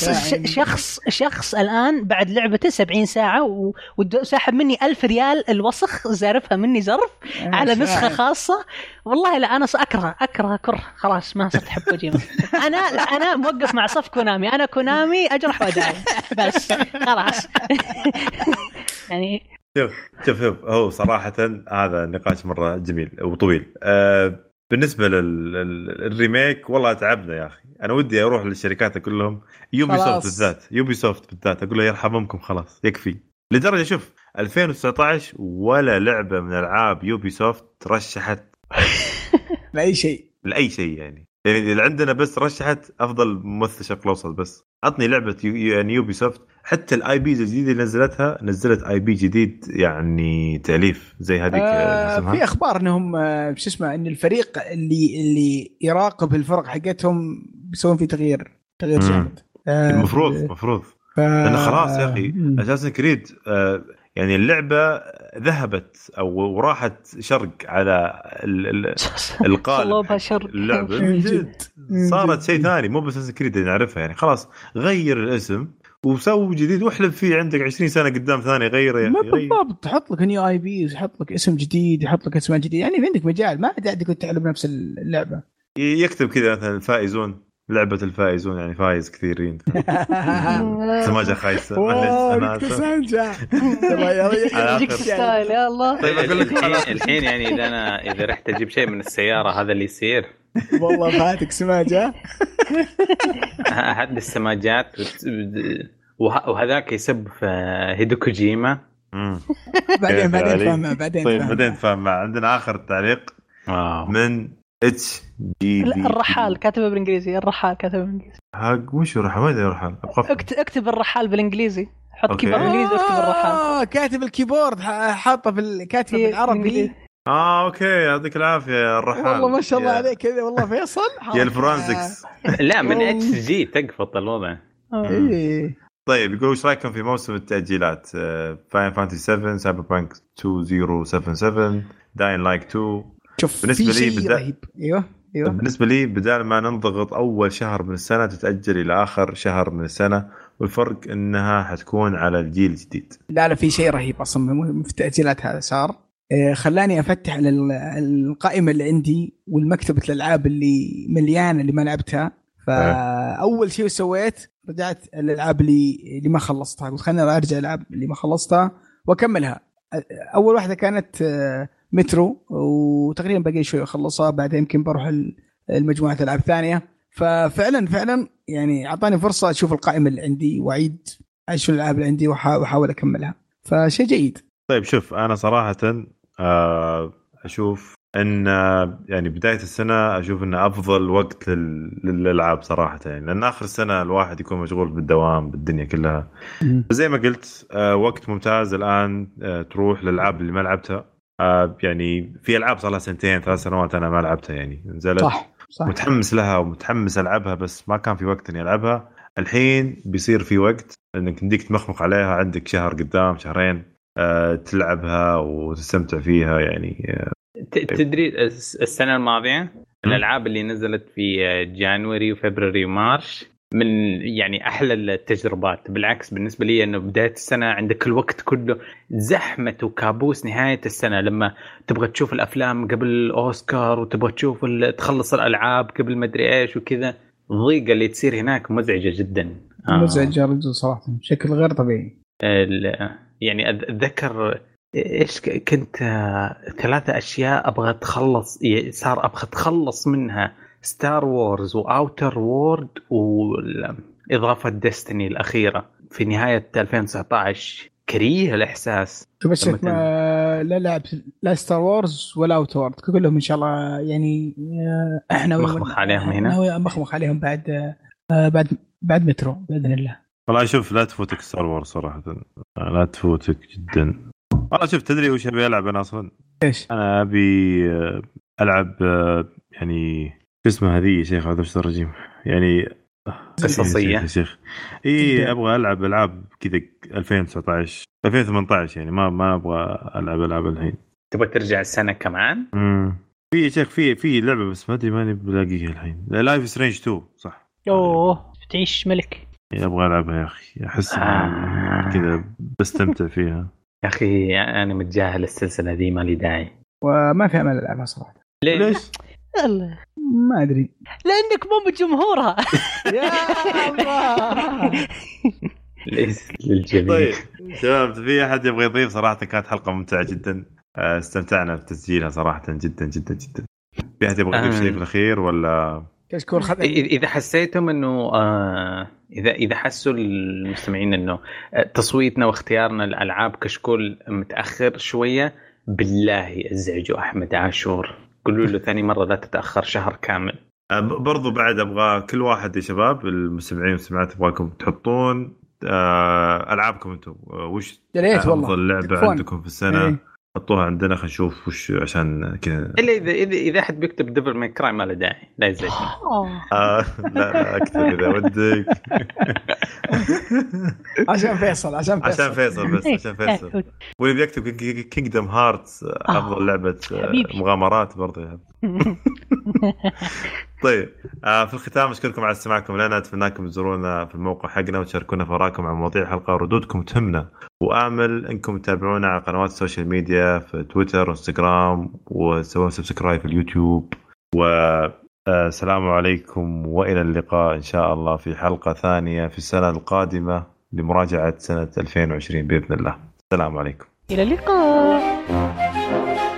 شخص الان بعد لعبته 70 ساعه وسحب مني 1000 ريال الوسخ، زارفها مني زرف على نسخه خاصه. والله لا انا اكره كره، خلاص ما صرت احب كوجيما. انا موقف مع صف كونامي. انا كونامي اجرح وداعي بس خلاص. يعني شوف هو صراحه هذا النقاش مره جميل وطويل. بالنسبه للريميك والله تعبنا يا اخي. انا ودي اروح للشركات كلهم، يوبي سوفت بالذات اقول له يرحم امكم خلاص يكفي. لدرجه شوف 2019 ولا لعبه من العاب يوبي سوفت رشحت لاي شيء يعني اللي عندنا بس رشحت افضل ممثل شرق الاوسط. بس عطني لعبه يعني يوبي سوفت. حتى الاي بي الجديده اللي نزلت اي بي جديد يعني تاليف زي هذيك. في اخبار انهم شو اسمه ان الفريق اللي يراقب الفرق حقتهم بيسوون فيه تغيير جامد. المفروض لأن خلاص يا اخي اساسا كريد يعني اللعبه ذهبت او راحت شرق على القالب. اللعبه جد صارت شيء ثاني، مو بس كريد اللي نعرفها. يعني خلاص غير الاسم وسوي جديد واحلب فيه. عندك 20 سنه قدام ثاني غيره يا اخي. بالضبط، تحط لك نيو اي بي، يحط لك اسم جديد، يحط لك اسم جديد. يعني عندك مجال، ما عندك كنت تلعب نفس اللعبه. يكتب كذا مثلا الفائزون، لعبة الفائزون يعني فايز كثيرين. سماجة خايسة. سماجة يجيك ستايل يا الله. طيب أقول لك الحين يعني إذا رحت أجيب شيء من السيارة هذا اللي يصير. والله فاتك سماجة. أحد السماجات وهذاك يسب في هيدو كوجيما. بعدين فاهم. عندنا آخر تعليق من اتش جي بي. الرحال كاتبه بالانجليزي. وش الرحال؟ ما ادري الرحال. اكتب الرحال بالانجليزي. حط كيبورد بالانجليزي واكتب الرحال. كاتب الكيبورد حاطه كاتبه بالعربي. اوكي يعطيك العافيه يا الرحال. والله ما شاء الله عليك كذا والله فيصل. يا الفرانزكس. لا من اتش جي تقفط الوضع. طيب يقولوا ايش رايكم في موسم التاجيلات؟ فاين فانتسي 7، سايبر بانك 2077، داين لايك 2. شوف بالنسبه لي رهيب. ايوه بالنسبه لي بدال ما ننضغط اول شهر من السنه تتاجل الى اخر شهر من السنه، والفرق انها حتكون على الجيل الجديد. لا في شيء رهيب اصلا في التاجيلات هذا صار. خلاني افتح على القائمه اللي عندي والمكتبه الالعاب اللي مليانه اللي ما لعبتها. فاول شيء سويت رجعت الالعاب اللي ما خلصتها. قلت خليني ارجع الالعاب اللي ما خلصتها واكملها. اول واحده كانت مترو، وتقريبا باقي شوي اخلصها. بعدين يمكن بروح المجموعه الالعاب الثانيه. ففعلا يعني اعطاني فرصه اشوف القائمه اللي عندي واعيد ايش الالعاب اللي عندي واحاول اكملها. فشيء جيد. طيب شوف انا صراحه اشوف ان يعني بدايه السنه اشوف انه افضل وقت للالعاب صراحه. يعني لان اخر السنه الواحد يكون مشغول بالدوام بالدنيا كلها. زي ما قلت وقت ممتاز الان تروح للالعاب اللي ما لعبتها. يعني في العاب صار لها 2-3 سنوات انا ما لعبتها يعني نزلت. صح. متحمس لها ومتحمس العبها بس ما كان في وقت اني العبها. الحين بيصير في وقت انك تديك تمخمخ عليها. عندك شهر قدام شهرين تلعبها وتستمتع فيها يعني. تدري السنه الماضيه الالعاب اللي نزلت في جانوري وفبراير ومارش من يعني احلى التجربات. بالعكس بالنسبه لي انه بدايه السنه عندك الوقت كله زحمه وكابوس نهايه السنه لما تبغى تشوف الافلام قبل الاوسكار وتبغى تشوف تخلص الالعاب قبل ما ادري ايش وكذا. الضيقه اللي تصير هناك مزعجه جدا. مزعجه رجل صراحه بشكل غير طبيعي. يعني اتذكر ايش كنت 3 اشياء ابغى تخلص منها: ستار وورز واوتر وورد واضافه ديستني الاخيره في نهايه 2019. كريه الاحساس. لا لعب لا ستار وورز ولا اوت وورد كلهم ان شاء الله يعني احنا مخمخ عليهم هنا مخمخ عليهم بعد مترو باذن الله. والله شوف لا تفوتك ستار وورز صراحه لا تفوتك جدا. والله شوف تدري وش ابي العب انا اصلا؟ ايش؟ انا ابي العب يعني اسمها هذه يا شيخ هذا وش الرجيم يعني قصصيه يا شيخ اي ابغى العب العاب كذا 2019 2018 يعني ما ابغى العب الحين. تبغى ترجع السنه كمان؟ في شيخ في لعبه بس ما ادري ماني بلاقيها الحين. لايف سترينج 2 صح. بتعيش ملك. ابغى العبها يا اخي احس كذا بستمتع فيها يا اخي. انا متجاهل السلسله دي ما لي داعي وما في امل العبها صراحه. ليش؟ الله ما ادري لانك مو من جمهورها. يا الله ليش للجميع. طيب شباب في احد يبغى يضيف؟ صراحه كانت حلقه ممتعه جدا استمتعنا بتسجيلها صراحه جدا جدا جدا. في احد يبغى يضيف شيء في الاخير ولا كشكور اذا حسيتم انه اذا حسوا المستمعين انه تصويتنا واختيارنا الالعاب كشكول متاخر شويه بالله ازعجوا احمد عاشور قولوا له ثاني مره لا تتاخر شهر كامل. برضو بعد ابغى كل واحد يا شباب المستمعين والمستمعات ابغاكم تحطون العابكم انتم وش افضل لعبه عندكم في السنه حطوها عندنا خلينا نشوف وش عشان كذا. الا اذا احد بيكتب ديفل ماي كراي ما له داعي لا يزعجني. لا اكتب اذا ودك عشان فيصل بس عشان فيصل. واللي بيكتب كينجدم هارتس افضل لعبه مغامرات برضه يعني. طيب في الختام اشكركم على استماعكم لنا. اتمنىكم تزورونا في الموقع حقنا وتشاركونا في آراءكم عن مواضيع الحلقه وردودكم تهمنا. وامل انكم تتابعونا على قنوات السوشيال ميديا في تويتر وانستغرام وسووا سبسكرايب في اليوتيوب. والسلام عليكم والى اللقاء ان شاء الله في حلقه ثانيه في السنه القادمه لمراجعه سنه 2020 باذن الله. السلام عليكم. الى اللقاء.